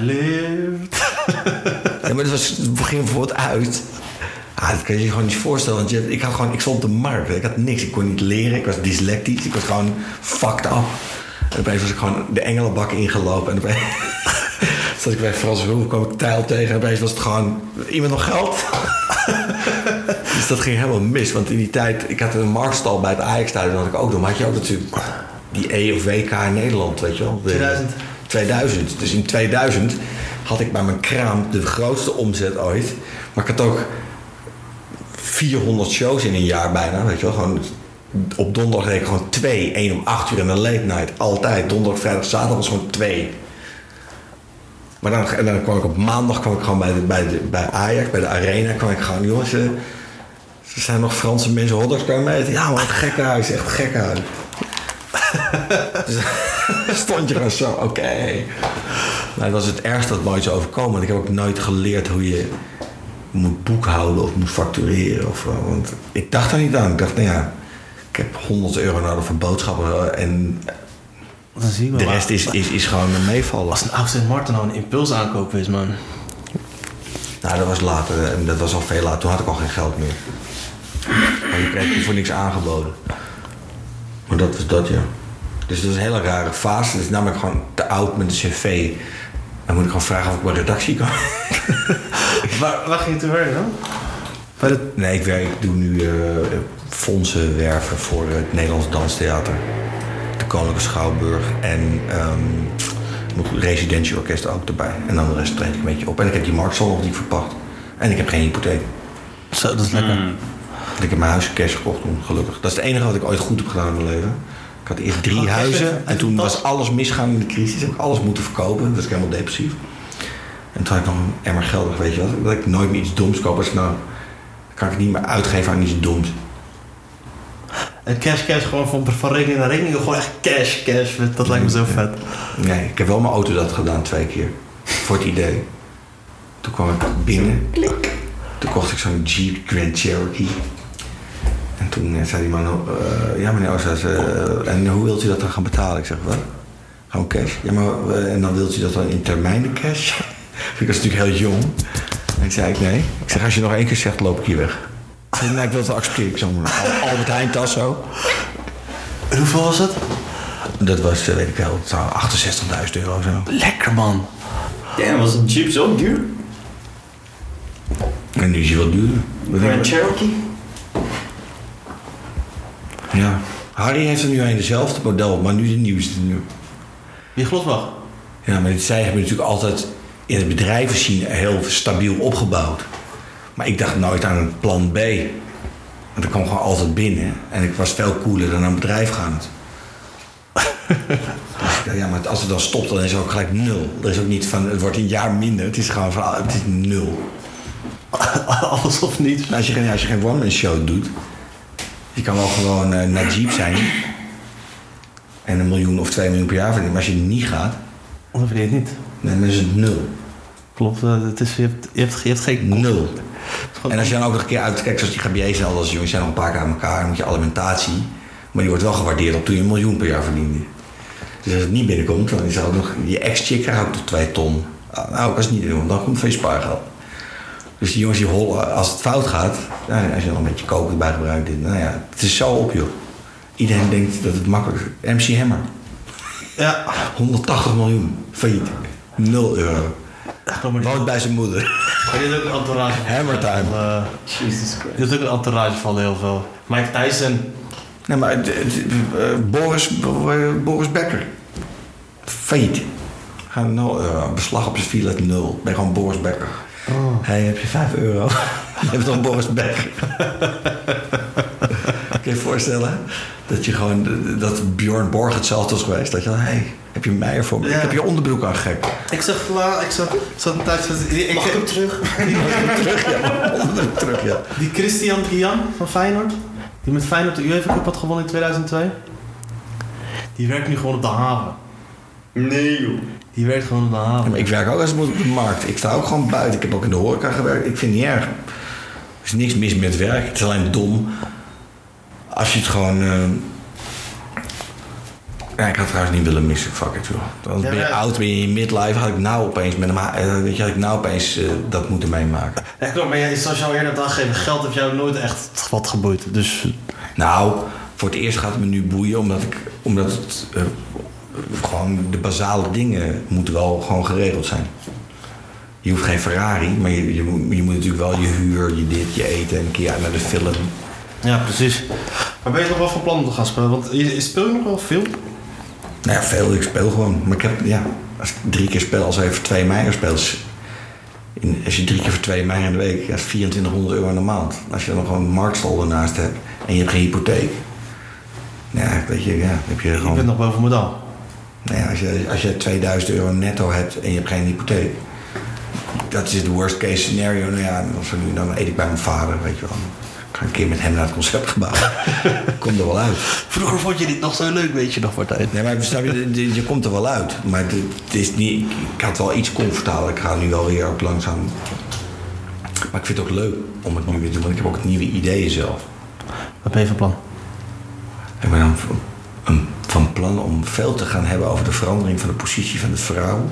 Ja, maar het ging bijvoorbeeld uit. Dat kan je je gewoon niet voorstellen. Want ik stond op de markt. Ik had niks. Ik kon niet leren. Ik was dyslectisch. Ik was gewoon fucked up. En opeens was ik gewoon de engelenbak ingelopen. En opeens zat ik bij Frans Roel, kwam ik Tijl tegen. En opeens was het gewoon... Iemand nog geld? Dus dat ging helemaal mis. Want in die tijd... Ik had een marktstal bij het Ajax-stadion. Dat had ik ook nog. Maar had je ook natuurlijk... Die E of WK in Nederland, weet je wel. 2000. Dus in 2000 had ik bij mijn kraam de grootste omzet ooit. Maar ik had ook 400 shows in een jaar bijna, weet je wel. Gewoon op donderdag deed ik gewoon 2. 1 om 8 uur en een late night. Altijd. Donderdag, vrijdag, zaterdag was gewoon 2. Maar dan kwam ik op maandag gewoon bij Ajax, bij de Arena. Kwam ik gewoon, jongens, er zijn nog Franse mensen hotdogs komen eten. Ja man, gekkenhuis, echt gekkenhuis. Dus stond je gewoon zo, oké. Nou, dat was het ergste dat me ooit zou overkomen. Want ik heb ook nooit geleerd hoe je moet boekhouden of moet factureren. Want ik dacht daar niet aan. Ik dacht, nou ja, ik heb €100 nodig voor boodschappen. En de rest is gewoon een meevallen. Als een Austin Martin nou een impulsaankoop is, man. Nou, dat was later. En dat was al veel later. Toen had ik al geen geld meer. Maar je kreeg je voor niks aangeboden. Maar dat was dat, ja. Dus dat is een hele rare fase. Dus namelijk gewoon te oud met een cv. Dan moet ik gewoon vragen of ik bij redactie kan. Waar ging je te werken dan? Nee, ik doe nu fondsen werven voor het Nederlands Danstheater. De Koninklijke Schouwburg. En mijn residentieorkest ook erbij. En dan de rest treed ik een beetje op. En ik heb die marktstal nog niet verpacht. En ik heb geen hypotheek. Zo, dat is lekker. Ik heb mijn huis cash gekocht toen, gelukkig. Dat is het enige wat ik ooit goed heb gedaan in mijn leven. Ik had eerst 3 huizen en toen was alles misgaan in de crisis. Heb ik alles moeten verkopen. Dat was ik helemaal depressief. En toen had ik nog een emmer geld, weet je wat. Dat ik nooit meer iets doms koop. Als ik nou, kan ik het niet meer uitgeven aan iets doms. En cash gewoon van rekening naar rekening. Gewoon echt cash. Dat lijkt me zo vet. Nee, ik heb wel mijn auto dat gedaan 2 keer. Voor het idee. Toen kwam ik binnen. Klik. Toen kocht ik zo'n Jeep Grand Cherokee. En toen zei die man, ja meneer Oosterhuis, en hoe wilt u dat dan gaan betalen? Ik zeg, wat? Gewoon cash? Ja, maar en dan wilt u dat dan in termijnen cash? Ik was natuurlijk heel jong. En ik zei, nee. Ik zeg, als je nog 1 keer zegt, loop ik hier weg. Ik zei, nee, ik wil het accepteren. Ik zo'n Albert Heijn tas zo. En hoeveel was het? Dat was, weet ik wel, €68.000 of zo. Lekker, man. Ja, was een Jeep zo duur? En nu is hij wel duurder. Grand Cherokee? Ja. Harry heeft er nu een dezelfde model, maar nu de nieuwste nu. Wie Glosbach? Ja, maar zij hebben natuurlijk altijd in het bedrijvenscene heel stabiel opgebouwd. Maar ik dacht nooit aan een plan B. Want ik kwam gewoon altijd binnen. En ik was veel cooler dan aan een bedrijf gaan. Dus ik dacht, ja, maar als het dan stopt, dan is het ook gelijk 0. Er is ook niet van, het wordt een jaar minder. Het is gewoon van, het is 0. Alles of niets. Nou, als je geen one-man show doet... Je kan wel gewoon Najib zijn. En $1 miljoen of 2 miljoen per jaar verdienen. Maar als je niet gaat... Dan verdien je het niet. Nee, dan is het 0. Klopt, het is, je hebt geen... 0. En als je dan ook nog een keer uitkijkt, zoals die GBA's en al dat jongens zijn nog een paar keer aan elkaar, dan moet je alimentatie. Maar die wordt wel gewaardeerd op toen je 1 miljoen per jaar verdiende. Dus als het niet binnenkomt, dan is er ook nog... Je ex-chick krijgt ook tot 2 ton. Nou, als het niet doen, dan komt veel spaargeld. Dus die jongens die hollen, als het fout gaat... Nou, als je dan een beetje koken erbij gebruikt... Nou ja, het is zo op, joh. Iedereen denkt dat het makkelijk is. MC Hammer. Ja. 180 miljoen. Failliet. 0 euro. Woont bij zijn moeder. Maar dit is ook een entourage. Hammer time. Jesus Christ. Dit is ook een entourage van heel veel. Mike Tyson. Nee, maar Boris Becker. Failliet. Ga 0 euro. Beslag op zijn filet 0. Ben gewoon Boris Becker. Oh. Hey, heb je 5 euro? Je hebt dan Boris Becker. Kun je je voorstellen? Dat je gewoon, dat Bjorn Borg hetzelfde was geweest. Dat je dan, hey, heb je Meijer voor me? Ja. Ik heb je onderbroek aan, gek. Ik zat een tijdje... Mag ik hem terug? Onderbroek terug, ja. Die Christian Gian van Feyenoord, die met Feyenoord de UEFA Cup had gewonnen in 2002. Die werkt nu gewoon op de haven. Nee, joh. Die werkt gewoon op de haven. Ja, maar ik werk ook als het moet op de markt. Ik sta ook gewoon buiten. Ik heb ook in de horeca gewerkt. Ik vind het niet erg. Er is niks mis met werk. Het is alleen dom als je het gewoon... Ja, ik had het trouwens niet willen missen. Fuck it, joh. Ben je oud, ben je in je midlife, had ik nou opeens dat moeten meemaken. Ja, klopt, maar zoals je al eerder had aangegeven, geld heeft jou nooit echt wat geboeid. Dus... Nou, voor het eerst gaat het me nu boeien, omdat het gewoon de basale dingen moeten wel gewoon geregeld zijn. Je hoeft geen Ferrari, maar je moet natuurlijk wel je huur, je dit, je eten en een keer naar de film. Ja, precies. Maar ben je nog wel van plan om te gaan spelen? Want speel je nog wel veel? Nou ja, veel. Ik speel gewoon. Maar ik heb, ja, als ik 3 keer speel, als ik voor 2 meijer speel, als je 3 keer voor 2 meijer in de week, ja, is 2400 euro in de maand. Als je dan nog gewoon een marktstal ernaast hebt en je hebt geen hypotheek. Ja, weet je, ja, heb je gewoon... Je bent nog boven model. Nou ja, als je 2000 euro netto hebt en je hebt geen hypotheek. Dat is het worst case scenario. Nou ja, dan eet ik bij mijn vader, weet je wel. Ik ga een keer met hem naar het concertgebouw. Komt er wel uit. Vroeger vond je dit nog zo leuk, weet je nog, Martijn. Nee, maar je komt er wel uit. Maar het is niet, ik had wel iets comfortabel. Ik ga nu wel weer ook langzaam. Maar ik vind het ook leuk om het nu weer te doen. Want ik heb ook nieuwe ideeën zelf. Wat ben je van plan? Ik ben van plan om veel te gaan hebben over de verandering van de positie van de vrouw.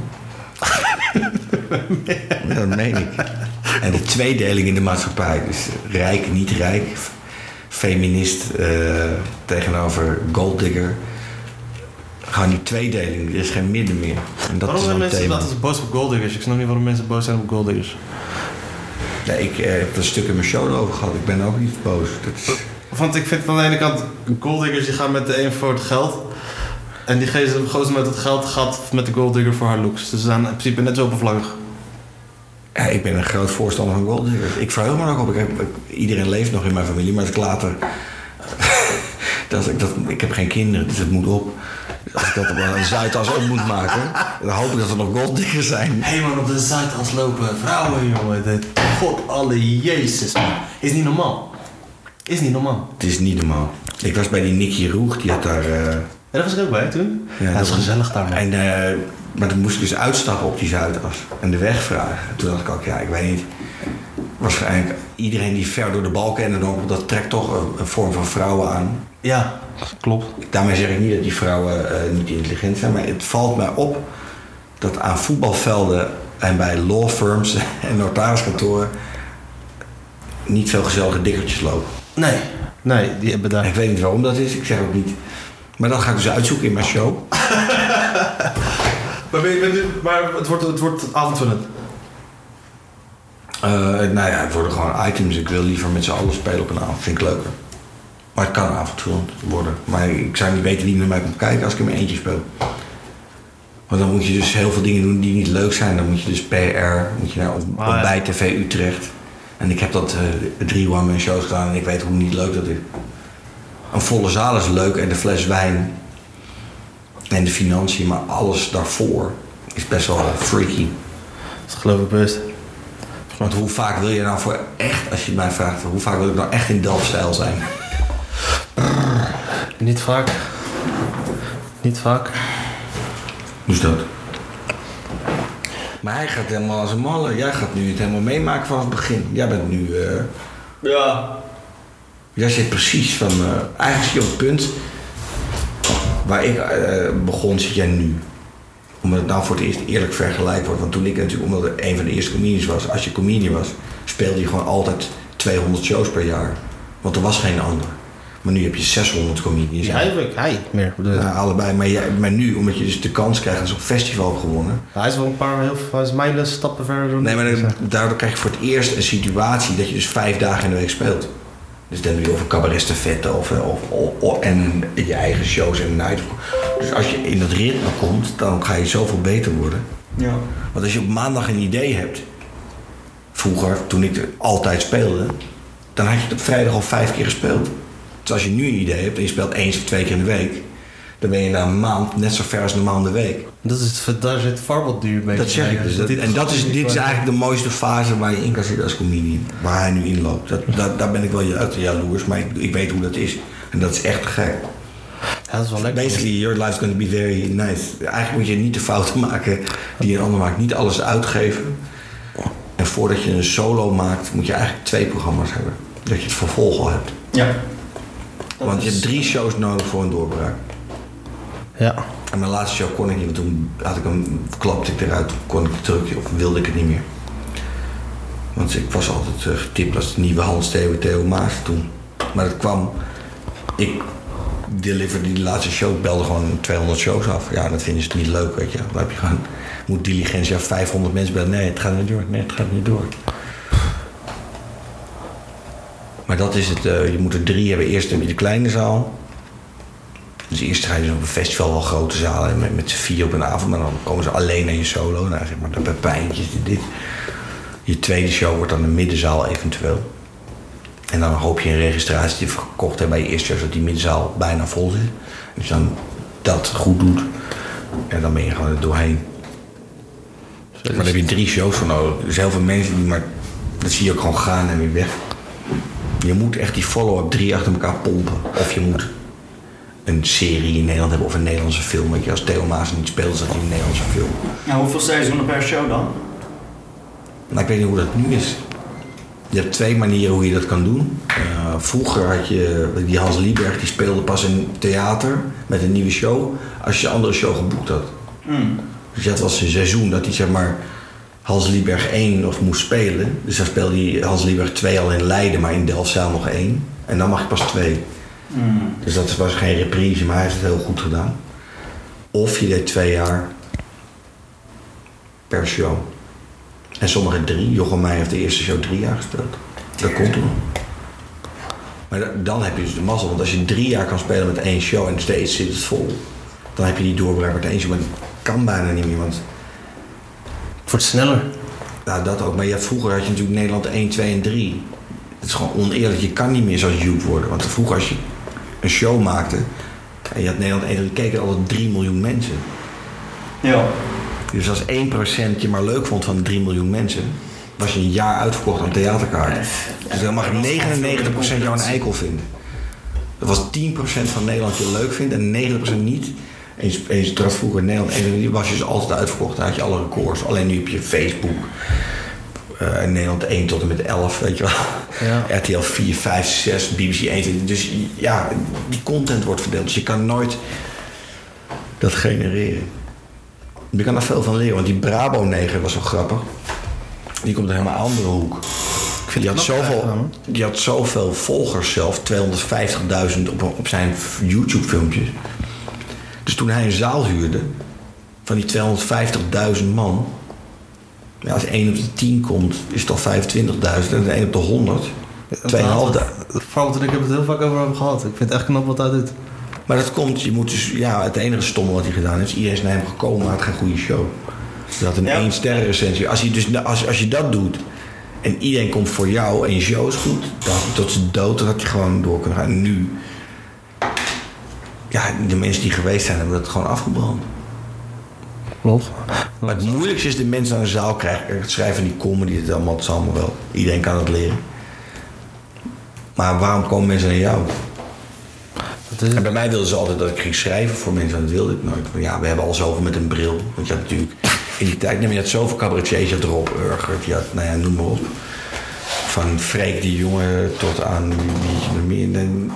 Ja, dat meen ik. En de tweedeling in de maatschappij. Dus rijk, niet rijk. Feminist tegenover golddigger. Gewoon die tweedeling. Er is geen midden meer. En dat waarom zijn mensen altijd boos op golddiggers? Ik snap niet waarom mensen boos zijn op golddiggers. Ja, ik heb er een stuk in mijn show over gehad. Ik ben ook niet boos. Dat is... Want ik vind aan de ene kant, golddiggers die gaan met de een voor het geld. En die gozer met het geld gaat met de golddigger voor haar looks. Dus ze zijn in principe net zo oppervlakkig. Ja, ik ben een groot voorstander van golddigger. Ik verheug me er ook op. Iedereen leeft nog in mijn familie, maar als ik later... ik heb geen kinderen, dus het moet op. Als ik dat op een Zuidas op moet maken, dan hoop ik dat er nog golddiggers zijn. Hé man, op de Zuidas lopen vrouwen, jongen. God alle Jezus, man. Is niet normaal. Is niet normaal. Het is niet normaal. Ik was bij die Nicky Roeg, die had daar... Ja, daar was ik ook bij toen. Ja, dat is gezellig daar, man. Maar toen moest ik dus uitstappen op die Zuidas en de weg vragen. En toen dacht ik ook, ja, ik weet niet. Waarschijnlijk iedereen die ver door de balken en dan dat trekt toch een vorm van vrouwen aan. Ja, klopt. Daarmee zeg ik niet dat die vrouwen niet intelligent zijn, maar het valt mij op dat aan voetbalvelden en bij law firms en notariskantoren niet veel gezellige dikkertjes lopen. Nee, die hebben daar... Ik weet niet waarom dat is, ik zeg ook niet. Maar dat ga ik dus uitzoeken in mijn show. Maar het wordt avondvullend. Nou ja, het worden gewoon items. Ik wil liever met z'n allen spelen op een avond. Vind ik leuker. Maar het kan avondvullend worden. Maar ik zou niet weten wie naar mij komt kijken als ik in mijn eentje speel. Want dan moet je dus heel veel dingen doen die niet leuk zijn. Dan moet je dus PR, moet je naar bij TV Utrecht. En ik heb dat 3 one-man shows gedaan en ik weet hoe niet leuk dat is. Een volle zaal is leuk en de fles wijn en de financiën, maar alles daarvoor is best wel freaky. Dat geloof ik best. Want hoe vaak wil je nou voor echt, als je mij vraagt, hoe vaak wil ik nou echt in Delft-stijl zijn? Niet vaak. Niet vaak. Hoe is dat? Maar hij gaat helemaal als een malle. Jij gaat nu het helemaal meemaken vanaf het begin. Jij bent nu... Ja. Daar zit precies van... eigenlijk zit je op het punt... waar ik begon, zit jij nu. Omdat het nou voor het eerst eerlijk vergelijkt wordt. Want toen ik natuurlijk, omdat ik een van de eerste comedians was... als je comedian was, speelde je gewoon altijd 200 shows per jaar. Want er was geen ander. Maar nu heb je 600 comedians. Ja, hij meer. Ja, allebei. Maar nu, omdat je dus de kans krijgt dat je zo'n festival hebt gewonnen. Hij is wel een paar hij is mijlen stappen verder dan. Nee, maar daardoor krijg je voor het eerst een situatie dat je dus 5 dagen in de week speelt. Dus dan doe je over cabaretstafette en je eigen shows en night. Dus als je in dat ritme komt, dan ga je zoveel beter worden. Ja. Want als je op maandag een idee hebt, vroeger, toen ik er altijd speelde, dan had je het op vrijdag al 5 keer gespeeld. Dus als je nu een idee hebt en je speelt 1 of 2 keer in de week, dan ben je na een maand net zo ver als normaal in de week. Daar zit voorbeeldduur bij. Dat zeg ik dus. Dit is eigenlijk de mooiste fase waar je in kan zitten als comedian. Waar hij nu in loopt. Daar ben ik wel jaloers, maar ik weet hoe dat is. En dat is echt gek. Ja, dat is wel lekker. Basically, your life's going to be very nice. Eigenlijk moet je niet de fouten maken die een ander maakt. Niet alles uitgeven. En voordat je een solo maakt, moet je eigenlijk 2 programma's hebben. Dat je het vervolg al hebt. Ja. Want je hebt 3 shows nodig voor een doorbraak. Ja. En mijn laatste show kon ik niet, want toen klapte ik eruit, kon ik terug of wilde ik het niet meer. Want ik was altijd getipt als de nieuwe Hans Theo Maas toen. Maar dat kwam, ik deliverde die laatste show, ik belde gewoon 200 shows af. Ja, dat vinden ze niet leuk, weet je. Dan heb je gewoon, moet diligentie 500 mensen bellen. Nee, het gaat niet door. Nee, het gaat niet door. Maar dat is het, je moet er 3 hebben. Eerst heb je de kleine zaal. Dus eerst ga je dus op een festival wel grote zalen met z'n 4 op een avond. Maar dan komen ze alleen naar je solo. Nou, zeg maar de Pepijntjes, dit. Je tweede show wordt dan een middenzaal eventueel. En dan hoop je een registratie die je verkocht hebt bij je eerste show, zodat die middenzaal bijna vol zit. Dus dan dat goed doet. En dan ben je gewoon er doorheen. Maar dan heb je 3 shows voor nodig. Dus heel veel mensen die maar... Dat zie je ook gewoon gaan en weer weg. Je moet echt die follow-up 3 achter elkaar pompen. Of je moet een serie in Nederland hebben of een Nederlandse film. Weet je, als Theo Maas niet speelt, is dat een Nederlandse film. Ja, hoeveel seizoenen per show dan? Nou, ik weet niet hoe dat nu is. Je hebt 2 manieren hoe je dat kan doen. Vroeger had je die Hans Lieberg, die speelde pas in theater met een nieuwe show als je een andere show geboekt had. Dus dat was een seizoen dat hij zeg maar Hans Lieberg 1 of moest spelen. Dus dan speelde hij Hans Lieberg 2 al in Leiden, maar in Delfzijl nog 1. En dan mag je pas 2. Dus dat was geen reprise, maar hij heeft het heel goed gedaan. Of je deed 2 jaar per show. En sommige 3. Jochem Meijer heeft de eerste show 3 jaar gespeeld. Dat komt er nog. Maar dan heb je dus de mazzel. Want als je 3 jaar kan spelen met 1 show en steeds zit het vol, dan heb je die doorbraak met 1 show. Maar dat kan bijna niet meer, want het wordt sneller. Nou, dat ook. Maar vroeger had je natuurlijk Nederland 1, 2 en 3. Het is gewoon oneerlijk. Je kan niet meer zoals Joep worden. Want vroeger als je een show maakte en je had Nederland 1, dan keken altijd 3 miljoen mensen. Ja. Dus als 1% je maar leuk vond van 3 miljoen mensen, was je een jaar uitverkocht aan theaterkaarten. Dus dan mag 99% jou een eikel vinden. Dat was 10% van Nederland je leuk vindt en 90% niet. En je trad vroeger in Nederland 1, was je dus altijd uitverkocht. Dan had je alle records. Alleen nu heb je Facebook. In Nederland 1 tot en met 11, weet je wel. Ja. RTL 4, 5, 6, BBC 1. Dus ja, die content wordt verdeeld. Dus je kan nooit dat genereren. Je kan er veel van leren. Want die Brabo-neger was wel grappig. Die komt uit een helemaal andere hoek. Die had zoveel volgers zelf. 250.000 op zijn YouTube-filmpjes. Dus toen hij een zaal huurde van die 250.000 man, ja, als 1 op de 10 komt, is het al 25.000 en 1 op de 100. 2.500. Vooral, ik heb het heel vaak over hem gehad. Ik vind het echt knap wat hij doet. Maar dat komt, je moet dus, ja, het enige stomme wat hij gedaan heeft, is iedereen is naar hem gekomen, maar had geen goede show. Hij had een 1 sterren recensie. Als je dat doet en iedereen komt voor jou en je show is goed, dan tot zijn dood, dan had je gewoon door kunnen gaan. En nu, ja, de mensen die geweest zijn, hebben dat gewoon afgebrand. Klopt. Maar het moeilijkste is de mensen aan de zaal krijgen. Het schrijven van die comedy, het is allemaal wel. Iedereen kan het leren. Maar waarom komen mensen naar jou? En bij mij wilden ze altijd dat ik ging schrijven voor mensen, en dat wilde ik nooit. Ja, we hebben al zoveel met een bril. Want je had natuurlijk in die tijd, je had zoveel cabaretiers, je had Rob Urgert, je had, nou ja, noem maar op. Van Freek die jongen tot aan wie.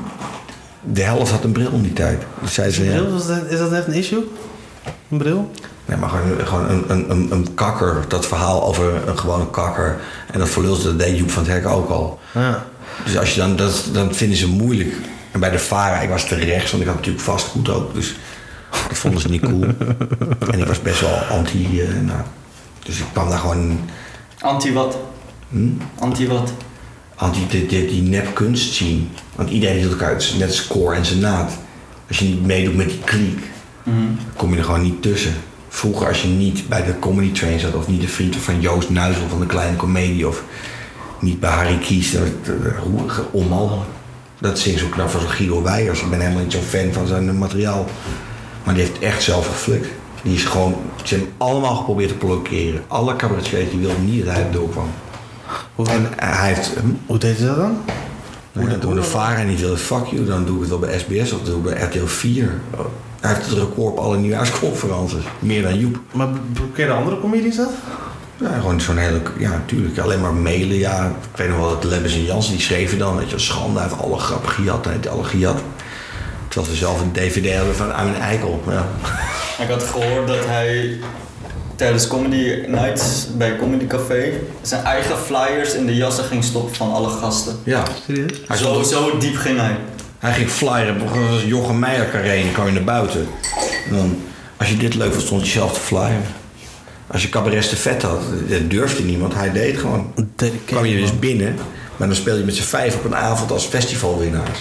De helft had een bril in die tijd. Dus zei ze, Is dat echt een issue? Een bril? Nee, maar gewoon een kakker. Dat verhaal over een gewone kakker. En dat verlul ze, dat deed Joep van het Hek ook al. Ja. Dus als je dan vinden ze moeilijk. En bij de VARA, ik was te rechts, want ik had natuurlijk vastgoed ook. Dus dat vonden ze niet cool. En ik was best wel anti. Dus ik kwam daar gewoon. Anti wat? Anti wat? Anti die nepkunst zien. Want iedereen hield elkaar uit, net als Cor en Senaat. Als je niet meedoet met die kliek, kom je er gewoon niet tussen. Vroeger als je niet bij de Comedy Train zat, of niet de vriend van Joost Nuizel van de Kleine Comedie, of niet bij Harry Kies, onmogelijk. Dat zingt zo knap van zo'n Guido Weijers. Ik ben helemaal niet zo'n fan van zijn materiaal. Maar die heeft echt zelf geflikt. Die is gewoon, ze hebben hem allemaal geprobeerd te blokkeren. Alle cabaretiers die wilden niet dat hij het doorkwam. En hij heeft... Hoe deed ze dat dan? Door de VARA niet wilde, fuck you, dan doe ik het wel bij SBS of doe ik bij RTL 4. Hij heeft het record op alle nieuwjaarsconferences. Meer dan Joep. Maar blokkeerde andere comedies dat? Ja, gewoon zo'n hele... Ja, natuurlijk. Alleen maar mailen, ja. Ik weet nog wel dat Lebbes en Jansen, die schreven dan, weet je, schande, hij heeft alle grap gejat, hij heeft alle gejat. Terwijl ze zelf een DVD hadden van Amin Eikel. Ja. Ik had gehoord dat hij tijdens Comedy Nights bij Comedy Café zijn eigen flyers in de jassen ging stoppen van alle gasten. Ja. Serieus? Zo diep ging hij. Hij ging flyeren, zoals Jochem Meijer carré, dan kwam je naar buiten. En dan, als je dit leuk vond, stond je zelf te flyeren. Als je cabaret te vet had, dat durfde niemand, hij deed gewoon. Kwam je dus binnen, maar dan speelde je met z'n 5 op een avond als festivalwinnaars.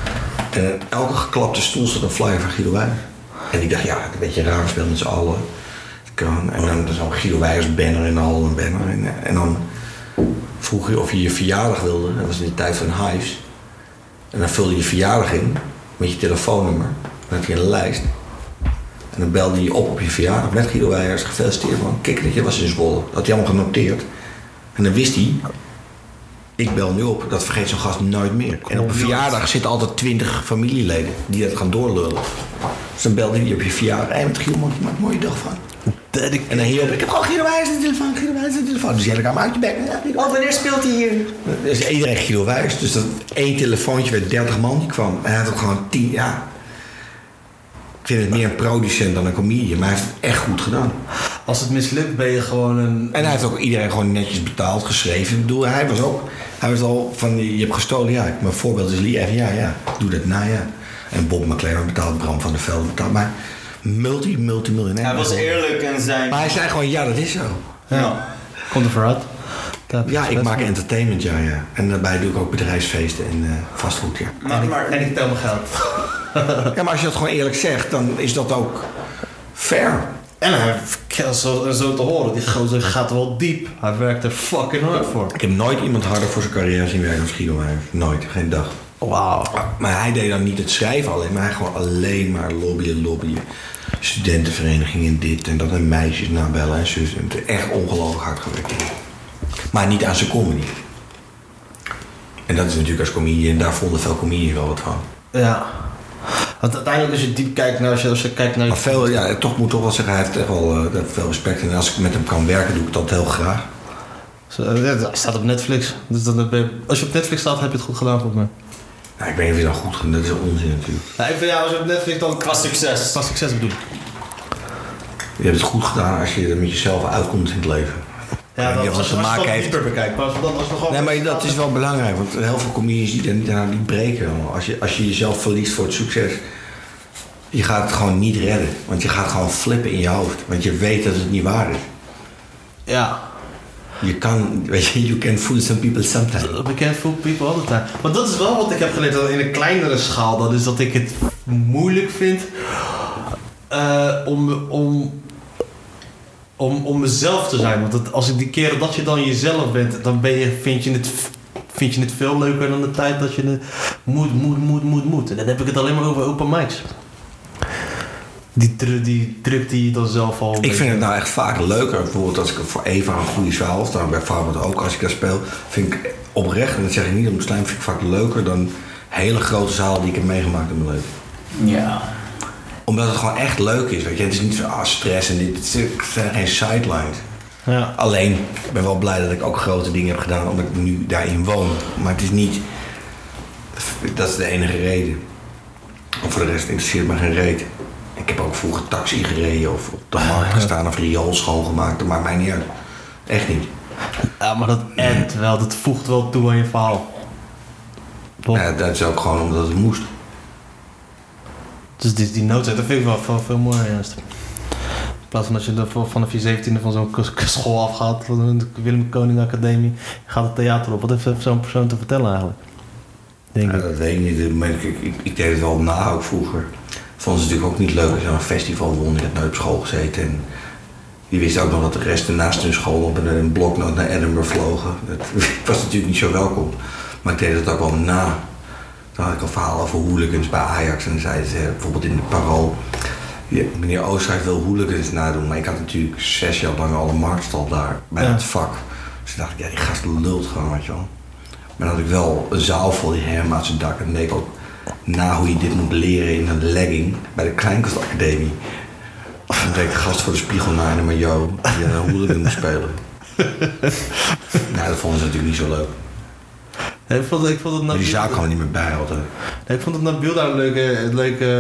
En elke geklapte stoel stond een flyer van Guido Weijers. En ik dacht, ja, een beetje raar spelen met z'n allen. En dan zo'n Guido Weijers banner in de hal een banner. En dan vroeg je of je verjaardag wilde. Dat was in de tijd van Hives. En dan vulde je verjaardag in met je telefoonnummer. Dan had je een lijst. En dan belde je op je verjaardag met Guido Weijers. Gefeliciteerd man, kijk dat je was in Zwolle. Dat had hij allemaal genoteerd. En dan wist hij, ik bel nu op, dat vergeet zo'n gast nooit meer. En op een verjaardag zitten altijd 20 familieleden die dat gaan doorlullen. Dus dan belde hij op je verjaardag. Hé, met Giel, maak een mooie dag van. En dan hierop, ik heb gewoon Guido Weijers in de telefoon, Guido Weijers in de telefoon. Dus jij kan uit je bek. Want wanneer speelt hij hier? Dus iedereen Guido Weijers. Dus dat één telefoontje werd 30 man die kwam. En hij had ook gewoon 10, ja. Ik vind het meer een producent dan een comedian, maar hij heeft het echt goed gedaan. Als het mislukt ben je gewoon een... En hij heeft ook iedereen gewoon netjes betaald, geschreven. Ik bedoel, hij was al van, je hebt gestolen, ja. Mijn voorbeeld is Lee Evans, ja. Doe dat na, ja. En Bob McLaren betaald, Bram van der Velde betaald. Maar multimiljonair. Hij was eerlijk en zijn... Maar hij zei gewoon, ja, dat is zo. Ja. Komt er vooruit. Ja, ik maak entertainment, ja. En daarbij doe ik ook bedrijfsfeisten en vastgoed, ja. Maar ik tel mijn geld. Ja, maar als je dat gewoon eerlijk zegt, dan is dat ook fair. En zo te horen, die gozer gaat wel diep. Hij werkt er fucking hard voor. Ik heb nooit iemand harder voor zijn carrière zien werken als Guido Weijers. Nooit, geen dag. Wauw. Maar hij deed dan niet het schrijven alleen, maar hij gewoon alleen maar lobbyen. Studentenverenigingen dit en dat en meisjes nabellen en zus. En echt ongelooflijk hard gewerkt. Maar niet aan zijn comedy. En dat is natuurlijk als comedian, daar vonden veel comedians wel wat van. Ja. Want uiteindelijk als je diep kijkt naar, als je kijkt naar... Maar veel, ja, moet toch wel zeggen, hij heeft echt wel veel respect. En als ik met hem kan werken, doe ik dat heel graag. Hij staat op Netflix. Dus dan als je op Netflix staat, heb je het goed gedaan volgens mij. Nou, ik weet niet of je dat goed gaat, dat is onzin natuurlijk. Nou, ik vind als je op Netflix dan... Qua succes. Qua succes bedoel ik. Je hebt het goed gedaan als je er met jezelf uitkomt in het leven. Ja, dat als je het dieper bekijkt. Maar nee, maar dat is wel belangrijk, want heel veel comedians die daarna niet breken. Als je jezelf verliest voor het succes, je gaat het gewoon niet redden. Want je gaat gewoon flippen in je hoofd, want je weet dat het niet waar is. Ja. Je kan, weet je, you can fool some people sometimes. We can fool people all the time. Want dat is wel wat ik heb geleerd dat in een kleinere schaal. Dat is dat ik het moeilijk vind om mezelf te zijn. Want als ik die keren dat je dan jezelf bent, dan vind je het veel leuker dan de tijd dat je het moet. En dan heb ik het alleen maar over open mics. Die druk die je dan zelf al... Ik vind het nou echt vaak leuker. Bijvoorbeeld als ik voor Eva een goede zaal sta, bijvoorbeeld ook als ik daar speel, vind ik oprecht, en dat zeg ik niet om te slijmen, vind ik vaak leuker dan hele grote zaal die ik heb meegemaakt in mijn leven. Ja. Omdat het gewoon echt leuk is, weet je. Het is niet van stress en dit. Het zijn geen sidelines. Ja. Alleen, ik ben wel blij dat ik ook grote dingen heb gedaan omdat ik nu daarin woon. Maar het is niet... Dat is de enige reden. Of voor de rest interesseert me geen reet. Ik heb ook vroeger taxi gereden of op de markt gestaan of riool schoongemaakt. Dat maakt mij niet uit. Echt niet. Ja, maar dat endt wel. Dat voegt wel toe aan je verhaal. Toch? Ja, dat is ook gewoon omdat het moest. Dus die noodzaak, dat vind ik wel veel mooier juist. In plaats van dat je vanaf je 17e van zo'n school afgaat, van de Willem Koning Academie, je gaat het theater op. Wat heeft zo'n persoon te vertellen eigenlijk? Denk ik. Dat weet ik niet. Maar ik deed het wel na ook vroeger. Vond ze natuurlijk ook niet leuk als je aan een festival won. Ik had nooit op school gezeten. En die wist ook nog dat de rest naast hun school op een bloknoot naar Edinburgh vlogen. Ik was natuurlijk niet zo welkom. Maar ik deed het ook wel na. Toen had ik een verhaal over hooligans bij Ajax. En dan zeiden ze bijvoorbeeld in de Parool... Ja, meneer Oosterhuis wil hooligans nadoen. Maar ik had natuurlijk 6 jaar lang al een marktstal daar bij het vak. Dus toen dacht ik, ja, die gast lult gewoon, weet je wel. Maar dan had ik wel een zaal vol die helemaal uit zijn dak. En dan deed ik ook na hoe je dit moet leren in een legging bij de Kleinkunstacademie. Dan deed ik de gast voor de spiegel naar in een maillot die een hooligan moest spelen. Nou, dat vonden ze natuurlijk niet zo leuk. Nee, ik vond het Maar die zaak kwam er niet meer bij altijd. Nee, ik vond het naar beeld daar een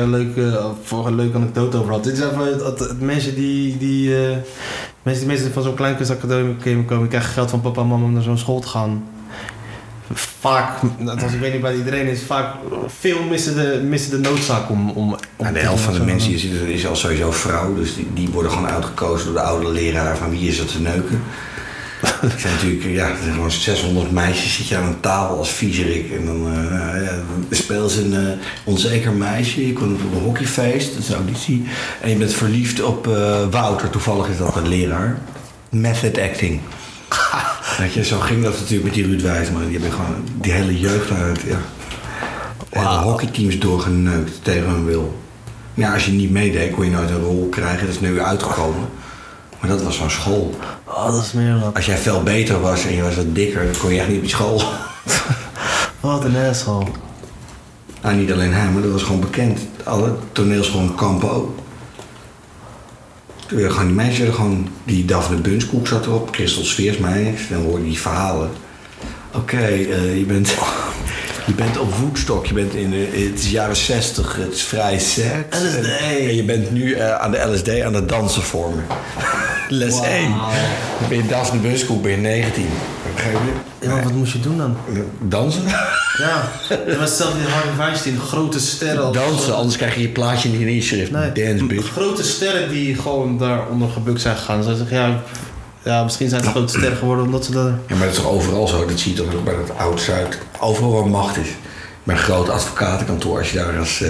leuke anekdote over had. Dit is even het mensen die van zo'n kleinkunstacademie komen, krijgen geld van papa en mama om naar zo'n school te gaan. Vaak, als ik weet niet bij iedereen is, vaak veel missen de noodzaak om Nou, de helft van de mensen hier zitten is al sowieso vrouw, dus die worden gewoon uitgekozen door de oude leraar van wie is het te neuken. Er zijn natuurlijk, er zijn gewoon 600 meisjes, zit je aan een tafel als viezerik en dan speel ze een onzeker meisje, je komt op een hockeyfeest, dat is een auditie, en je bent verliefd op Wouter, toevallig is dat een leraar. Method acting. Weet je, zo ging dat natuurlijk met die Ruud Wijsman. Die hebben gewoon die hele jeugd aan het, hele hockeyteams doorgeneukt tegen hun wil. Ja, als je niet meedeed, kon je nooit een rol krijgen. Dat is nu uitgekomen. Maar dat was van school. Oh, dat is meer wat. Als jij veel beter was en je was wat dikker, dan kon je echt niet op je school. Wat een asshole. Nou, niet alleen hij, maar dat was gewoon bekend. Alle toneelschoolkampen ook. Toen werden gewoon die meisjes, die Daphne Bunskoek zat erop, Christel Sveersmeijers, dan hoorde je die verhalen. Oké, je bent op Woodstock, je bent het is jaren 60, het is vrij seks. LSD. En je bent nu aan de LSD aan het dansen voor me. Les 1. Dan ben je Daphne Bunskoek, ben je 19. Begrijp je? Ja, maar wat moest je doen dan? Dansen? Ja, dat was hetzelfde in Harvey Weinstein, grote sterren. Dansen, anders krijg je je plaatje niet in inschrift. Nee, Dance, bitch. grote sterren die gewoon daaronder gebukt zijn gegaan. Ze zeggen, ja, misschien zijn het grote sterren geworden omdat ze daar... Ja, maar dat is toch overal zo? Dat zie je toch ook bij het Oud-Zuid. Overal waar macht is. Bij een groot advocatenkantoor, als je daar als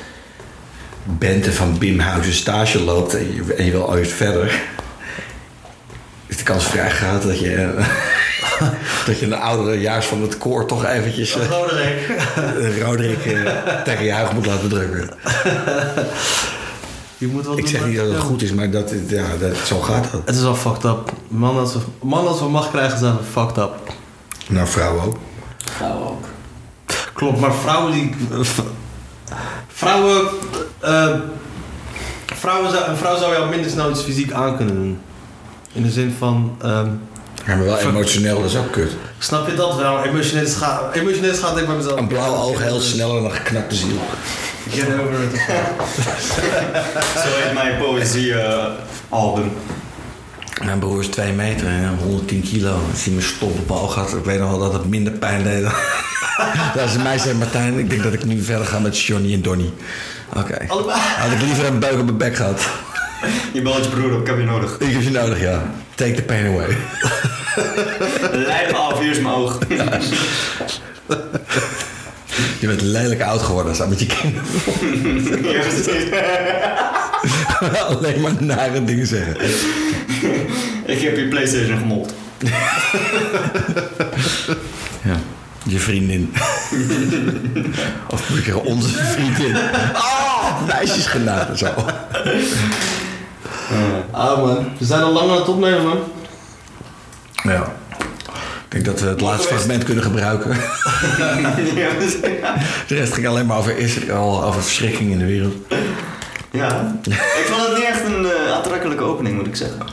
Bente van Bimhuizen stage loopt en je wil ooit verder, is de kans vrij groot dat je... dat je een oudere jaars van het koor toch eventjes... Roderick tegen je huig moet laten drukken. Je moet wat Ik zeg niet dat het goed is, maar zo gaat dat. Het is wel fucked up. Mannen als we macht krijgen zijn we fucked up. Nou, vrouwen ook. Vrouwen ook. Klopt, maar vrouwen die... Een vrouw zou jou minder snel iets fysiek aan kunnen doen. In de zin van... Ja, maar wel emotioneel, dat is ook kut. Snap je dat wel? Emotioneel gaat ik bij mezelf. Een blauw oog heel sneller dan een geknakte ziel. Get over it. Zo heet mijn poëzie-album. Mijn broer is 2 meter en 110 kilo. Als hij me stop op mijn oog had, ik weet nog wel dat het minder pijn deed. Dat is een meisje, Martijn. Ik denk dat ik nu verder ga met Johnny en Donnie. Oké. Had ik liever een beuk op mijn bek gehad. Je belt je broer op, ik heb je nodig. Ik heb je nodig, ja. Take the pain away. Leid me af, hier is mijn oog. Je bent lelijk oud geworden samen met je kinderen. Ja, precies. Alleen maar nare dingen zeggen. Ik heb je PlayStation gemold. Ja. Je vriendin. Of moet ik zeggen, onze vriendin. Oh, meisjesgenade, zo. Man. We zijn al lang aan het opnemen, man. Ja. Ik denk dat we het laatste fragment kunnen gebruiken. Ja, precies. De rest ging alleen maar over Israël, over verschrikking in de wereld. Ja. Ik vond het niet echt een aantrekkelijke opening, moet ik zeggen.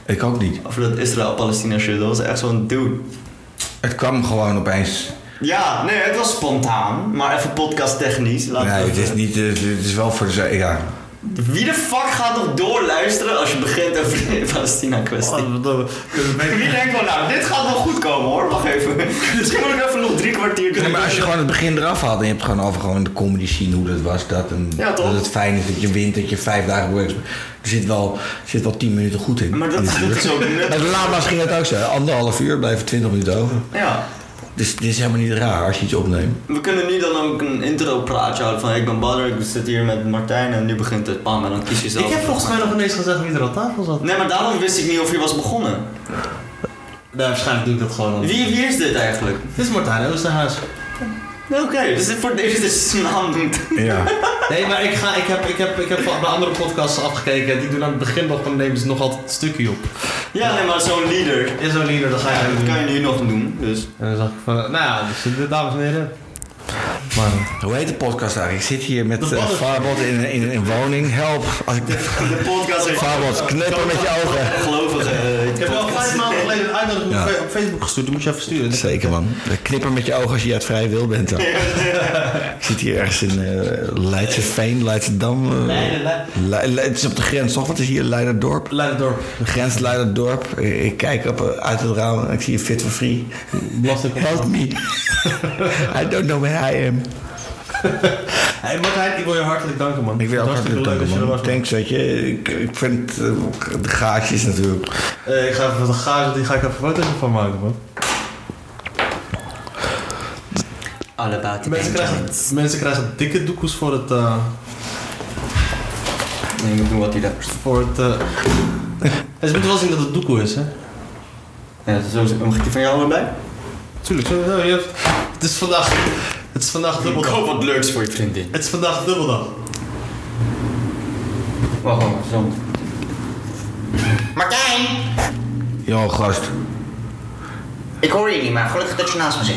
Ik ook niet. Over dat Israël-Palestina shit, dat was echt zo'n dude. Het kwam gewoon opeens. Ja, nee, het was spontaan, maar even podcast technisch. Nee, het is niet. Het is wel voor de. Ja. Wie de fuck gaat nog doorluisteren als je begint over de Palestina-kwestie? Wie denkt van, nou, dit gaat wel goed komen hoor, wacht even. Misschien moet ik even nog 3 kwartier doen. Nee, maar als je gewoon het begin eraf haalt en je hebt gewoon over gewoon de comedy scene, hoe dat was, dat het fijn is dat je wint, dat je 5 dagen werkt. Er zit wel 10 minuten goed in. Maar dat is ook net. En laatst ging het ook zo, 1,5 uur, blijven 20 minuten over. Ja. Dus dit is helemaal niet raar als je iets opneemt. We kunnen nu dan ook een intro-praatje houden van ik ben Badr, ik zit hier met Martijn en nu begint het pam en dan kies je zelf. Ik heb volgens mij nog ineens gezegd wie er aan tafel zat. Nee, maar daarom wist ik niet of je was begonnen. Nee, waarschijnlijk doe ik dat gewoon al. Wie is dit eigenlijk? Dit is Martijn Oosterhuis. Oké, dus dit voor het eerst dat je zijn naam noemt. Ja. Nee, maar ik heb bij andere podcasts afgekeken. Die doen aan het begin nog, dan nemen ze nog altijd het stukje op. Ja, nee, maar zo'n leader. Is zo'n leader, dat ga je Ja, doen. dat kan je nu nog doen, dus. En dan zag ik van, nou ja, dus dames en heren. Maar, Hoe heet de podcast eigenlijk? Ik zit hier met De Badder. Farbod in een woning. Help. Als ik De podcast heeft... Farbod, knippen met je ogen. Gelovige ik heb wel 5 maanden geleden een uitnodiging Ja. op Facebook gestuurd. Die moet je even sturen. Zeker man. Knipper met je ogen als je uit vrije wil bent dan. Ik zit hier ergens in Leidseveen, Leidsendam. Het is op de grens toch? Wat is hier? Leiderdorp? Leiderdorp. De grens Leiderdorp. Ik kijk uit het raam en ik zie je Fit for Free. Belasting. Help me. I don't know where I am. Hey Martijn, ik wil je hartelijk danken man. Ik wil ook Hartstikke hartelijk leuk dat je er danken was, man. Thanks, weet je. Ik vind de gaatjes natuurlijk. Ik ga even de gage, die ga ik even foto's van maken man. All about the Mensen krijgen dikke doekoes voor het... Nee, je moet doen wat hij daar. voor het... Ze moeten wel zien dat het doekoe is hè. Ja, dat is sowieso. Mag ik die van jou erbij? Tuurlijk, sowieso. Het is vandaag dubbeldag. Koop wat leuks voor je vriendin. Het is vandaag dubbeldag. Wacht maar, zo. Martijn! Jo, gast. Ik hoor je niet, maar gelukkig dat je naast me zit.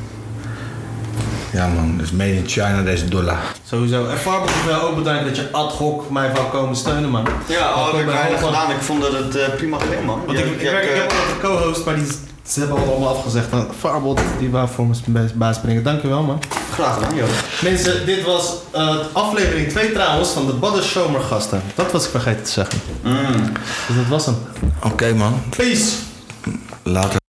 Ja man, dat is made in China, deze dollar. Sowieso. En Farbod, ik wil ook bedanken dat je ad hoc mij wou komen steunen, man. Ja, Dat heb komt ik bij weinig Holland. gedaan. Ik vond dat het prima gedaan, man. Want ik heb altijd een co-host, maar ze hebben allemaal afgezegd. Farbod, die wou voor me bijspringen. Dankjewel, man. Graag gedaan, joh. Mensen, dit was aflevering 2 trouwens van de Badder Zomergasten. Dat was ik vergeten te zeggen. Dus dat was hem. Oké man, Peace! later.